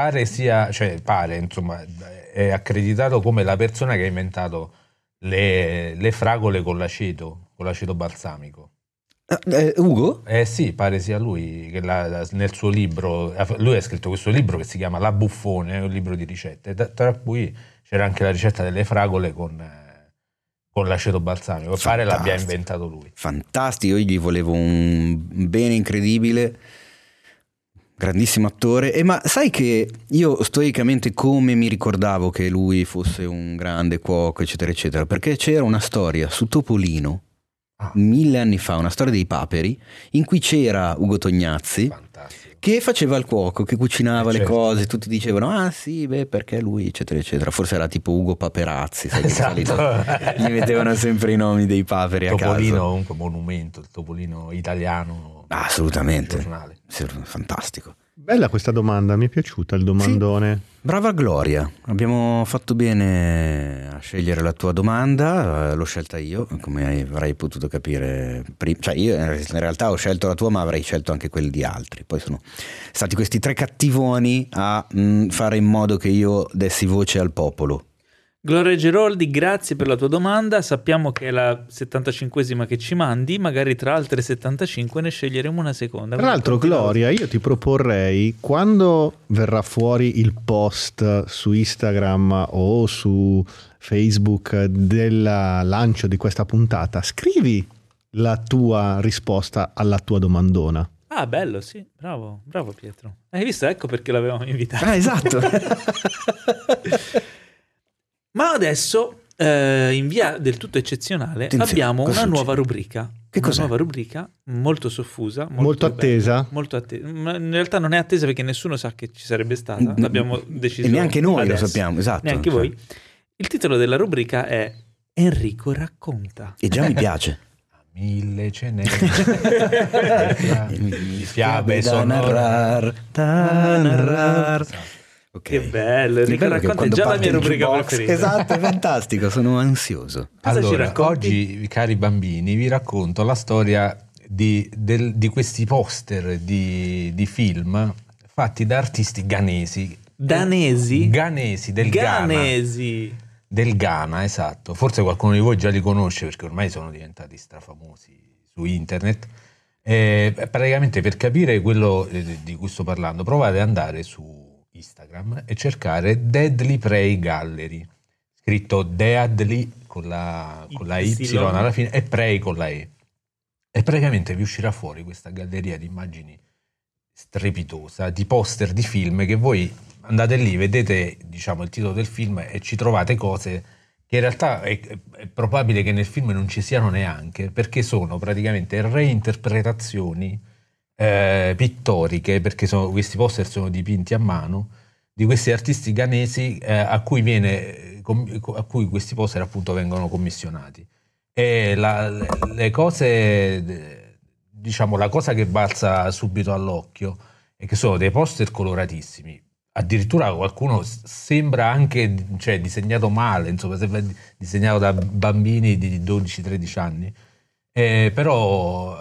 Pare insomma, è accreditato come la persona che ha inventato le fragole con l'aceto balsamico. Ugo? Sì, pare sia lui che nel suo libro, lui ha scritto questo libro che si chiama La Buffone, è un libro di ricette, tra cui c'era anche la ricetta delle fragole con l'aceto balsamico. Pare l'abbia inventato lui. Fantastico, io gli volevo un bene incredibile, grandissimo attore. Ma sai che io storicamente come mi ricordavo che lui fosse un grande cuoco eccetera eccetera, perché c'era una storia su Topolino 1000 anni fa, una storia dei paperi in cui c'era Ugo Tognazzi. Fantastico. Che faceva il cuoco, che cucinava le cose, tutti dicevano perché lui eccetera eccetera, forse era tipo Ugo Paperazzi, sai, esatto. Di solito gli mettevano sempre i nomi dei paperi a caso. Topolino comunque monumento, il Topolino italiano. Assolutamente, fantastico. Bella questa domanda, mi è piaciuta il domandone. Sì. Brava Gloria, abbiamo fatto bene a scegliere la tua domanda, l'ho scelta io, come avrai potuto capire prima. Cioè io in realtà ho scelto la tua, ma avrei scelto anche quelli di altri. Poi sono stati questi tre cattivoni a fare in modo che io dessi voce al popolo. Gloria Geroldi, grazie per la tua domanda. Sappiamo che è la 75esima che ci mandi, magari tra altre 75 ne sceglieremo una seconda. Tra l'altro, Gloria, io ti proporrei, quando verrà fuori il post su Instagram o su Facebook del lancio di questa puntata, scrivi la tua risposta alla tua domandona. Ah, bello, sì, bravo Pietro. Hai visto? Ecco perché l'avevamo invitato. Esatto. Ma adesso, in via del tutto eccezionale, abbiamo una nuova rubrica. Una nuova rubrica molto soffusa, molto attesa. Molto attesa. Ma in realtà non è attesa perché nessuno sa che ci sarebbe stata. L'abbiamo deciso. E neanche noi adesso. Lo sappiamo, esatto. Neanche voi. Il titolo della rubrica è Enrico racconta. E già mi piace. 1000 ce n'è di fiabe da narrar. Okay. Che bello, Enrico racconta, è già la mia rubrica preferita. Esatto, è fantastico, sono ansioso. Allora, oggi, cari bambini, vi racconto la storia di questi poster di film fatti da artisti ghanesi. Danesi? Ghanesi, del Ghana, esatto. Forse qualcuno di voi già li conosce perché ormai sono diventati strafamosi su internet. Praticamente, per capire quello di cui sto parlando, provate ad andare su Instagram e cercare Deadly Prey Gallery, scritto Deadly con la Y alla fine e Prey con la E, e praticamente vi uscirà fuori questa galleria di immagini strepitosa, di poster di film che voi andate lì, vedete il titolo del film e ci trovate cose che in realtà è probabile che nel film non ci siano neanche, perché sono praticamente reinterpretazioni pittoriche, perché questi poster sono dipinti a mano di questi artisti ghanesi a cui questi poster appunto vengono commissionati. E le cose, diciamo, la cosa che balza subito all'occhio è che sono dei poster coloratissimi. Addirittura qualcuno sembra anche, cioè, disegnato male, insomma, sembra disegnato da bambini di 12-13 anni. Però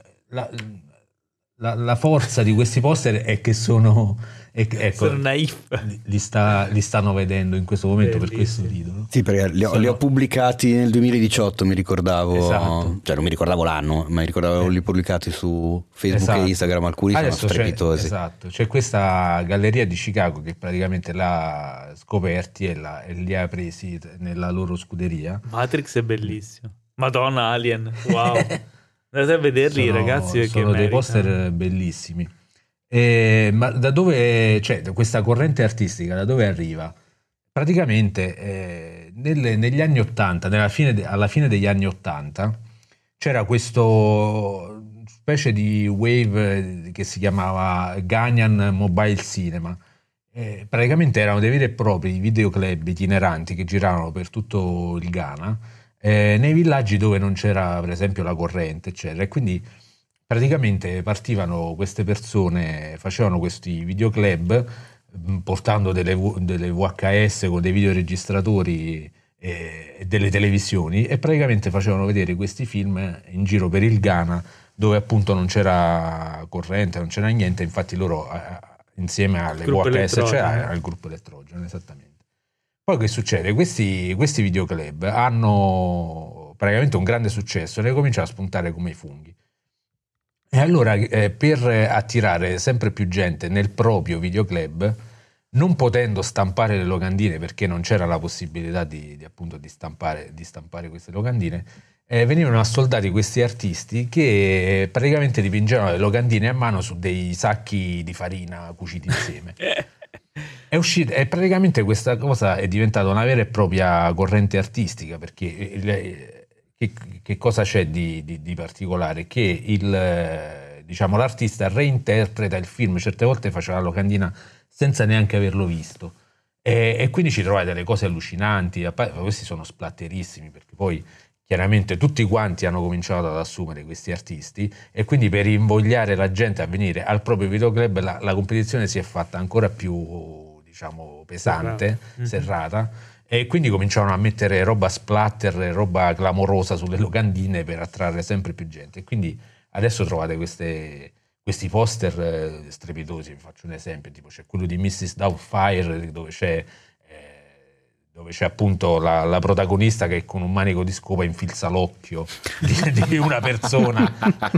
la forza di questi poster è che sono naif. Li stanno vedendo in questo momento. Bellissimo. Per questo ridono. Sì, perché li ho pubblicati nel 2018, mi ricordavo. Esatto. Cioè non mi ricordavo l'anno, ma mi ricordavo li pubblicati su Facebook e Instagram. Alcuni adesso sono strepitosi. Esatto, c'è questa galleria di Chicago che praticamente l'ha scoperti e li ha presi nella loro scuderia. Matrix è bellissimo. Madonna, Alien, wow. Andate a vederli, ragazzi. Sono dei poster bellissimi. Ma da dove, cioè, questa corrente artistica da dove arriva? Praticamente negli anni 80, alla fine degli anni 80, c'era questo specie di wave che si chiamava Ghanaian Mobile Cinema. Praticamente erano dei veri e propri videoclub itineranti che giravano per tutto il Ghana, nei villaggi dove non c'era per esempio la corrente, eccetera, e quindi praticamente partivano queste persone, facevano questi videoclub portando delle VHS con dei videoregistratori e delle televisioni, e praticamente facevano vedere questi film in giro per il Ghana dove appunto non c'era corrente, non c'era niente. Infatti loro insieme alle VHS al gruppo elettrogeno, esattamente. Poi che succede? Questi videoclub hanno praticamente un grande successo, ne cominciano a spuntare come i funghi. E allora per attirare sempre più gente nel proprio videoclub, non potendo stampare le locandine perché non c'era la possibilità di stampare queste locandine, venivano assoldati questi artisti che praticamente dipingevano le locandine a mano su dei sacchi di farina cuciti insieme. E praticamente questa cosa è diventata una vera e propria corrente artistica, perché che cosa c'è di particolare? Che diciamo, l'artista reinterpreta il film, certe volte faceva la locandina senza neanche averlo visto, e quindi ci trovate delle cose allucinanti. Questi sono splatterissimi, perché poi chiaramente tutti quanti hanno cominciato ad assumere questi artisti, e quindi per invogliare la gente a venire al proprio videoclub la competizione si è fatta ancora più, diciamo, pesante, serrata, e quindi cominciavano a mettere roba splatter, roba clamorosa sulle locandine per attrarre sempre più gente. E quindi adesso trovate questi poster strepitosi. Vi faccio un esempio, tipo c'è quello di Mrs. Doubtfire dove c'è appunto la protagonista che con un manico di scopa infilza l'occhio di una persona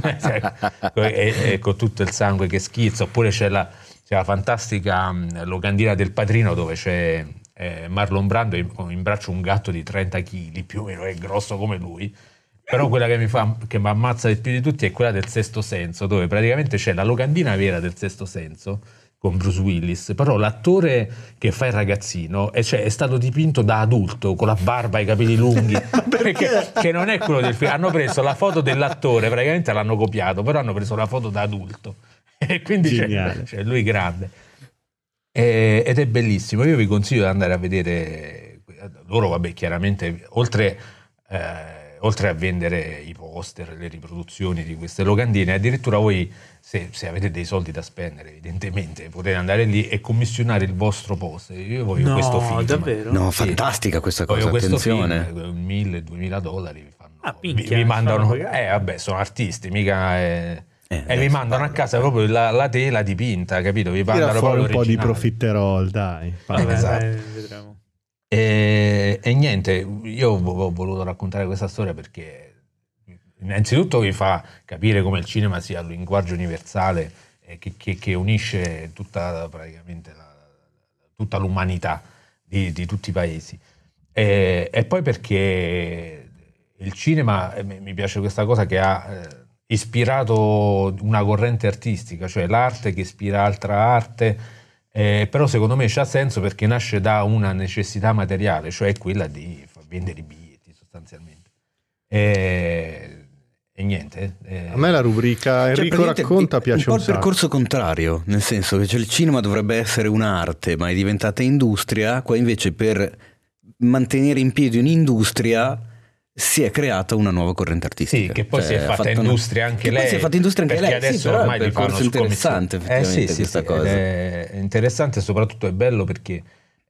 e con tutto il sangue che schizza. Oppure c'è la fantastica locandina del Padrino dove c'è Marlon Brando in braccio un gatto di 30 kg, più o meno è grosso come lui. Però quella che mi ammazza di più di tutti è quella del Sesto Senso, dove praticamente c'è la locandina vera del Sesto Senso con Bruce Willis, però l'attore che fa il ragazzino è stato dipinto da adulto con la barba e i capelli lunghi perché che non è quello del film. Hanno preso la foto dell'attore, praticamente l'hanno copiato, però hanno preso la foto da adulto e quindi c'è lui grande, ed è bellissimo. Io vi consiglio di andare a vedere loro. Vabbè, chiaramente oltre a vendere i poster, le riproduzioni di queste locandine, addirittura voi, se avete dei soldi da spendere, evidentemente potete andare lì e commissionare il vostro poster. Io voglio questo film. Davvero? No, sì. Fantastica questa cosa, attenzione. $1.000-$2.000 vi fanno. Vi mandano. Vabbè, sono artisti, mica. E vi mandano a casa proprio la tela dipinta, capito? Vi mandano fuori proprio un po' di originale. profiterol, dai. Esatto. Vedremo. E niente, io ho voluto raccontare questa storia perché innanzitutto vi fa capire come il cinema sia un linguaggio universale che unisce praticamente tutta l'umanità di tutti i paesi, e poi perché il cinema, mi piace questa cosa che ha ispirato una corrente artistica, cioè l'arte che ispira altra arte. Però secondo me c'ha senso perché nasce da una necessità materiale, cioè quella di vendere i biglietti sostanzialmente. E E niente. A me la rubrica Enrico racconta piace un po' il sacco. percorso contrario, nel senso che il cinema dovrebbe essere un'arte, ma è diventata industria. Qua invece per mantenere in piedi un'industria si è creata una nuova corrente artistica. Sì, che poi si è fatta industria anche lei. Poi si è fatta industria anche lei. Adesso sì, però ormai è un percorso interessante, effettivamente, questa cosa. È interessante e soprattutto è bello perché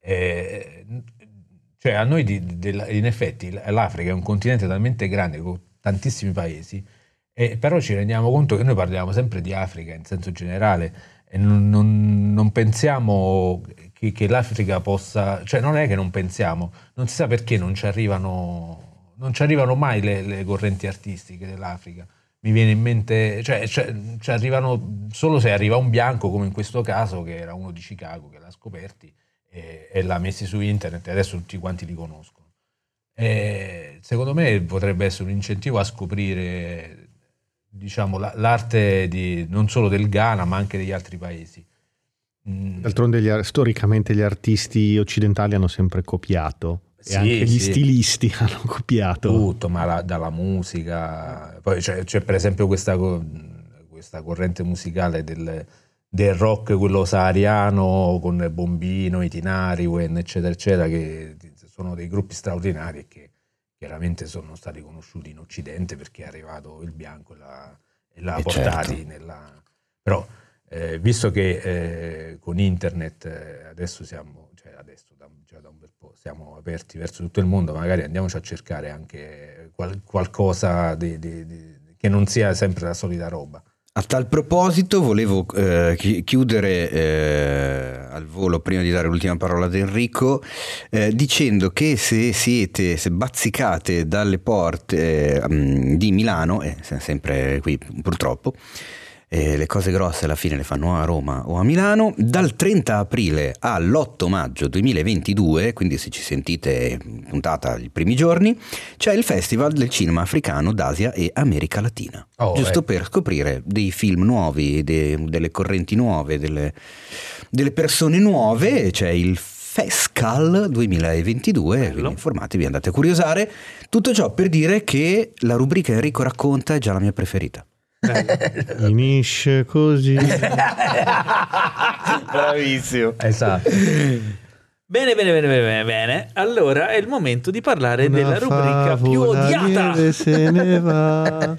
cioè a noi in effetti l'Africa è un continente talmente grande con tantissimi paesi, però ci rendiamo conto che noi parliamo sempre di Africa in senso generale e non pensiamo che l'Africa possa, cioè non è che non pensiamo, non si sa perché non ci arrivano mai le correnti artistiche dell'Africa. Mi viene in mente, cioè ci arrivano solo se arriva un bianco, come in questo caso, che era uno di Chicago che l'ha scoperti e l'ha messi su internet e adesso tutti quanti li conoscono. Secondo me potrebbe essere un incentivo a scoprire, diciamo, l'arte non solo del Ghana ma anche degli altri paesi. D'altronde storicamente gli artisti occidentali hanno sempre copiato. E anche gli stilisti hanno copiato tutto, ma dalla musica. Poi c'è per esempio questa corrente musicale del rock, quello sahariano, con Bombino, i Tinari, eccetera eccetera, che sono dei gruppi straordinari e che chiaramente sono stati conosciuti in Occidente perché è arrivato il bianco e l'ha portati certo. Però visto che con internet adesso siamo, già da un bel po' siamo aperti verso tutto il mondo, magari andiamoci a cercare anche qualcosa che non sia sempre la solita roba. A tal proposito volevo chiudere al volo, prima di dare l'ultima parola ad Enrico, dicendo che se bazzicate dalle porte di Milano, sempre qui purtroppo, le cose grosse alla fine le fanno a Roma o a Milano, dal 30 aprile all'8 maggio 2022, quindi se ci sentite puntata i primi giorni, c'è il Festival del Cinema Africano d'Asia e America Latina, giusto per scoprire dei film nuovi, delle correnti nuove, delle persone nuove. C'è il FESCAL 2022, bello. Quindi informatevi, andate a curiosare. Tutto ciò per dire che la rubrica Enrico racconta è già la mia preferita. Finisce così. Bravissimo. Esatto. Bene. Allora è il momento di parlare della rubrica più odiata. Se ne va.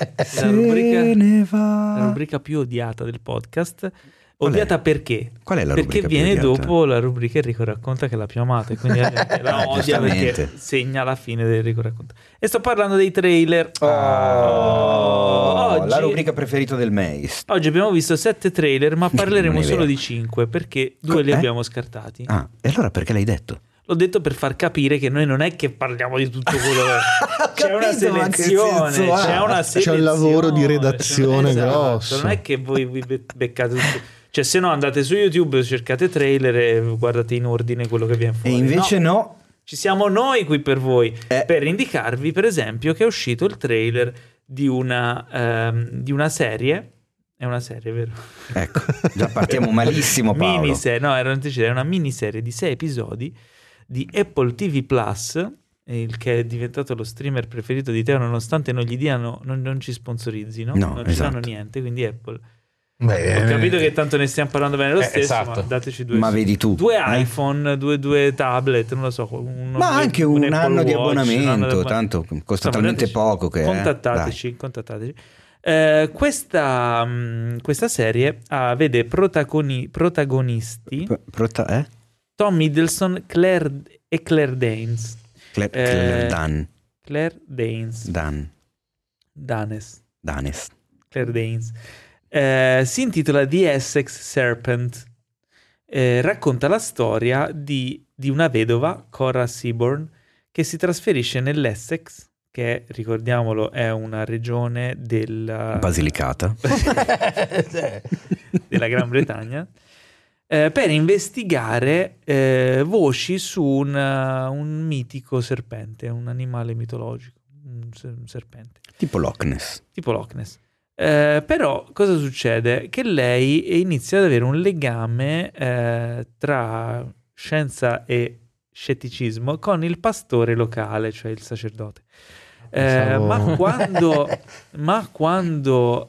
La rubrica più odiata del podcast. Odiata perché? Qual è la rubrica perché viene più odiata? Dopo la rubrica Enrico racconta, che è la più amata, e quindi la odia perché segna la fine di Enrico racconta. E sto parlando dei trailer. Oggi, la rubrica preferita del Meis. Oggi abbiamo visto 7 trailer, ma parleremo solo di 5 perché 2 li abbiamo scartati. Ah, e allora perché l'hai detto? L'ho detto per far capire che noi non è che parliamo di tutto quello che... c'è una selezione, c'è un lavoro di redazione grosso. Non è che voi vi beccate tutto. Cioè, se no andate su YouTube, cercate trailer e guardate in ordine quello che viene fuori. E invece no. Ci siamo noi qui per voi, per indicarvi, per esempio, che è uscito il trailer di una serie. È una serie, vero? Ecco, già partiamo malissimo, Paolo. Miniserie, no, era una miniserie di 6 episodi di Apple TV Plus, il che è diventato lo streamer preferito di Teo, nonostante non gli diano, non ci sponsorizzino, non ci danno niente, quindi Apple. Ho capito che tanto ne stiamo parlando bene lo stesso, esatto. ma dateci due. Ma vedi tu, 2 iPhone, due tablet, non lo so, ma anche un anno di abbonamento, tanto costa talmente poco che contattateci. Questa serie vede protagonisti Tom Hiddleston e Claire Danes. Claire Danes. Claire Danes. Si intitola The Essex Serpent. Racconta la storia di una vedova, Cora Seaborn, che si trasferisce nell'Essex, che ricordiamolo è una regione della Basilicata della Gran Bretagna, per investigare voci su un mitico serpente, un animale mitologico, un serpente tipo Loch Ness. Però cosa succede? Che lei inizia ad avere un legame tra scienza e scetticismo con il pastore locale, cioè il sacerdote. quando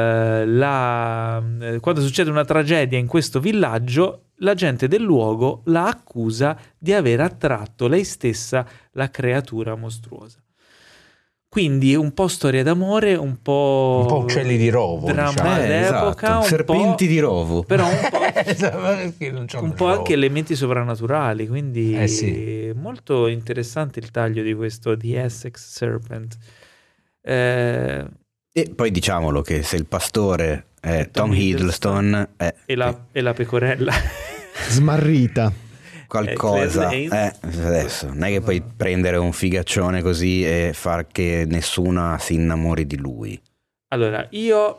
succede una tragedia in questo villaggio, la gente del luogo la accusa di aver attratto lei stessa la creatura mostruosa. Quindi un po' storia d'amore, un po' uccelli di rovo, dramma d'epoca, esatto. Serpenti di rovo, però un po' anche elementi soprannaturali, quindi sì. Molto interessante il taglio di questo The Essex Serpent. E poi diciamolo che se il pastore è Tom Hiddleston e la pecorella smarrita qualcosa, adesso non è che puoi prendere un figaccione così e far che nessuna si innamori di lui. Allora, io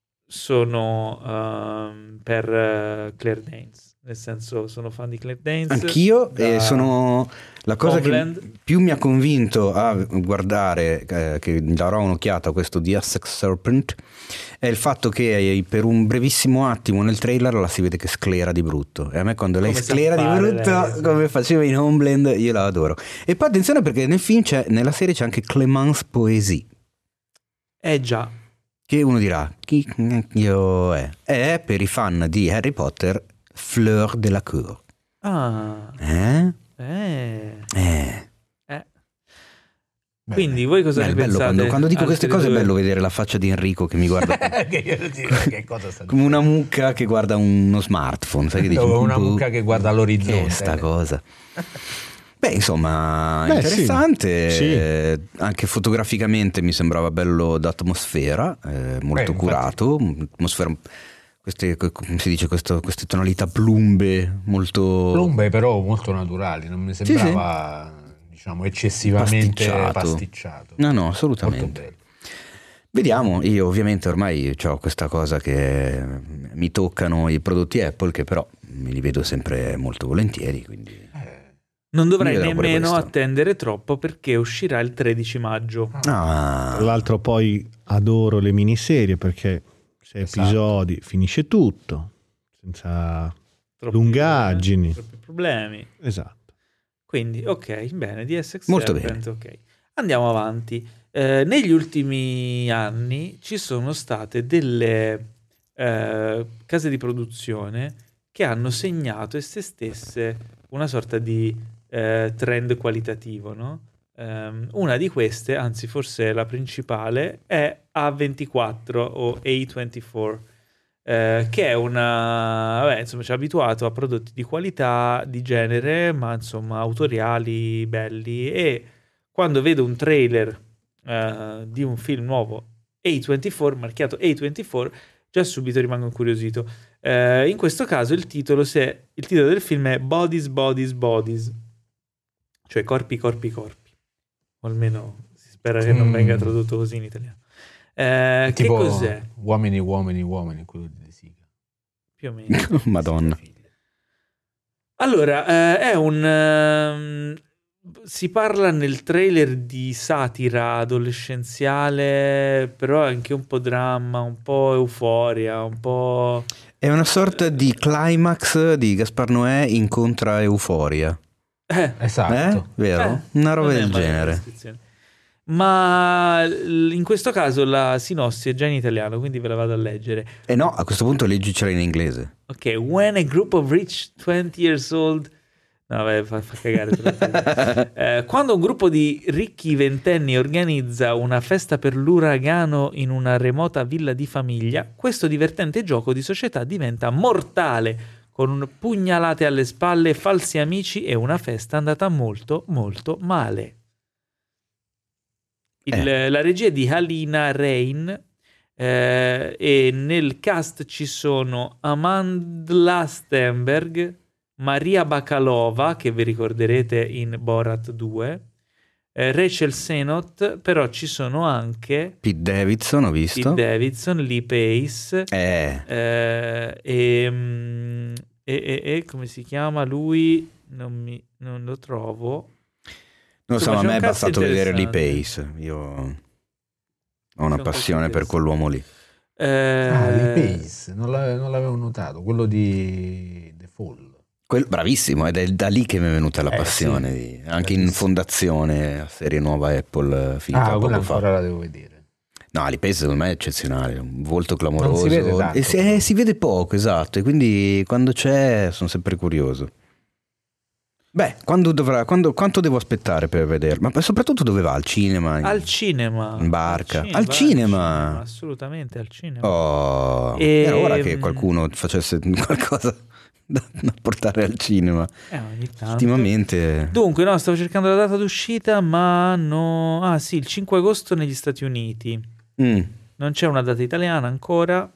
sono per Claire Danes, nel senso sono fan di Claire Danes. Anch'io, e sono la cosa Homeland. che più mi ha convinto a guardare, che darò un'occhiata a questo The Essex Serpent, è il fatto che per un brevissimo attimo nel trailer la si vede che sclera di brutto, e a me quando lei sclera di brutto lei, come faceva in Homeland, io la adoro. E poi attenzione, perché nel film nella serie c'è anche Clémence Poésy, Già, che uno dirà chi io è per i fan di Harry Potter Fleur de la Cour. Quindi voi cosa ne pensate? Quando dico queste cose è bello vedere la faccia di Enrico che mi guarda che cosa sta come una mucca che guarda uno smartphone, sai che dici? Una mucca che guarda all'orizzonte. Sta cosa. Beh, insomma, interessante. Sì. Anche fotograficamente mi sembrava bello d'atmosfera, molto curato, atmosfera, come si dice, queste tonalità plumbe, però molto naturali, non mi sembrava diciamo eccessivamente pasticciato. No, assolutamente. Vediamo, io ovviamente ormai ho questa cosa che mi toccano i prodotti Apple, che però me li vedo sempre molto volentieri, quindi non dovrei nemmeno attendere troppo, perché uscirà il 13 maggio. Tra l'altro poi adoro le miniserie, perché 6 episodi finisce tutto senza lungaggini, troppi problemi. Esatto. Quindi ok, bene, di Essex molto Serpent, bene. ok. Andiamo avanti. Negli ultimi anni ci sono state delle case di produzione che hanno segnato esse stesse una sorta di trend qualitativo, no? Una di queste, anzi forse la principale, è A24 o A24, che è una, insomma, ci ha abituato a prodotti di qualità, di genere, ma insomma autoriali, belli, e quando vedo un trailer di un film nuovo A24, marchiato A24, già subito rimango incuriosito. In questo caso il titolo del film è Bodies, Bodies, Bodies, cioè corpi, corpi, corpi, o almeno si spera che non venga tradotto così in italiano. Tipo che cos'è? Uomini, uomini, uomini, quello di De Sica. Più o meno. Madonna. Allora, è un... si parla nel trailer di satira adolescenziale, però anche un po' dramma, un po' euforia, un po'... È una sorta di climax di Gaspar Noè incontra Euforia. Esatto. Vero? Una roba del genere. Ma in questo caso la sinossi è già in italiano, quindi ve la vado a leggere. No, a questo punto leggicela in inglese. Ok, when a group of rich 20 years old... No, vabbè, fa cagare. Quando un gruppo di ricchi ventenni organizza una festa per l'uragano in una remota villa di famiglia, questo divertente gioco di società diventa mortale, con pugnalate alle spalle, falsi amici e una festa andata molto, molto male. La regia è di Halina Rein, e nel cast ci sono Amandla Stenberg, Maria Bakalova, che vi ricorderete in Borat 2, Rachel Sennott, però ci sono anche Pete Davidson, ho visto. Pete Davidson, Lee Pace, e come si chiama lui? Non lo trovo. Non so, a me è bastato vedere Lee Pace. Io ho una passione per quell'uomo lì. Lee Pace, non l'avevo notato, quello di The Fall. Bravissimo, ed è da lì che mi è venuta la passione, anche in fondazione, la serie nuova Apple finita poco quella fa. Ancora la devo vedere. No, Ali Pace secondo me è eccezionale, un volto clamoroso. Non si vede tanto, si vede poco, esatto, e quindi quando c'è sono sempre curioso. Beh, quanto devo aspettare per vederlo? Ma soprattutto dove va? Al cinema? Al cinema. In barca? Al cinema? Assolutamente al cinema. Oh, era ora che qualcuno facesse qualcosa da portare al cinema. Ogni tanto. Ultimamente. Dunque, no, stavo cercando la data d'uscita, ma no. Ah, sì, il 5 agosto negli Stati Uniti. Non c'è una data italiana ancora.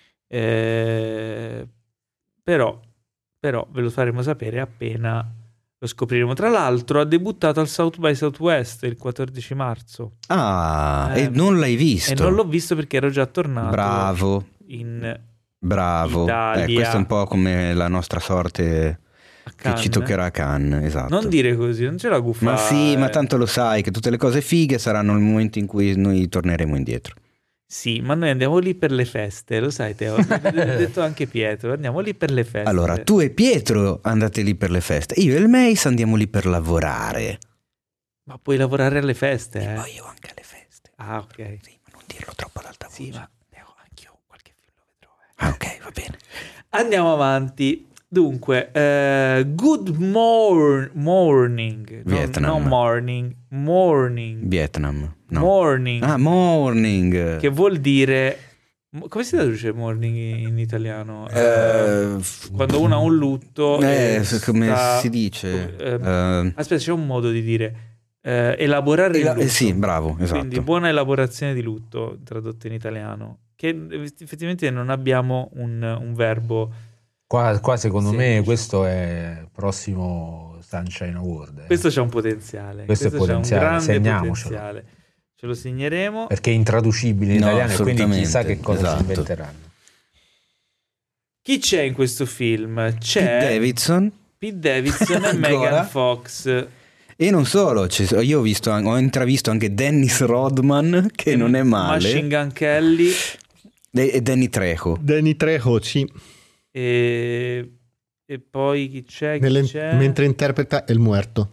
Però ve lo faremo sapere appena lo scopriremo. Tra l'altro ha debuttato al South by Southwest il 14 marzo. E non l'hai visto? E non l'ho visto perché ero già tornato. Bravo. Bravo. Questo è un po' come la nostra sorte che ci toccherà a Cannes, esatto. Non dire così, non ce la guffa. Ma sì, ma tanto lo sai che tutte le cose fighe saranno il momento in cui noi torneremo indietro. Sì, ma noi andiamo lì per le feste, lo sai Teo, l'ha detto anche Pietro, andiamo lì per le feste. Allora, tu e Pietro andate lì per le feste, io e il Mace andiamo lì per lavorare. Ma puoi lavorare alle feste, E poi io anche alle feste. Ah, ok. Sì, ma non dirlo troppo ad alta voce. Sì, ma Teo, anch'io qualche film lo vedrò. Ah, ok, va bene. Andiamo avanti. Dunque, Good Morning. Vietnam. Non morning, morning. Vietnam. No. Morning. Ah, morning. Che vuol dire... Come si traduce morning in italiano? Quando uno ha un lutto... come si dice? Aspetta, c'è un modo di dire. Elaborare il lutto. Sì, bravo, esatto. Quindi buona elaborazione di lutto, tradotto in italiano. Che effettivamente non abbiamo un verbo... Qua secondo me questo è il prossimo Sunshine Award. Questo c'ha un potenziale. Questo è potenziale, un grande segniamocelo. potenziale. Ce lo segneremo. Perché è intraducibile in italiano e quindi chissà che cosa esatto. si inventeranno. Chi c'è in questo film? C'è Pete Davidson e Megan Fox. E non solo, io ho intravisto anche Dennis Rodman, che non è male. Machine Gun Kelly. E Danny Trejo. Danny Trejo, sì. E poi chi c'è? Mentre interpreta El Muerto.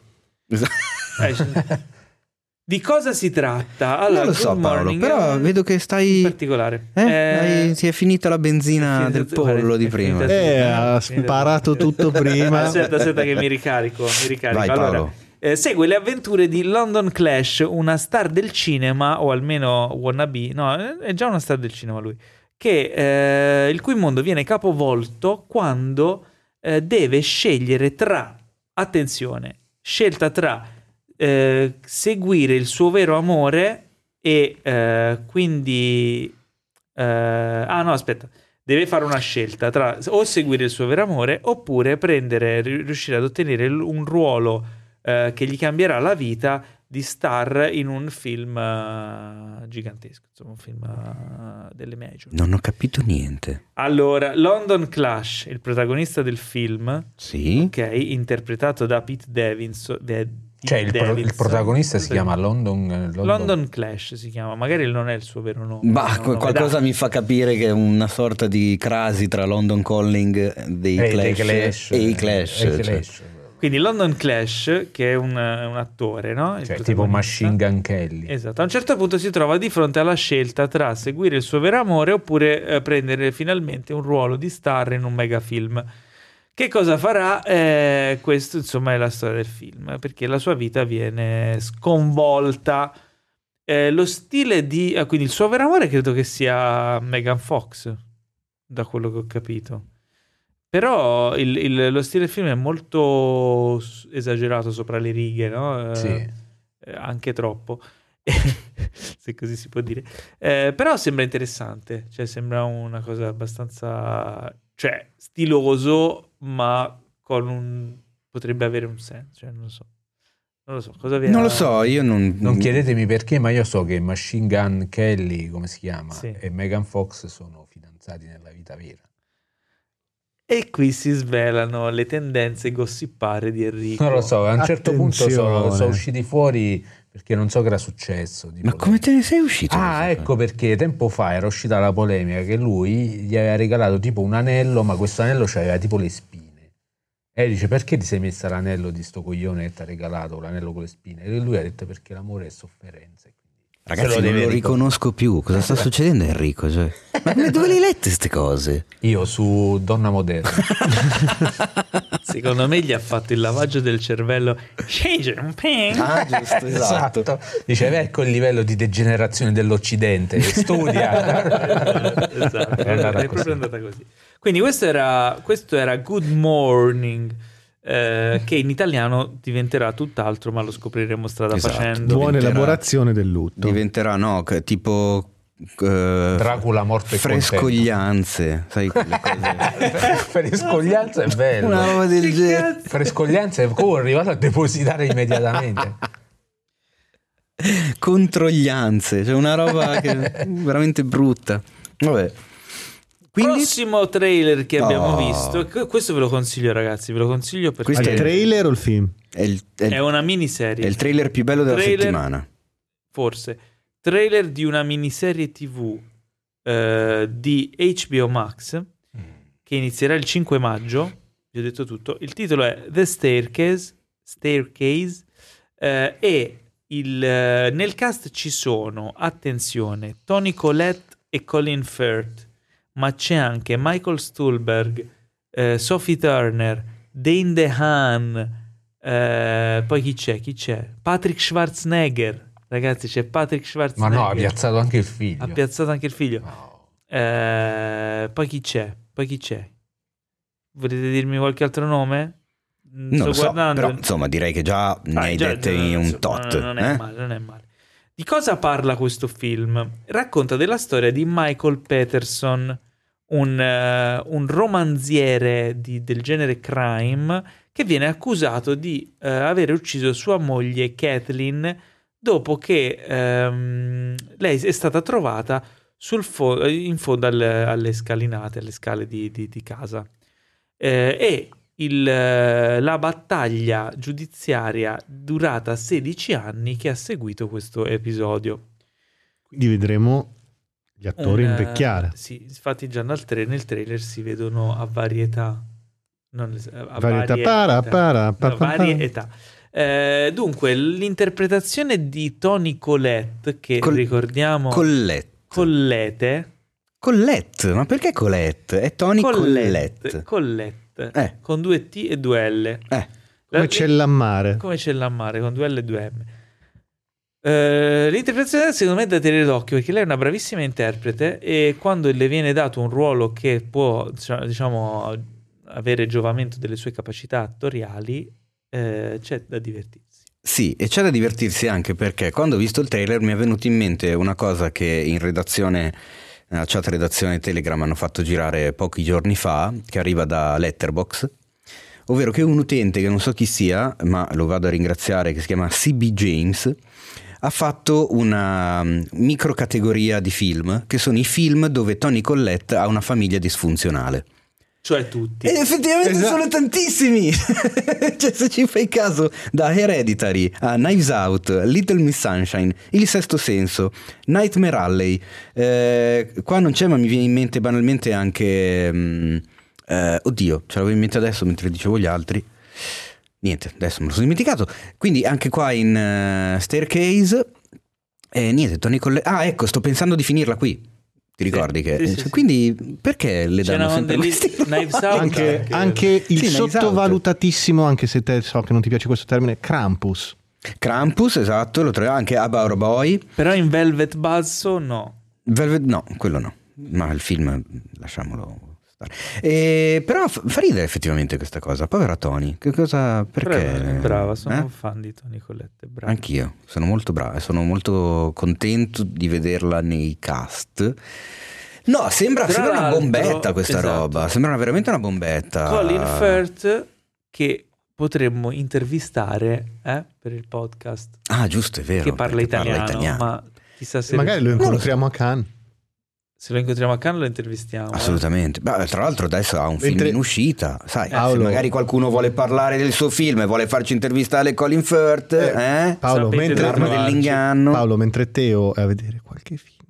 Di cosa si tratta? Allora, non lo so Paolo, però vedo che stai... In particolare. Si è finita la benzina del pollo di prima. Ha sparato tutto prima. Aspetta che mi ricarico. Vai, allora, Paolo. Segue le avventure di London Clash, una star del cinema, o almeno wannabe, no, è già una star del cinema lui, che il cui mondo viene capovolto quando deve scegliere tra, attenzione, scelta tra seguire il suo vero amore e quindi deve fare una scelta tra o seguire il suo vero amore oppure riuscire ad ottenere un ruolo che gli cambierà la vita di star in un film gigantesco, insomma un film delle major. Non ho capito niente. Allora, London Clash, il protagonista del film, sì, ok, interpretato da Pete Davidson. Cioè il protagonista si chiama London Clash si chiama, magari non è il suo vero nome. Ma qualcosa mi fa capire che è una sorta di crasi tra London Calling dei Clash e i Clash. Quindi London Clash, che è un attore, no? Cioè tipo Machine Gun Kelly. Esatto, a un certo punto si trova di fronte alla scelta tra seguire il suo vero amore oppure prendere finalmente un ruolo di star in un megafilm. Che cosa farà? Questo insomma è la storia del film, perché la sua vita viene sconvolta. Lo stile di... quindi il suo vero amore credo che sia Megan Fox, da quello che ho capito. Però lo stile del film è molto esagerato, sopra le righe, no? Sì. Anche troppo, se così si può dire. Però sembra interessante, cioè sembra una cosa abbastanza... cioè stiloso, ma potrebbe avere un senso, cioè non lo so cosa non lo so, io non chiedetemi perché, ma io so che Machine Gun Kelly, come si chiama, sì, e Megan Fox sono fidanzati nella vita vera. E qui si svelano le tendenze gossipare di Enrico. Non lo so, a un certo punto sono usciti fuori perché non so che era successo. Ma come te ne sei uscito? Ecco perché tempo fa era uscita la polemica che lui gli aveva regalato tipo un anello, ma questo anello c'aveva tipo le spine. E dice: perché ti sei messa l'anello di sto coglione che ti ha regalato, l'anello con le spine? E lui ha detto: perché l'amore è sofferenza. Ragazzi, non lo riconosco più. Cosa sta succedendo, Enrico? Cioè, ma dove le hai lette queste cose? Io su Donna Moderna. Secondo me gli ha fatto il lavaggio del cervello. Ah, giusto, esatto. Dice: ecco il livello di degenerazione dell'Occidente. Studia. Esatto, è proprio andata così. Quindi questo era Good Morning, che in italiano diventerà tutt'altro, ma lo scopriremo strada facendo. Buona elaborazione del lutto. Diventerà, tipo Dracula morto e frescoglianze, sai quelle cose. Frescoglianze è bello. Una roba del genere. Frescoglianze è come arrivato a depositare immediatamente. Controglianze, cioè una roba che è veramente brutta. Vabbè. Quindi... Prossimo trailer che abbiamo visto, questo ve lo consiglio, ragazzi, ve lo consiglio perché questo è il trailer o il film? È una miniserie. È il trailer più bello della settimana. Forse. Trailer di una miniserie TV di HBO Max che inizierà il 5 maggio. Vi ho detto tutto. Il titolo è The Staircase e nel cast ci sono, attenzione, Toni Collette e Colin Firth, ma c'è anche Michael Stuhlbarg, Sophie Turner, Dane DeHaan, poi chi c'è? Patrick Schwarzenegger. Ragazzi, c'è Patrick Schwarzenegger. Ma no, ha piazzato anche il figlio. No. Poi chi c'è? Volete dirmi qualche altro nome? Non lo so, però insomma direi che già ne hai dette un tot. Non è male. Di cosa parla questo film? Racconta della storia di Michael Peterson, un romanziere del genere crime che viene accusato di aver ucciso sua moglie Kathleen dopo che lei è stata trovata in fondo alle scalinate, alle scale di casa. E la battaglia giudiziaria durata 16 anni che ha seguito questo episodio. Quindi vedremo gli attori invecchiare. Sì, infatti già nel trailer si vedono a varie età. Varie età. Dunque, l'interpretazione di Toni Collette, che ricordiamo... Collette, ma perché Colette? È Toni Collette. Con 2 T e 2 L. Come c'è l'ammare. Con 2 L e 2 M. L'interpretazione secondo me è da tenere d'occhio, perché lei è una bravissima interprete e quando le viene dato un ruolo che può, diciamo, avere giovamento delle sue capacità attoriali, c'è da divertirsi. Sì, e c'è da divertirsi anche perché quando ho visto il trailer mi è venuto in mente una cosa che in redazione, nella chat redazione Telegram, hanno fatto girare pochi giorni fa, che arriva da Letterboxd, ovvero che un utente che non so chi sia, ma lo vado a ringraziare, che si chiama CB James, ha fatto una microcategoria di film che sono i film dove Toni Collette ha una famiglia disfunzionale. Cioè tutti. E effettivamente sono tantissimi. Cioè, se ci fai caso, da Hereditary a Knives Out, Little Miss Sunshine, Il Sesto Senso, Nightmare Alley, qua non c'è ma mi viene in mente banalmente anche oddio, ce l'avevo in mente adesso mentre dicevo gli altri. Niente, adesso me lo sono dimenticato. Quindi anche qua in Staircase niente, Toni Collette. Ah, ecco, sto pensando di finirla qui. Ti ricordi che quindi perché le danno sempre questi anche il sottovalutatissimo, anche se te so che non ti piace questo termine, Krampus, esatto, lo troviamo anche About Boy, però in Velvet Buzzsaw no, quello no, ma il film lasciamolo stare. Però fa ridere effettivamente questa cosa, povera Toni, che cosa, perché è brava, sono un fan di Toni Collette, brava. Anch'io sono molto brava, sono molto contento di vederla nei cast. No, sembra una bombetta questa roba, sembra veramente una bombetta. Colin Firth che potremmo intervistare per il podcast. Ah, giusto, è vero, che parla italiano, ma chissà se magari lo incontriamo a Cannes. Se lo incontriamo a Cannes lo intervistiamo. Assolutamente. Beh, tra l'altro adesso ha un film in uscita, sai, se magari qualcuno vuole parlare del suo film e vuole farci intervistare Colin Firth, Paolo, L'arma dell'inganno. Paolo, mentre Teo è a vedere qualche film.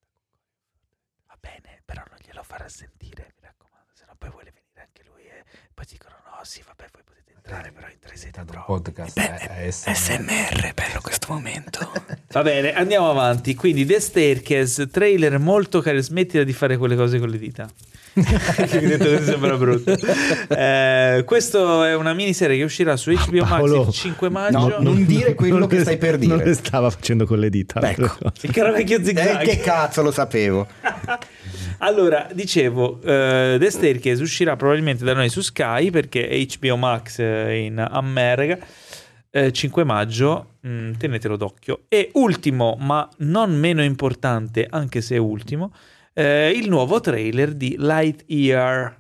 Va bene, però non glielo farà sentire, mi raccomando, se no poi vuole venire anche lui e dicono no, sì, vabbè, voi potete entrare, però in 3 siete troppo. Podcast SMR, bello questo momento. Va bene, andiamo avanti. Quindi The Staircase, trailer molto caro, smettila di fare quelle cose con le dita. Mi detto che sembra brutto. Questo è una miniserie che uscirà su HBO Max il 5 maggio. No, non dire quello che stai per dire. Non le stava facendo con le dita. Ecco. Il caro vecchio zigzag. Che cazzo, lo sapevo. Allora, dicevo, The Staircase uscirà probabilmente da noi su Sky, perché è HBO Max in America, 5 maggio, tenetelo d'occhio. E ultimo, ma non meno importante, anche se è ultimo, il nuovo trailer di Lightyear,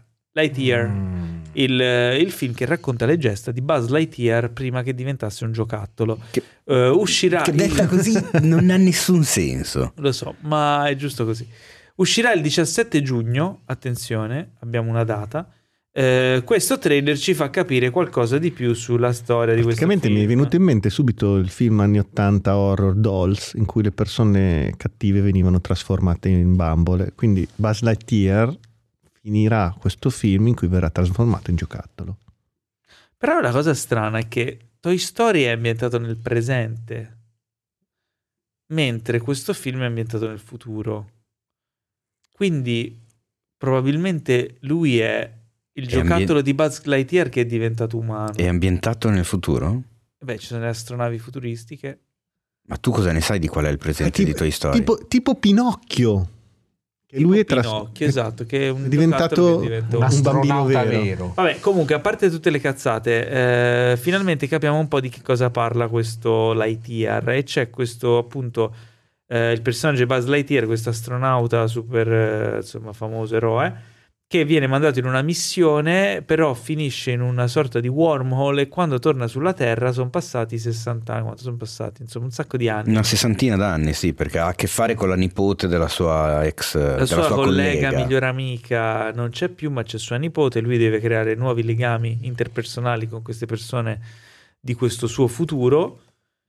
il film che racconta le gesta di Buzz Lightyear prima che diventasse un giocattolo. Uscirà che detta così non ha nessun senso. Lo so, ma è giusto così. Uscirà il 17 giugno, attenzione, abbiamo una data. Questo trailer ci fa capire qualcosa di più sulla storia di questo film. Praticamente mi è venuto in mente subito il film anni 80 horror Dolls, in cui le persone cattive venivano trasformate in bambole. Quindi Buzz Lightyear finirà questo film in cui verrà trasformato in giocattolo. Però la cosa strana è che Toy Story è ambientato nel presente, mentre questo film è ambientato nel futuro. Quindi probabilmente lui è il giocattolo di Buzz Lightyear che è diventato umano. È ambientato nel futuro? Beh, ci sono le astronavi futuristiche. Ma tu cosa ne sai di qual è il presente di Toy Story? Tipo Pinocchio. Che lui è Pinocchio, esatto, che è diventato un bambino vero. Vabbè, comunque, a parte tutte le cazzate, finalmente capiamo un po' di che cosa parla questo Lightyear. E c'è questo, appunto, il personaggio di Buzz Lightyear, questo astronauta super insomma famoso eroe, che viene mandato in una missione, però finisce in una sorta di wormhole, e quando torna sulla Terra sono passati 60 anni, quanto sono passati? Insomma, un sacco di anni. Una 60 d'anni, sì, perché ha a che fare con la nipote della sua ex, la sua collega, migliore amica non c'è più, ma c'è sua nipote. Lui deve creare nuovi legami interpersonali con queste persone di questo suo futuro,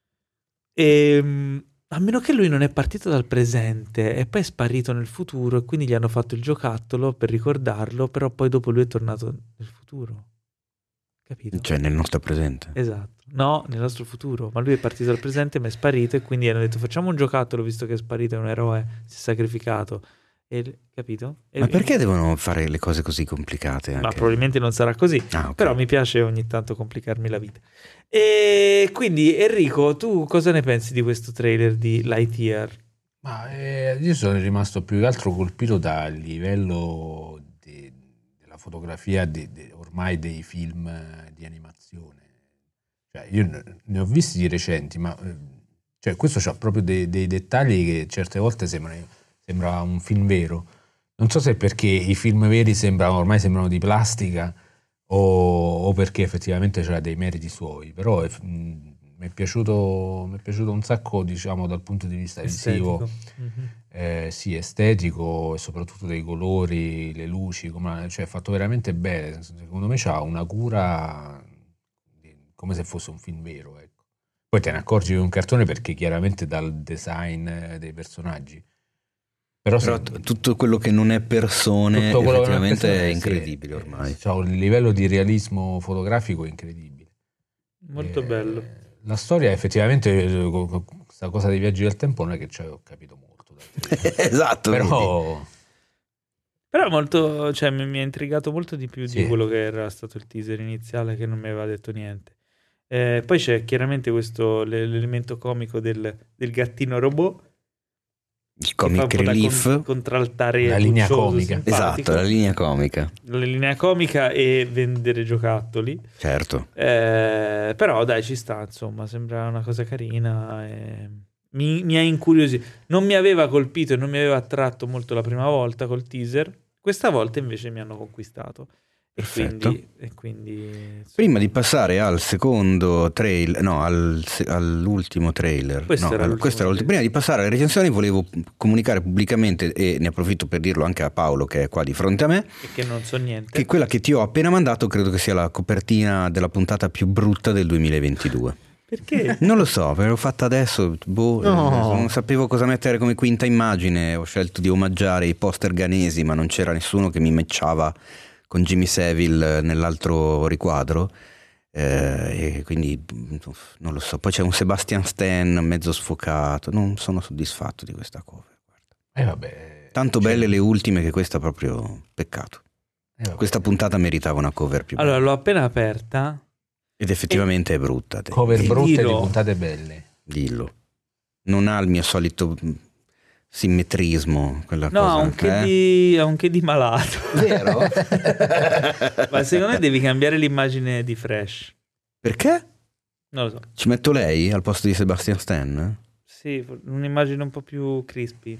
e a meno che lui non è partito dal presente e poi è sparito nel futuro, e quindi gli hanno fatto il giocattolo per ricordarlo, però poi dopo lui è tornato nel futuro. Capito? Cioè nel nostro presente. Esatto. No, nel nostro futuro. Ma lui è partito dal presente ma è sparito, e quindi hanno detto facciamo un giocattolo visto che è sparito, è un eroe, si è sacrificato. Capito? Ma perché devono fare le cose così complicate? Anche? Ma probabilmente non sarà così. Okay. Però mi piace ogni tanto complicarmi la vita. E quindi Enrico, tu cosa ne pensi di questo trailer di Lightyear? Ma io sono rimasto più che altro colpito dal livello della fotografia ormai dei film di animazione. Cioè, io ne ho visti di recenti, ma cioè, questo c'ha proprio dei dettagli che certe volte sembra un film vero. Non so se è perché i film veri ormai sembrano di plastica o perché effettivamente c'ha dei meriti suoi, però mi è piaciuto un sacco, diciamo, dal punto di vista visivo, sì, estetico, e soprattutto dei colori, le luci, cioè è fatto veramente bene. Secondo me c'ha una cura come se fosse un film vero, ecco. Poi te ne accorgi che è un cartone perché chiaramente dal design dei personaggi. Però tutto quello che non è persone effettivamente è incredibile, sì, ormai. C'ha un livello di realismo fotografico incredibile. Molto bello. La storia effettivamente, questa cosa dei viaggi del tempo non è che ci ho capito molto. Esatto. Però molto, cioè, mi ha intrigato molto di più di quello che era stato il teaser iniziale, che non mi aveva detto niente. Poi c'è chiaramente questo l'elemento comico del gattino robot. Il comic relief, contraltare la linea comica, esatto, la linea comica e vendere giocattoli, certo. Però dai, ci sta, insomma, sembra una cosa carina, mi ha incuriosito. Non mi aveva colpito e non mi aveva attratto molto la prima volta col teaser, questa volta invece mi hanno conquistato. Perfetto. E quindi prima di passare al secondo trailer, no, all'ultimo trailer, prima di passare alle recensioni volevo comunicare pubblicamente, e ne approfitto per dirlo anche a Paolo che è qua di fronte a me, e che non so niente, che quella che ti ho appena mandato credo che sia la copertina della puntata più brutta del 2022. Perché? Non lo so, l'ho fatta adesso, non sapevo cosa mettere come quinta immagine, ho scelto di omaggiare i poster ghanesi, ma non c'era nessuno che mi matchava con Jimmy Savile nell'altro riquadro, e quindi non lo so. Poi c'è un Sebastian Stan mezzo sfocato, non sono soddisfatto di questa cover, vabbè, tanto belle le ultime che questa proprio peccato. Questa puntata meritava una cover più bella. Allora l'ho appena aperta ed effettivamente è brutta. Cover brutte di puntate belle. Dillo. Non ha il mio solito simmetrismo quella cosa. No, ha un che di malato. Vero? Ma secondo me devi cambiare l'immagine di Fresh. Perché? Non lo so. Ci metto lei al posto di Sebastian Stan? Sì, un'immagine un po' più crispy.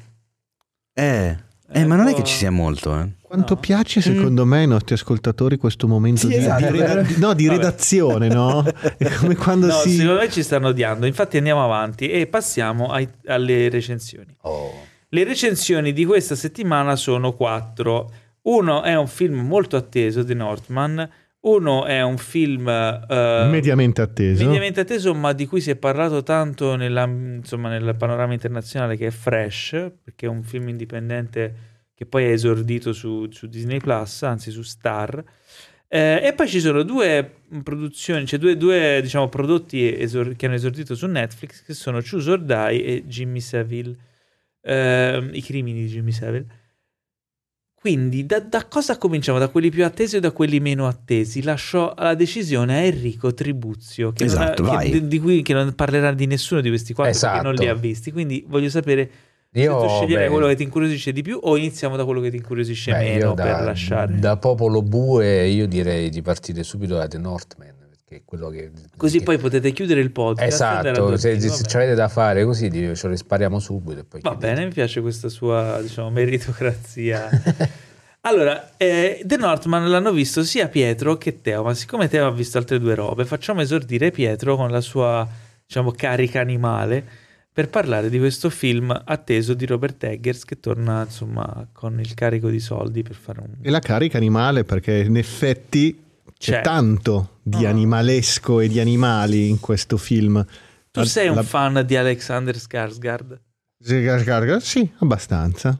Ma non è che ci sia molto, Quanto piace secondo me ai nostri ascoltatori questo momento di redazione, no? È come quando secondo me ci stanno odiando. Infatti andiamo avanti e passiamo alle recensioni. Le recensioni di questa settimana sono 4. Uno è un film molto atteso, The Northman. Uno è un film mediamente atteso, ma di cui si è parlato tanto nel panorama internazionale, che è Fresh, perché è un film indipendente che poi è esordito su Disney Plus, anzi su Star. E poi ci sono due produzioni, cioè due diciamo prodotti che hanno esordito su Netflix, che sono Choose or Die e Jimmy Savile, i crimini di Jimmy Savile. Quindi da cosa cominciamo? Da quelli più attesi o da quelli meno attesi? Lascio la decisione a Enrico Tribuzio, che non parlerà di nessuno di questi 4 perché non li ha visti. Quindi voglio sapere se tu sceglierai quello che ti incuriosisce di più o iniziamo da quello che ti incuriosisce meno per lasciare. Da popolo bue io direi di partire subito da The Northman. Così poi potete chiudere il podcast. Esatto, se ci avete da fare così ce lo spariamo subito e poi va bene, mi piace questa sua meritocrazia. Allora, The Northman l'hanno visto sia Pietro che Teo, ma siccome Teo ha visto altre 2 robe, facciamo esordire Pietro con la sua carica animale per parlare di questo film atteso di Robert Eggers, che torna con il carico di soldi per fare E la carica animale, perché in effetti c'è tanto di animalesco e di animali in questo film. Tu sei un fan di Alexander Skarsgård? Sì, abbastanza.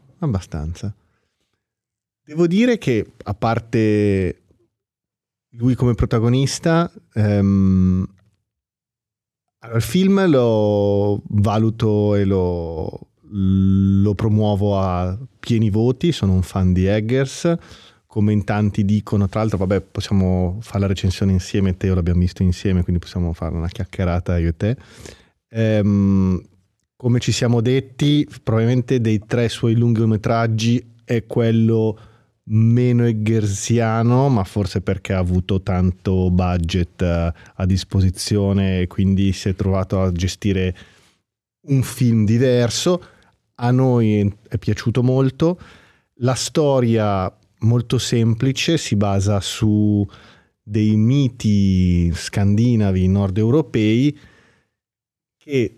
Devo dire che, a parte lui come protagonista, il film lo valuto e lo promuovo a pieni voti. Sono un fan di Eggers, come in tanti dicono. Tra l'altro, possiamo fare la recensione insieme, Teo l'abbiamo visto insieme, quindi possiamo fare una chiacchierata io e te. Come ci siamo detti, probabilmente dei 3 suoi lungometraggi è quello meno eggersiano, ma forse perché ha avuto tanto budget a disposizione e quindi si è trovato a gestire un film diverso. A noi è piaciuto molto. La storia molto semplice, si basa su dei miti scandinavi nord europei che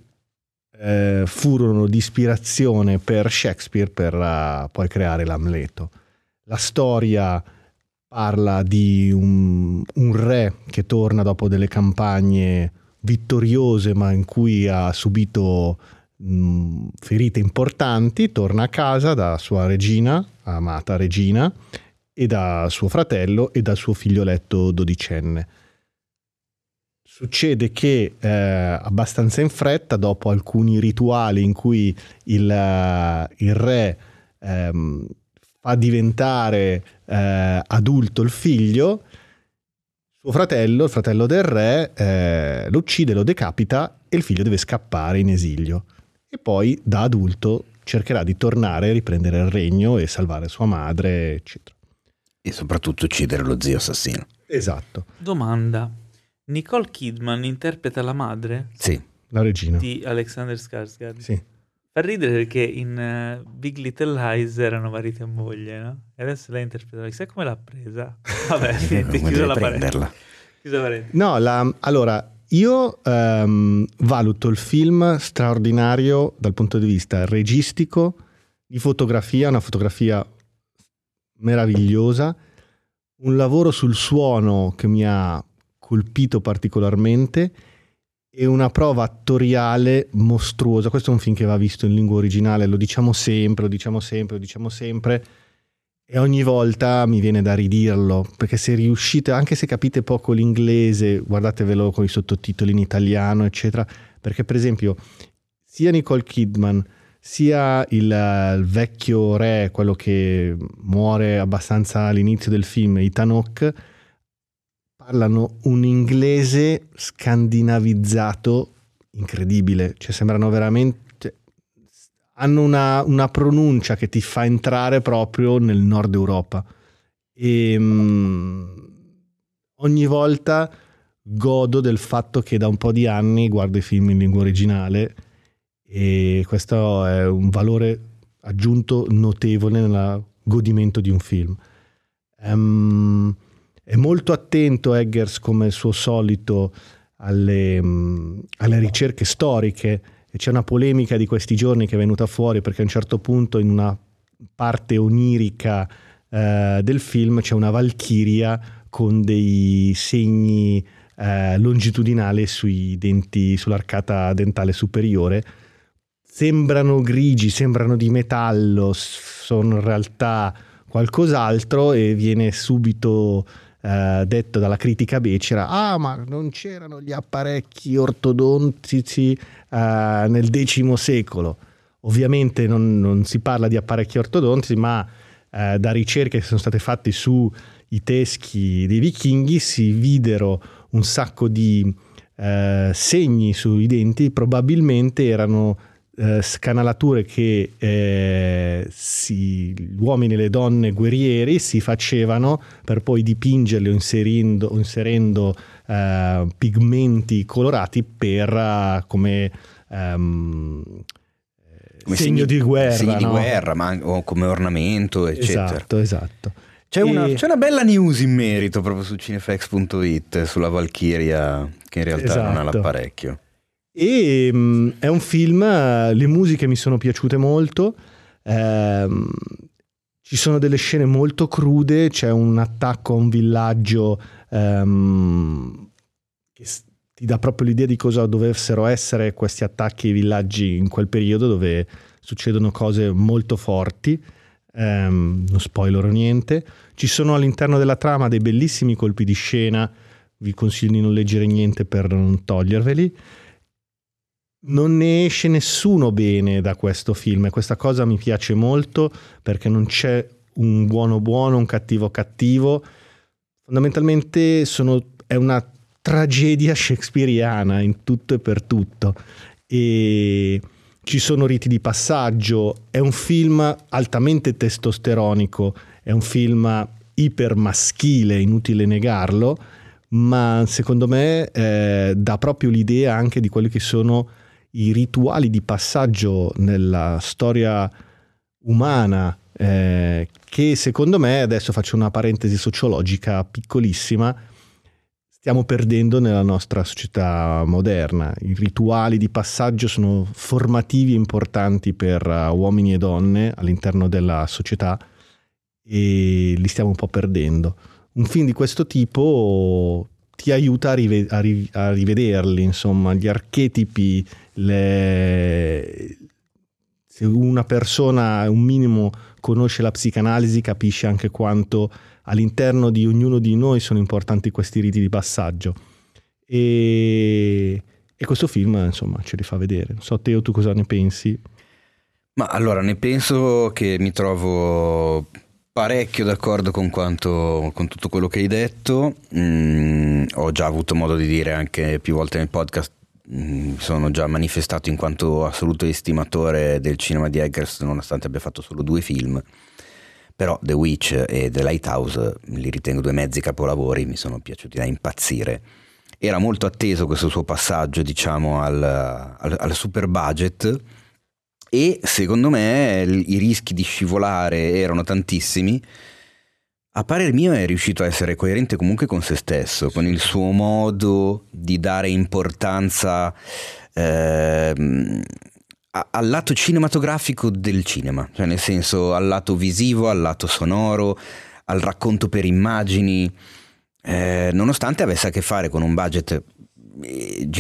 furono di ispirazione per Shakespeare per poi creare l'Amleto. La storia parla di un re che torna dopo delle campagne vittoriose, ma in cui ha subito ferite importanti. Torna a casa da sua regina, amata regina, e da suo fratello e dal suo figlioletto 12enne. Succede che abbastanza in fretta, dopo alcuni rituali in cui il re fa diventare adulto il figlio, suo fratello, il fratello del re, lo uccide, lo decapita e il figlio deve scappare in esilio. E poi da adulto cercherà di tornare, riprendere il regno e salvare sua madre, eccetera. E soprattutto uccidere lo zio assassino. Esatto. Domanda: Nicole Kidman interpreta la madre? Sì, la regina. Di Alexander Skarsgård? Sì. Fa ridere perché in Big Little Lies erano marito e moglie, no? E adesso lei interpreta, chissà come l'ha presa. Vabbè, chiusa la parentesi. No, allora... Io valuto il film straordinario dal punto di vista registico, di fotografia, una fotografia meravigliosa, un lavoro sul suono che mi ha colpito particolarmente e una prova attoriale mostruosa. Questo è un film che va visto in lingua originale, lo diciamo sempre. E ogni volta mi viene da ridirlo, perché se riuscite, anche se capite poco l'inglese, guardatevelo con i sottotitoli in italiano, eccetera, perché per esempio sia Nicole Kidman sia il vecchio re, quello che muore abbastanza all'inizio del film, Ethan Hawke, parlano un inglese scandinavizzato incredibile, cioè sembrano veramente, hanno una pronuncia che ti fa entrare proprio nel nord Europa e ogni volta godo del fatto che da un po' di anni guardo i film in lingua originale e questo è un valore aggiunto notevole nel godimento di un film. È molto attento Eggers, come il suo solito, alle ricerche storiche, e c'è una polemica di questi giorni che è venuta fuori perché a un certo punto in una parte onirica del film c'è una valchiria con dei segni longitudinali sui denti, sull'arcata dentale superiore. Sembrano grigi, sembrano di metallo, sono in realtà qualcos'altro e viene subito detto dalla critica becera: ma non c'erano gli apparecchi ortodontici nel X secolo. Ovviamente non si parla di apparecchi ortodontici, ma da ricerche che sono state fatte sui teschi dei vichinghi si videro un sacco di segni sui denti, probabilmente erano scanalature che gli uomini e le donne guerrieri si facevano per poi dipingerli inserendo pigmenti colorati per come segno di guerra, segni di no? guerra, o come ornamento, eccetera. Esatto. C'è una bella news in merito proprio su cinefx.it sulla Valchiria, che in realtà non ha l'apparecchio. E è un film, le musiche mi sono piaciute molto, ci sono delle scene molto crude, c'è un attacco a un villaggio che ti dà proprio l'idea di cosa dovessero essere questi attacchi ai villaggi in quel periodo, dove succedono cose molto forti. Non spoilerò niente. Ci sono all'interno della trama dei bellissimi colpi di scena, vi consiglio di non leggere niente per non toglierveli. Non ne esce nessuno bene da questo film e questa cosa mi piace molto, perché non c'è un buono, un cattivo. Fondamentalmente è una tragedia shakespeariana in tutto e per tutto, e ci sono riti di passaggio. È un film altamente testosteronico, è un film ipermaschile, inutile negarlo, ma secondo me dà proprio l'idea anche di quelli che sono i rituali di passaggio nella storia umana, che secondo me, adesso faccio una parentesi sociologica piccolissima, stiamo perdendo nella nostra società moderna. I rituali di passaggio sono formativi e importanti per uomini e donne all'interno della società e li stiamo un po' perdendo. Un film di questo tipo ti aiuta a rivederli, insomma, gli archetipi, se una persona un minimo conosce la psicanalisi capisce anche quanto all'interno di ognuno di noi sono importanti questi riti di passaggio, e questo film insomma ce li fa vedere. Non so, Teo, tu cosa ne pensi? Ma allora, ne penso che mi trovo parecchio d'accordo con tutto quello che hai detto. Ho già avuto modo di dire anche più volte nel podcast, sono già manifestato in quanto assoluto estimatore del cinema di Eggers, nonostante abbia fatto solo 2 film. Però The Witch e The Lighthouse li ritengo 2 mezzi capolavori, mi sono piaciuti da impazzire. Era molto atteso questo suo passaggio, diciamo, al super budget, e secondo me i rischi di scivolare erano tantissimi. A parer mio è riuscito a essere coerente comunque con se stesso, con il suo modo di dare importanza al lato cinematografico del cinema, cioè nel senso al lato visivo, al lato sonoro, al racconto per immagini, nonostante avesse a che fare con un budget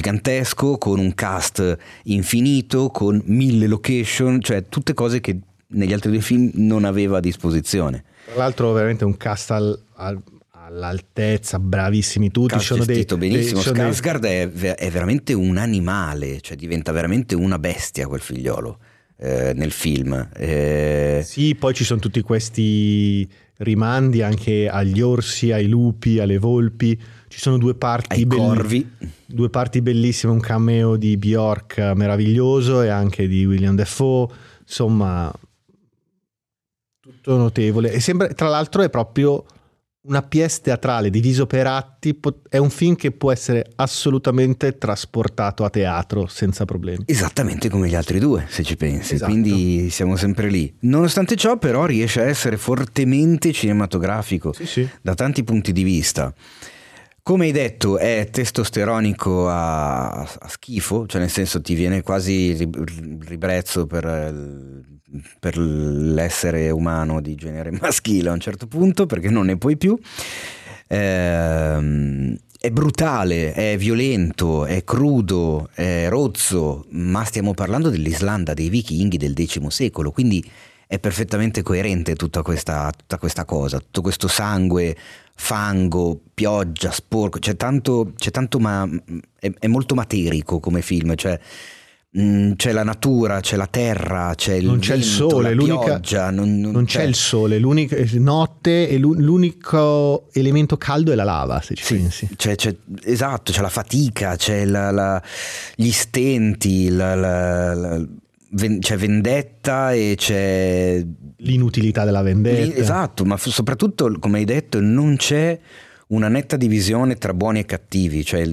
gigantesco, con un cast infinito, con 1000 location, cioè tutte cose che negli altri 2 film non aveva a disposizione. Tra l'altro veramente un cast all'altezza, bravissimi tutti. Sono benissimo. Skarsgård è veramente un animale, cioè diventa veramente una bestia quel figliolo nel film. Sì, poi ci sono tutti questi rimandi anche agli orsi, ai lupi, alle volpi. Ci sono 2 parti corvi, 2 parti bellissime, un cameo di Bjork meraviglioso e anche di William Dafoe, insomma tutto notevole. E sembra, tra l'altro, è proprio una pièce teatrale diviso per atti. È un film che può essere assolutamente trasportato a teatro senza problemi, esattamente come gli altri 2, se ci pensi. Esatto. Quindi siamo sempre lì. Nonostante ciò, però, riesce a essere fortemente cinematografico, sì. Da tanti punti di vista. Come hai detto, è testosteronico a schifo, cioè nel senso ti viene quasi ribrezzo per l'essere umano di genere maschile a un certo punto, perché non ne puoi più. È brutale, è violento, è crudo, è rozzo, ma stiamo parlando dell'Islanda dei vichinghi del X secolo, quindi è perfettamente coerente tutta questa cosa, tutto questo sangue, fango, pioggia, sporco, c'è tanto ma è molto materico come film, cioè c'è la natura, c'è la terra, c'è il vento, il sole, la pioggia, non c'è il sole, l'unica notte e l'unico elemento caldo è la lava, se ci pensi. Esatto, c'è la fatica, c'è gli stenti, c'è vendetta e c'è l'inutilità della vendetta. Esatto, ma soprattutto, come hai detto, non c'è una netta divisione tra buoni e cattivi, cioè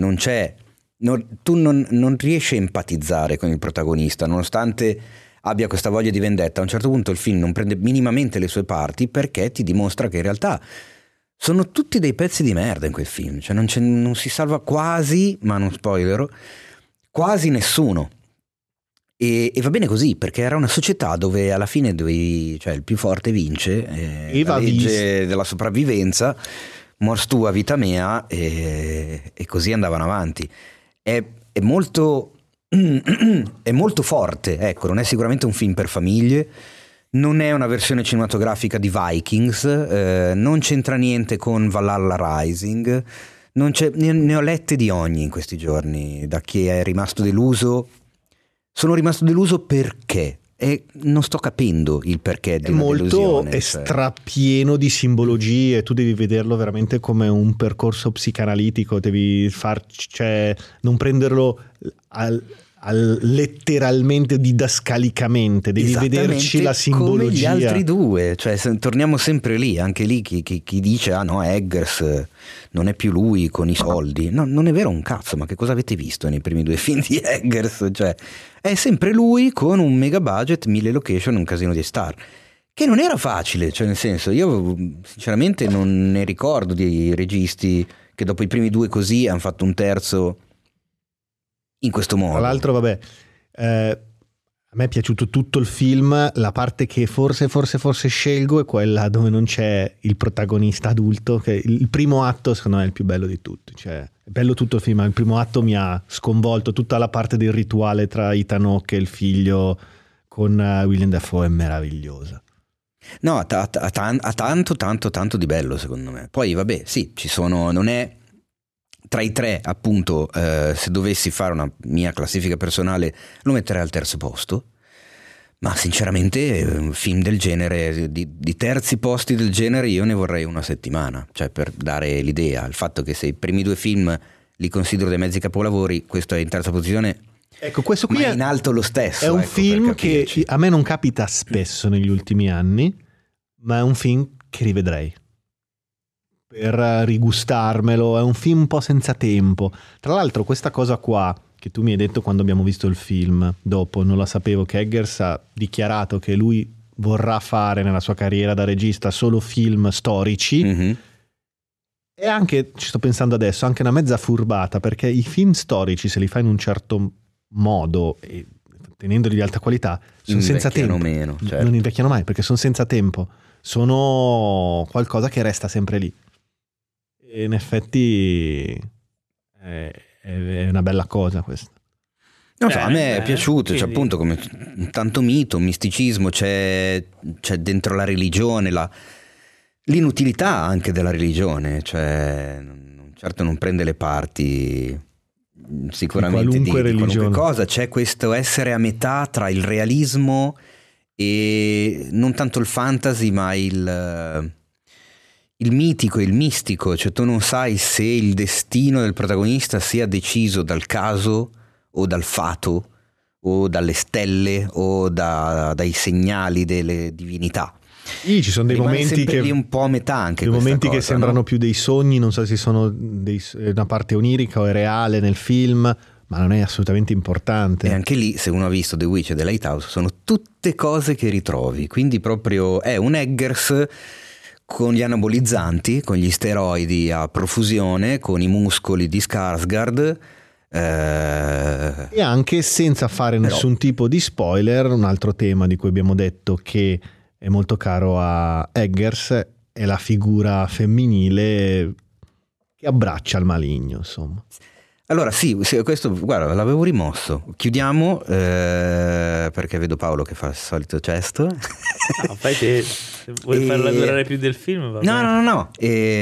tu non riesci a empatizzare con il protagonista, nonostante abbia questa voglia di vendetta. A un certo punto il film non prende minimamente le sue parti, perché ti dimostra che in realtà sono tutti dei pezzi di merda in quel film, cioè non si salva quasi, ma non spoilerò, quasi nessuno. E va bene così, perché era una società dove alla fine cioè il più forte vince, la legge della sopravvivenza, mors tua vita mea, e così andavano avanti. È molto è molto forte, ecco, non è sicuramente un film per famiglie, non è una versione cinematografica di Vikings, non c'entra niente con Valhalla Rising, ne ho lette di ogni in questi giorni, da chi è rimasto deluso. Sono rimasto deluso perché, e non sto capendo il perché di una delusione. È strapieno di simbologie, tu devi vederlo veramente come un percorso psicanalitico, devi non prenderlo letteralmente didascalicamente, devi vederci la simbologia come gli altri 2, cioè torniamo sempre lì, anche lì chi dice no, Eggers non è più lui con i soldi, no, non è vero un cazzo, ma che cosa avete visto nei primi 2 film di Eggers? Cioè è sempre lui con un mega budget, 1000 location, un casino di star, che non era facile, cioè nel senso, io sinceramente non ne ricordo di registi che dopo i primi 2 così hanno fatto un terzo in questo modo. Tra l'altro, vabbè, a me è piaciuto tutto il film. La parte che forse scelgo è quella dove non c'è il protagonista adulto, che il primo atto secondo me è il più bello di tutti, cioè è bello tutto il film, ma il primo atto mi ha sconvolto. Tutta la parte del rituale tra Ethan Hawke e il figlio con William Dafoe è meravigliosa. No, ha tanto di bello secondo me. Poi vabbè, sì, ci sono, non è tra i 3, appunto, se dovessi fare una mia classifica personale lo metterei al terzo posto, ma sinceramente un film del genere, di terzi posti del genere, io ne vorrei una settimana, cioè per dare l'idea, il fatto che se i primi 2 film li considero dei mezzi capolavori, questo è in terza posizione, ecco, questo qui è in alto lo stesso. È un film che a me non capita spesso negli ultimi anni, ma è un film che rivedrei per rigustarmelo. È un film un po' senza tempo. Tra l'altro questa cosa qua che tu mi hai detto quando abbiamo visto il film, dopo non la sapevo, che Eggers ha dichiarato che lui vorrà fare nella sua carriera da regista solo film storici, e anche, ci sto pensando adesso, anche una mezza furbata, perché i film storici, se li fai in un certo modo e tenendoli di alta qualità, sono senza tempo. Meno, certo. Non invecchiano mai, perché sono senza tempo, sono qualcosa che resta sempre lì. In effetti è una bella cosa questa. Non so, a me è piaciuto, quindi... c'è appunto come tanto mito, misticismo, c'è dentro la religione, l'inutilità anche della religione, cioè certo non prende le parti sicuramente di qualunque cosa, c'è questo essere a metà tra il realismo e non tanto il fantasy ma il mitico e il mistico, cioè tu non sai se il destino del protagonista sia deciso dal caso o dal fato o dalle stelle o dai segnali delle divinità. Ci sono dei momenti che lì un po' a metà anche dei momenti cosa, che sembrano no? più dei sogni, non so se sono una parte onirica o è reale nel film, ma non è assolutamente importante. E anche lì, se uno ha visto The Witch e The Lighthouse, sono tutte cose che ritrovi, quindi proprio è un Eggers con gli anabolizzanti, con gli steroidi a profusione, con i muscoli di Skarsgård, e anche senza fare nessun tipo di spoiler. Un altro tema di cui abbiamo detto che è molto caro a Eggers è la figura femminile che abbraccia il maligno, insomma. Allora sì, questo guarda, l'avevo rimosso. Chiudiamo perché vedo Paolo che fa il solito gesto. No, fai te, se vuoi farla durare più del film va bene. No.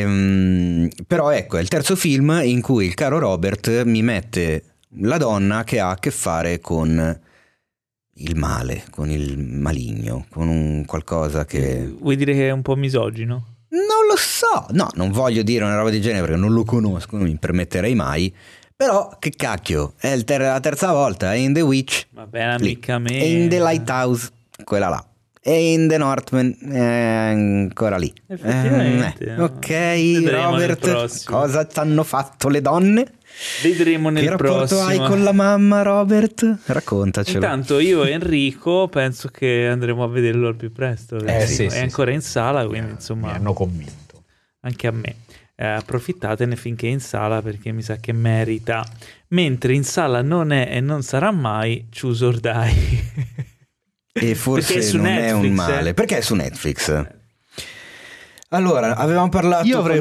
Però ecco, è il terzo film in cui il caro Robert mi mette la donna che ha a che fare con il male, con il maligno, con un qualcosa che... Vuoi dire che è un po' misogino? Non lo so, no, non voglio dire una roba del genere perché non lo conosco, non mi permetterei mai. Però che cacchio, è la terza volta, è in The Witch, vabbè, amica mia, è in The Lighthouse, quella là, è in The Northman, è ancora lì. Effettivamente. Ok, vedremo Robert, cosa ti hanno fatto le donne? Vedremo nel prossimo. Che rapporto hai con la mamma, Robert? Raccontacelo. Intanto io e Enrico penso che andremo a vederlo al più presto. Sì, è ancora in sala, quindi insomma mi hanno convinto. Anche a me. Approfittatene finché è in sala perché mi sa che merita, mentre in sala non è e non sarà mai Choose or Die. E forse non Netflix, è un male perché è su Netflix. Allora avevamo parlato, io avrei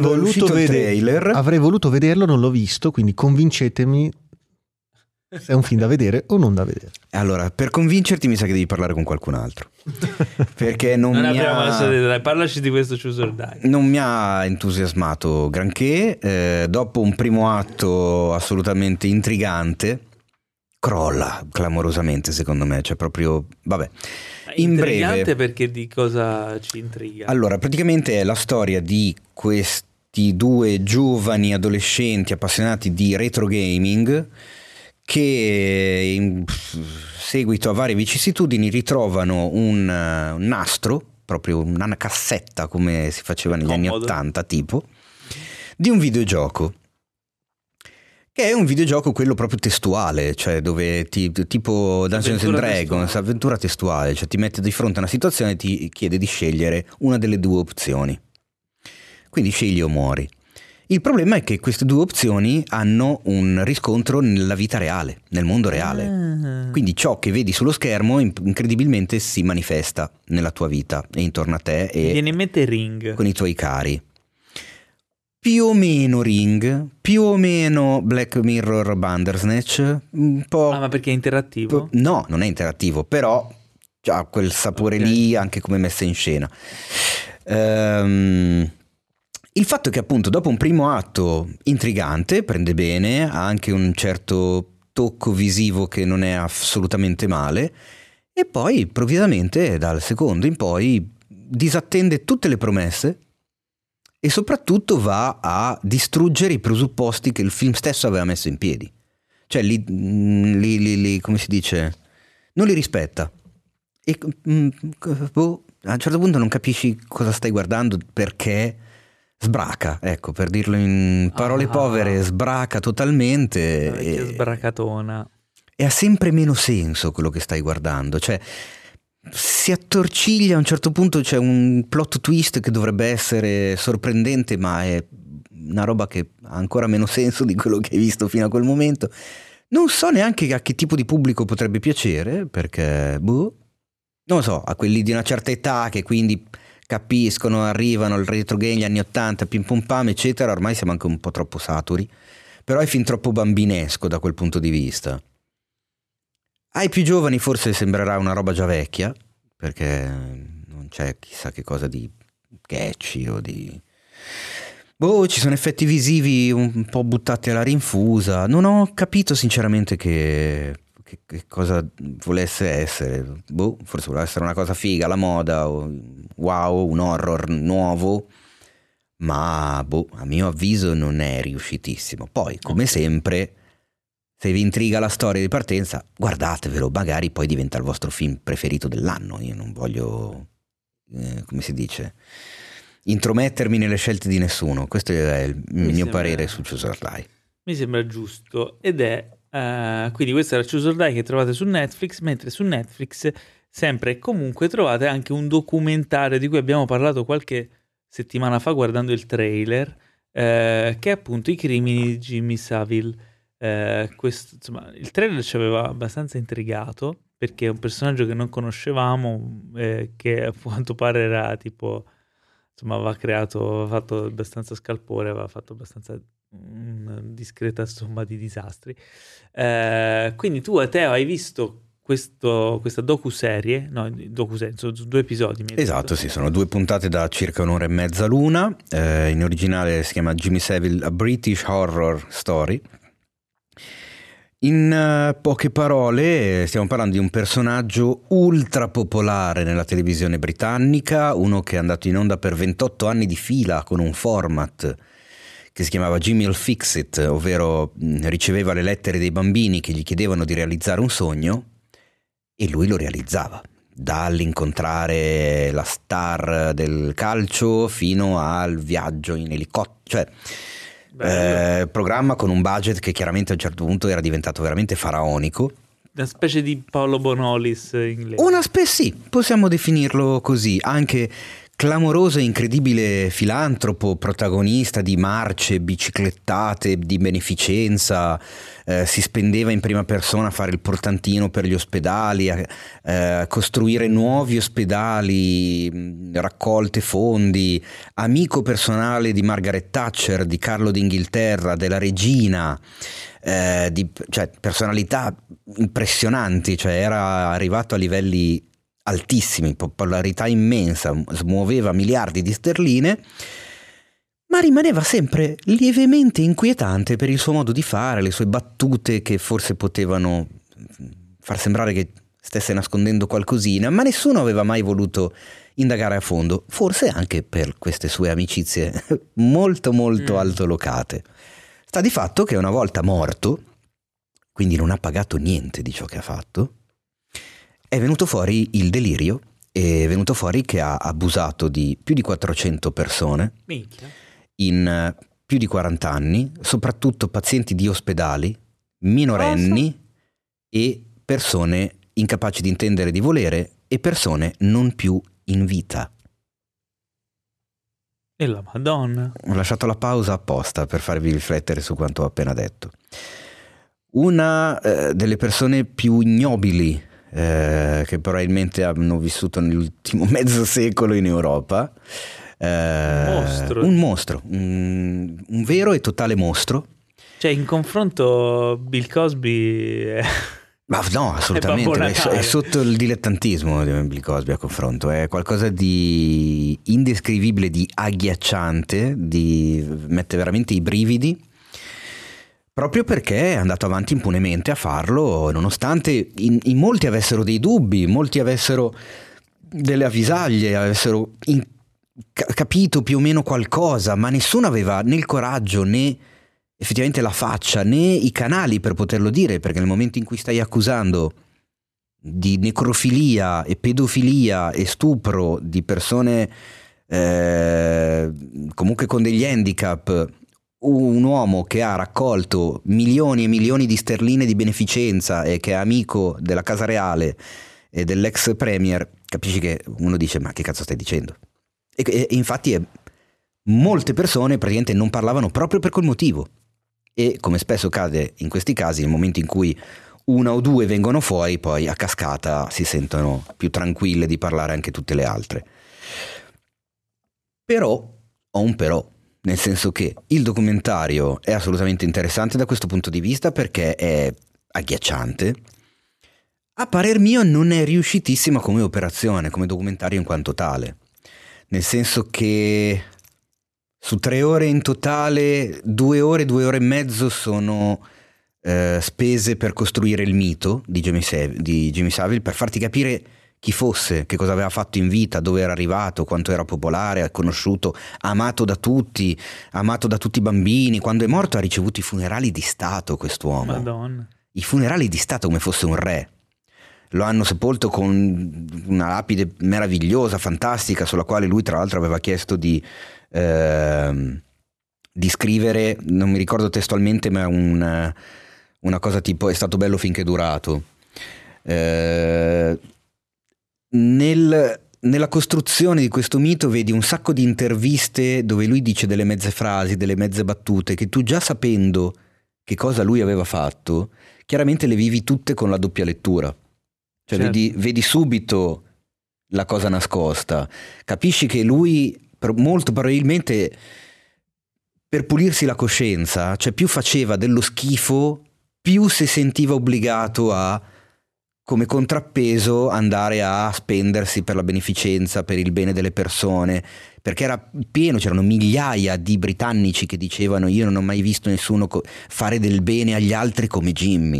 voluto vederlo, non l'ho visto, quindi convincetemi se è un film da vedere o non da vedere. Allora, per convincerti mi sa che devi parlare con qualcun altro. Perché non parlaci di questo Choose or Die. Non mi ha entusiasmato granché. Dopo un primo atto assolutamente intrigante, crolla clamorosamente secondo me. Cioè proprio, vabbè. Intrigante breve, perché di cosa ci intriga? Allora, praticamente è la storia di questi due giovani adolescenti appassionati di retro gaming che in seguito a varie vicissitudini ritrovano un nastro, proprio una cassetta come si faceva negli anni 80 tipo, di un videogioco che è un videogioco quello proprio testuale, cioè dove tipo Dungeons and Dragons, avventura testuale, cioè ti mette di fronte a una situazione e ti chiede di scegliere una delle due opzioni, quindi scegli o muori. Il problema è che queste due opzioni hanno un riscontro nella vita reale, nel mondo reale. Quindi ciò che vedi sullo schermo incredibilmente si manifesta nella tua vita e intorno a te e viene in mente Ring con i tuoi cari. Più o meno Ring, più o meno Black Mirror Bandersnatch, un po'. Ah, ma perché è interattivo? No, non è interattivo, però ha quel sapore lì anche come messa in scena. Il fatto è che appunto dopo un primo atto intrigante, prende bene, ha anche un certo tocco visivo che non è assolutamente male, e poi improvvisamente dal secondo in poi disattende tutte le promesse e soprattutto va a distruggere i presupposti che il film stesso aveva messo in piedi. Cioè li come si dice, non li rispetta e a un certo punto non capisci cosa stai guardando perché sbraca, ecco, per dirlo in parole povere, sbraca totalmente. Che sbracatona. E ha sempre meno senso quello che stai guardando, cioè si attorciglia a un certo punto, c'è un plot twist che dovrebbe essere sorprendente ma è una roba che ha ancora meno senso di quello che hai visto fino a quel momento. Non so neanche a che tipo di pubblico potrebbe piacere, perché non lo so, a quelli di una certa età che quindi capiscono, arrivano al retro game, gli anni 80, pim pum pam eccetera, ormai siamo anche un po' troppo saturi, però è fin troppo bambinesco da quel punto di vista. Ai più giovani forse sembrerà una roba già vecchia, perché non c'è chissà che cosa di catchy o di... ci sono effetti visivi un po' buttati alla rinfusa. Non ho capito sinceramente che cosa volesse essere. Forse voleva essere una cosa figa, la moda, o wow, un horror nuovo, ma a mio avviso non è riuscitissimo. Poi, come sempre, se vi intriga la storia di partenza, guardatevelo, magari poi diventa il vostro film preferito dell'anno. Io non voglio, come si dice, intromettermi nelle scelte di nessuno. Questo è il mio parere su Choose or Die. Mi sembra giusto, ed è quindi questa era Choose or Die che trovate su Netflix, mentre su Netflix sempre e comunque trovate anche un documentario di cui abbiamo parlato qualche settimana fa guardando il trailer, che è appunto I crimini di Jimmy Savile. Insomma, il trailer ci aveva abbastanza intrigato perché è un personaggio che non conoscevamo, che a quanto pare era tipo, insomma, aveva fatto abbastanza scalpore, aveva fatto abbastanza una discreta somma di disastri. Quindi tu, Teo, hai visto questa docuserie, sono 2 episodi. Esatto, sì, sono 2 puntate da circa 1 ora e mezza l'una. In originale si chiama Jimmy Savile, A British Horror Story. In poche parole stiamo parlando di un personaggio ultra popolare nella televisione britannica, uno che è andato in onda per 28 anni di fila con un format che si chiamava Jimmy'll Fix It, ovvero riceveva le lettere dei bambini che gli chiedevano di realizzare un sogno e lui lo realizzava, dall'incontrare la star del calcio fino al viaggio in elicottero, programma con un budget che chiaramente a un certo punto era diventato veramente faraonico. Una specie di Paolo Bonolis inglese. Sì, possiamo definirlo così, anche clamoroso e incredibile filantropo, protagonista di marce, biciclettate, di beneficenza, si spendeva in prima persona a fare il portantino per gli ospedali, a costruire nuovi ospedali, raccolte fondi, amico personale di Margaret Thatcher, di Carlo d'Inghilterra, della regina, personalità impressionanti, era arrivato a livelli altissimi, popolarità immensa, smuoveva miliardi di sterline, ma rimaneva sempre lievemente inquietante per il suo modo di fare, le sue battute che forse potevano far sembrare che stesse nascondendo qualcosina, ma nessuno aveva mai voluto indagare a fondo, forse anche per queste sue amicizie molto altolocate. Sta di fatto che una volta morto, quindi non ha pagato niente di ciò che ha fatto, è venuto fuori il delirio, è venuto fuori che ha abusato di più di 400 persone. Minchia. In più di 40 anni, soprattutto pazienti di ospedali, minorenni e persone incapaci di intendere e di volere e persone non più in vita. E la Madonna. Ho lasciato la pausa apposta per farvi riflettere su quanto ho appena detto. Una delle persone più ignobili che probabilmente hanno vissuto nell'ultimo mezzo secolo in Europa. Un mostro, un vero e totale mostro. Cioè, in confronto Bill Cosby Ma no, assolutamente, è sotto il dilettantismo di Bill Cosby a confronto, è qualcosa di indescrivibile, di agghiacciante, mette veramente i brividi, proprio perché è andato avanti impunemente a farlo, nonostante in molti avessero dei dubbi, molti avessero delle avvisaglie, avessero capito più o meno qualcosa, ma nessuno aveva né il coraggio né effettivamente la faccia né i canali per poterlo dire, perché nel momento in cui stai accusando di necrofilia e pedofilia e stupro di persone comunque con degli handicap, un uomo che ha raccolto milioni e milioni di sterline di beneficenza e che è amico della Casa Reale e dell'ex premier, capisci che uno dice: ma che cazzo stai dicendo? E infatti molte persone praticamente non parlavano proprio per quel motivo. E come spesso cade in questi casi, nel momento in cui una o due vengono fuori, poi a cascata si sentono più tranquille di parlare anche tutte le altre. Però, ho un però, nel senso che il documentario è assolutamente interessante da questo punto di vista perché è agghiacciante, a parer mio non è riuscitissima come operazione, come documentario in quanto tale. Nel senso che su 3 ore in totale, 2 ore e mezzo sono spese per costruire il mito di Jimmy Savile, per farti capire chi fosse, che cosa aveva fatto in vita, dove era arrivato, quanto era popolare, conosciuto, amato da tutti i bambini. Quando è morto ha ricevuto i funerali di Stato quest'uomo. Madonna. I funerali di Stato come fosse un re. Lo hanno sepolto con una lapide meravigliosa, fantastica, sulla quale lui tra l'altro aveva chiesto di scrivere, non mi ricordo testualmente, ma una cosa tipo: è stato bello finché è durato. Nella costruzione di questo mito vedi un sacco di interviste dove lui dice delle mezze frasi, delle mezze battute che tu, già sapendo che cosa lui aveva fatto, chiaramente le vivi tutte con la doppia lettura. Cioè certo. vedi subito la cosa nascosta, capisci che lui molto probabilmente, per pulirsi la coscienza, cioè più faceva dello schifo, più si sentiva obbligato a, come contrappeso, andare a spendersi per la beneficenza, per il bene delle persone, perché era pieno, c'erano migliaia di britannici che dicevano: io non ho mai visto nessuno fare del bene agli altri come Jimmy.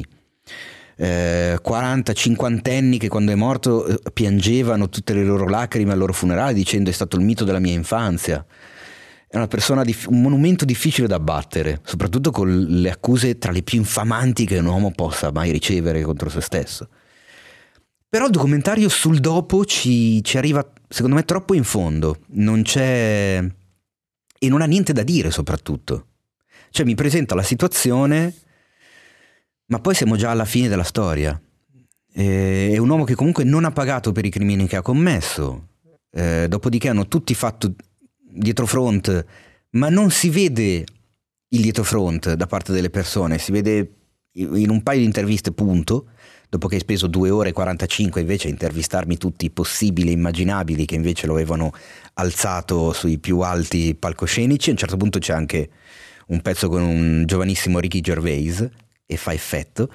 40-50enni che quando è morto piangevano tutte le loro lacrime al loro funerale dicendo: è stato il mito della mia infanzia. È una persona un monumento difficile da abbattere, soprattutto con le accuse tra le più infamanti che un uomo possa mai ricevere contro se stesso. Però il documentario sul dopo ci arriva, secondo me, troppo in fondo, non c'è, e non ha niente da dire soprattutto. Cioè mi presenta la situazione, ma poi siamo già alla fine della storia. È un uomo che comunque non ha pagato per i crimini che ha commesso, dopodiché hanno tutti fatto dietrofront, ma non si vede il dietrofront da parte delle persone, si vede in un paio di interviste, punto. Dopo che hai speso 2 ore e 45 invece a intervistarmi tutti i possibili e immaginabili che invece lo avevano alzato sui più alti palcoscenici, a un certo punto c'è anche un pezzo con un giovanissimo Ricky Gervais e fa effetto.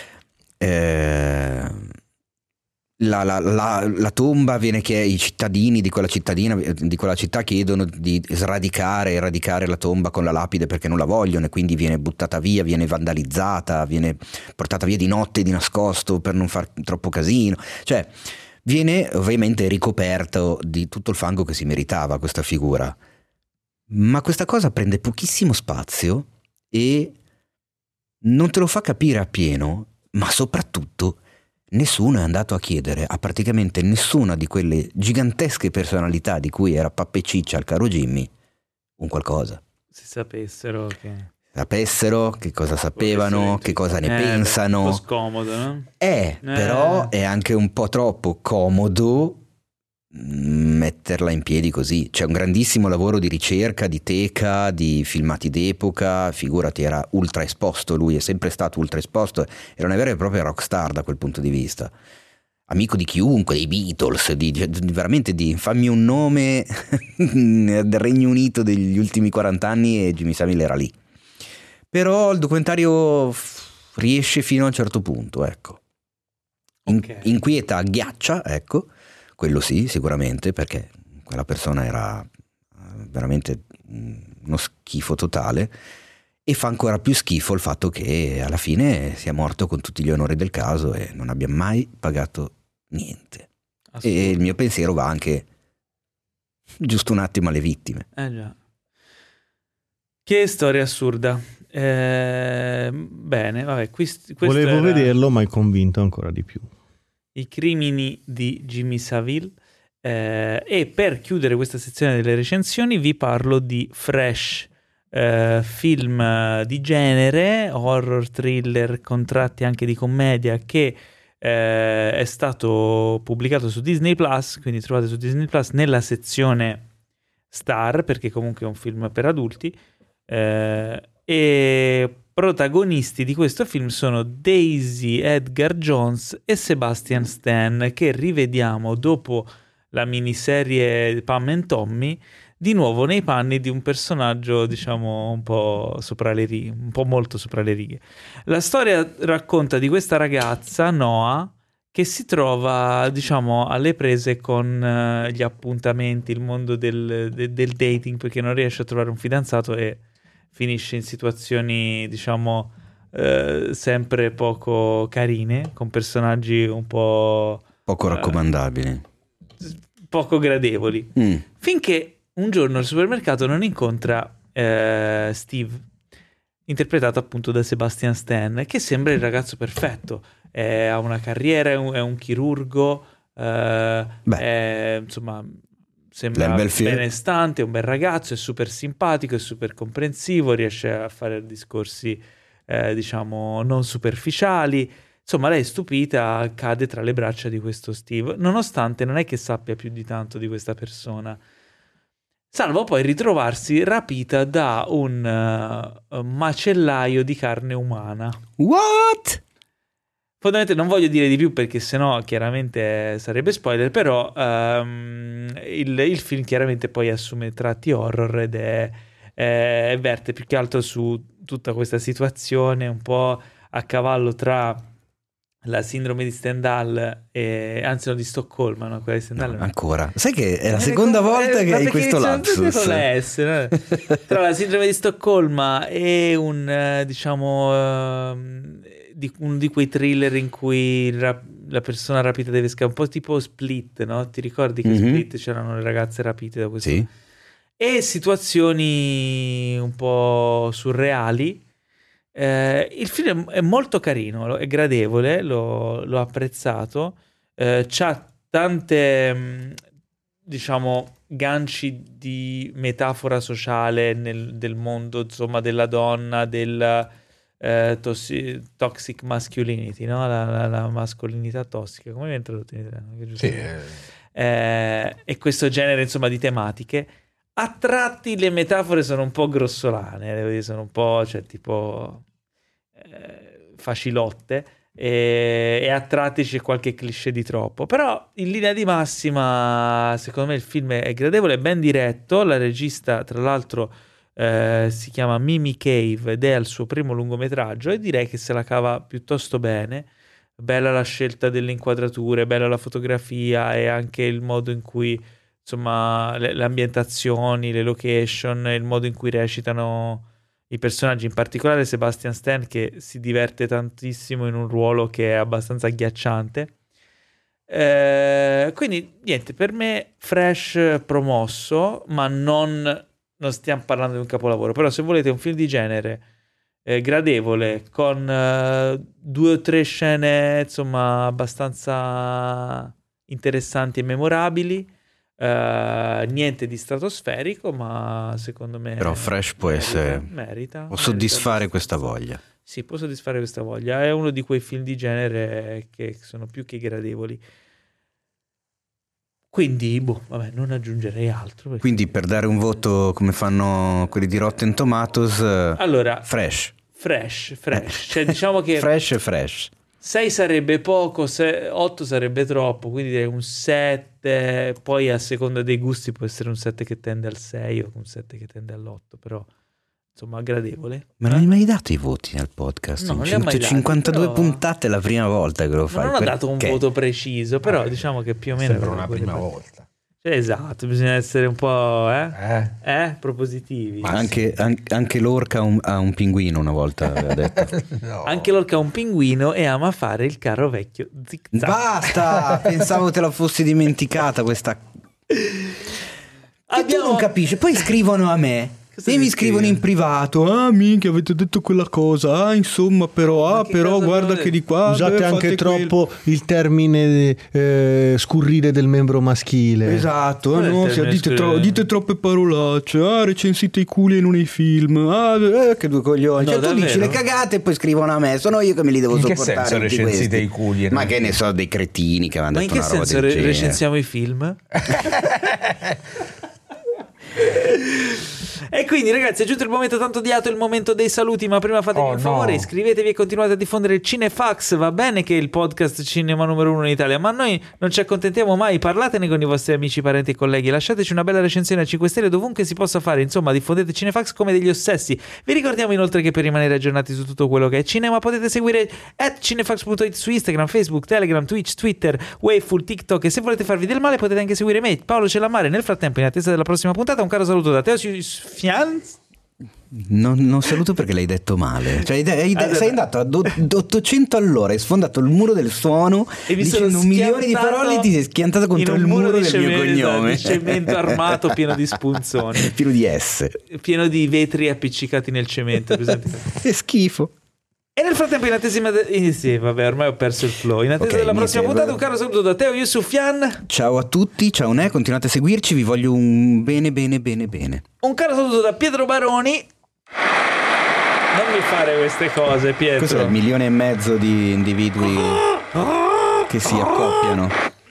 La tomba viene che i cittadini di quella città chiedono di eradicare la tomba con la lapide perché non la vogliono, e quindi viene buttata via, viene vandalizzata, viene portata via di notte di nascosto per non far troppo casino. Cioè viene ovviamente ricoperto di tutto il fango che si meritava questa figura, ma questa cosa prende pochissimo spazio e non te lo fa capire appieno, ma soprattutto nessuno è andato a chiedere a praticamente nessuna di quelle gigantesche personalità di cui era Pappa e Ciccia al caro Jimmy un qualcosa. Se sapessero che cosa sapevano, che cosa ne pensano. È un po' scomodo, no? Però è anche un po' troppo comodo metterla in piedi così. C'è un grandissimo lavoro di ricerca, di teca, di filmati d'epoca. Figurati, era ultra esposto, lui è sempre stato ultra esposto, era una vera e propria rockstar da quel punto di vista, amico di chiunque, dei Beatles, veramente fammi un nome del Regno Unito degli ultimi 40 anni e Jimmy Savile era lì. Però il documentario riesce fino a un certo punto, ecco. Inquieta, agghiaccia, ecco. Quello sì, sicuramente, perché quella persona era veramente uno schifo totale, e fa ancora più schifo il fatto che alla fine sia morto con tutti gli onori del caso e non abbia mai pagato niente. E il mio pensiero va anche giusto un attimo alle vittime. Già. Che storia assurda. Bene, vabbè, questo volevo vederlo, ma è convinto ancora di più. I crimini di Jimmy Savile, e per chiudere questa sezione delle recensioni vi parlo di Fresh, film di genere, horror, thriller, con tratti anche di commedia, che è stato pubblicato su Disney Plus, quindi trovate su Disney Plus nella sezione Star, perché comunque è un film per adulti, e protagonisti di questo film sono Daisy Edgar Jones e Sebastian Stan, che rivediamo dopo la miniserie Pam and Tommy di nuovo nei panni di un personaggio, diciamo, un po' sopra le righe, un po' molto sopra le righe. La storia racconta di questa ragazza, Noah, che si trova, diciamo, alle prese con gli appuntamenti, il mondo del dating, perché non riesce a trovare un fidanzato e finisce in situazioni, diciamo, sempre poco carine, con personaggi un po'... poco raccomandabili. Poco gradevoli. Finché un giorno al supermercato non incontra Steve, interpretato appunto da Sebastian Stan, che sembra il ragazzo perfetto. Ha una carriera, è un chirurgo, insomma, sembra benestante, è un bel ragazzo, è super simpatico, è super comprensivo, riesce a fare discorsi, diciamo, non superficiali. Insomma, lei stupita cade tra le braccia di questo Steve, nonostante non è che sappia più di tanto di questa persona. Salvo poi ritrovarsi rapita da un macellaio di carne umana. What? Fondamentalmente non voglio dire di più perché sennò chiaramente sarebbe spoiler, però il film chiaramente poi assume tratti horror ed verte più che altro su tutta questa situazione un po' a cavallo tra la sindrome di Stendhal anzi no, di Stoccolma, no? Quella di Stendhal ancora. Sai che è la seconda volta che hai questo lapsus. Tra la sindrome di Stoccolma e un diciamo uno di quei thriller in cui la persona rapita deve scappare, un po' tipo Split, no? Ti ricordi che Split c'erano le ragazze rapite da questo? Sì. E situazioni un po' surreali. Il film è molto carino, è gradevole, l'ho apprezzato, c'ha tante diciamo ganci di metafora sociale del mondo, insomma, della donna, del toxic masculinity, no? La mascolinità tossica, come viene tradotto in italiano? Sì. E questo genere, insomma, di tematiche. A tratti le metafore sono un po' grossolane, devo dire, sono un po', cioè, tipo facilotte, e a tratti c'è qualche cliché di troppo, però in linea di massima secondo me il film è gradevole, è ben diretto. La regista, tra l'altro, si chiama Mimi Cave ed è al suo primo lungometraggio e direi che se la cava piuttosto bene. Bella la scelta delle inquadrature, bella la fotografia e anche il modo in cui, insomma, le ambientazioni, le location, il modo in cui recitano i personaggi, in particolare Sebastian Stan, che si diverte tantissimo in un ruolo che è abbastanza agghiacciante. Quindi niente, per me Fresh promosso, ma non stiamo parlando di un capolavoro. Però se volete un film di genere gradevole, con 2 o 3 scene insomma abbastanza interessanti e memorabili, niente di stratosferico, ma secondo me però Fresh può può soddisfare questa voglia. Sì, può soddisfare questa voglia. È uno di quei film di genere che sono più che gradevoli. Quindi, vabbè, non aggiungerei altro. Perché... Quindi per dare un voto come fanno quelli di Rotten Tomatoes, allora, Fresh. Cioè, diciamo che Fresh. 6 sarebbe poco, 8 sarebbe troppo, quindi direi un 7, poi a seconda dei gusti può essere un 7 che tende al 6 o un 7 che tende all'8, però insomma gradevole. Ma non hai mai dato i voti al podcast? No, in 152 puntate è la prima volta che lo fai. Non ho dato un voto preciso, però diciamo che più o meno sembra una prima volta. Esatto, bisogna essere un po' propositivi. Ma anche l'orca ha un pinguino, una volta aveva detto. No. Anche l'orca ha un pinguino e ama fare il caro vecchio zig-zag. Basta! Pensavo te la fossi dimenticata questa. Tu non capisci, poi scrivono a me. E mi scrivono in privato: ah, minchia, avete detto quella cosa, ah, insomma, però guarda che di qua usate anche troppo il termine scurrile del membro maschile. Esatto, no, dite troppe parolacce, recensite i culi e non i film, che due coglioni. Cioè, tu dici le cagate e poi scrivono a me, sono io che me li devo sopportare. In che senso recensite i culi? Ma che ne so, dei cretini che avevano detto una roba del genere. Ma in che senso recensiamo i film? E quindi ragazzi è giunto il momento tanto odiato, il momento dei saluti, ma prima fatevi un favore, iscrivetevi e continuate a diffondere il Cinefax. Va bene che è il podcast cinema numero 1 in Italia, ma noi non ci accontentiamo mai, parlatene con i vostri amici, parenti e colleghi, lasciateci una bella recensione a 5 stelle dovunque si possa fare, insomma diffondete Cinefax come degli ossessi. Vi ricordiamo inoltre che per rimanere aggiornati su tutto quello che è cinema potete seguire @cinefax.it su Instagram, Facebook, Telegram, Twitch, Twitter, Wayful, TikTok, e se volete farvi del male potete anche seguire me, Paolo Cellamare. Nel frattempo, in attesa della prossima puntata, un caro saluto da Teo Fianz. Non saluto perché l'hai detto male. Cioè, sei andato a 800 all'ora, hai sfondato il muro del suono e dicendo un milione di parole, ti sei schiantato contro il muro del mio cognome. Di cemento armato pieno di spunzoni, pieno di S, pieno di vetri appiccicati nel cemento. Che schifo. E nel frattempo, in attesa sì, vabbè, ormai ho perso il flow. In attesa della prossima puntata, un caro saluto da Teo Yusufian. Ciao a tutti, ciao Ne, continuate a seguirci, vi voglio un bene. Un caro saluto da Pietro Baroni. Non mi fare queste cose, Pietro. Questo è 1,5 milioni di individui che si accoppiano.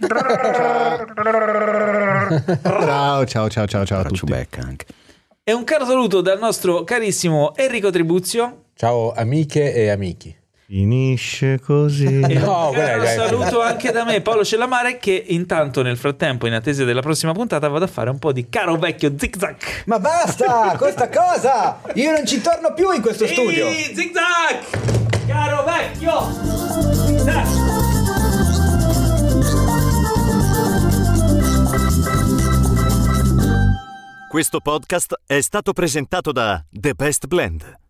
Ciao a tutti. Anche. E un caro saluto dal nostro carissimo Enrico Tribuzio. Ciao amiche e amici. Finisce così. E un saluto anche da me, Paolo Cellamare, che intanto nel frattempo, in attesa della prossima puntata, vado a fare un po' di caro vecchio zig-zag. Ma basta questa cosa! Io non ci torno più in questo studio. Zig-zag! Caro vecchio! Questo podcast è stato presentato da The Best Blend.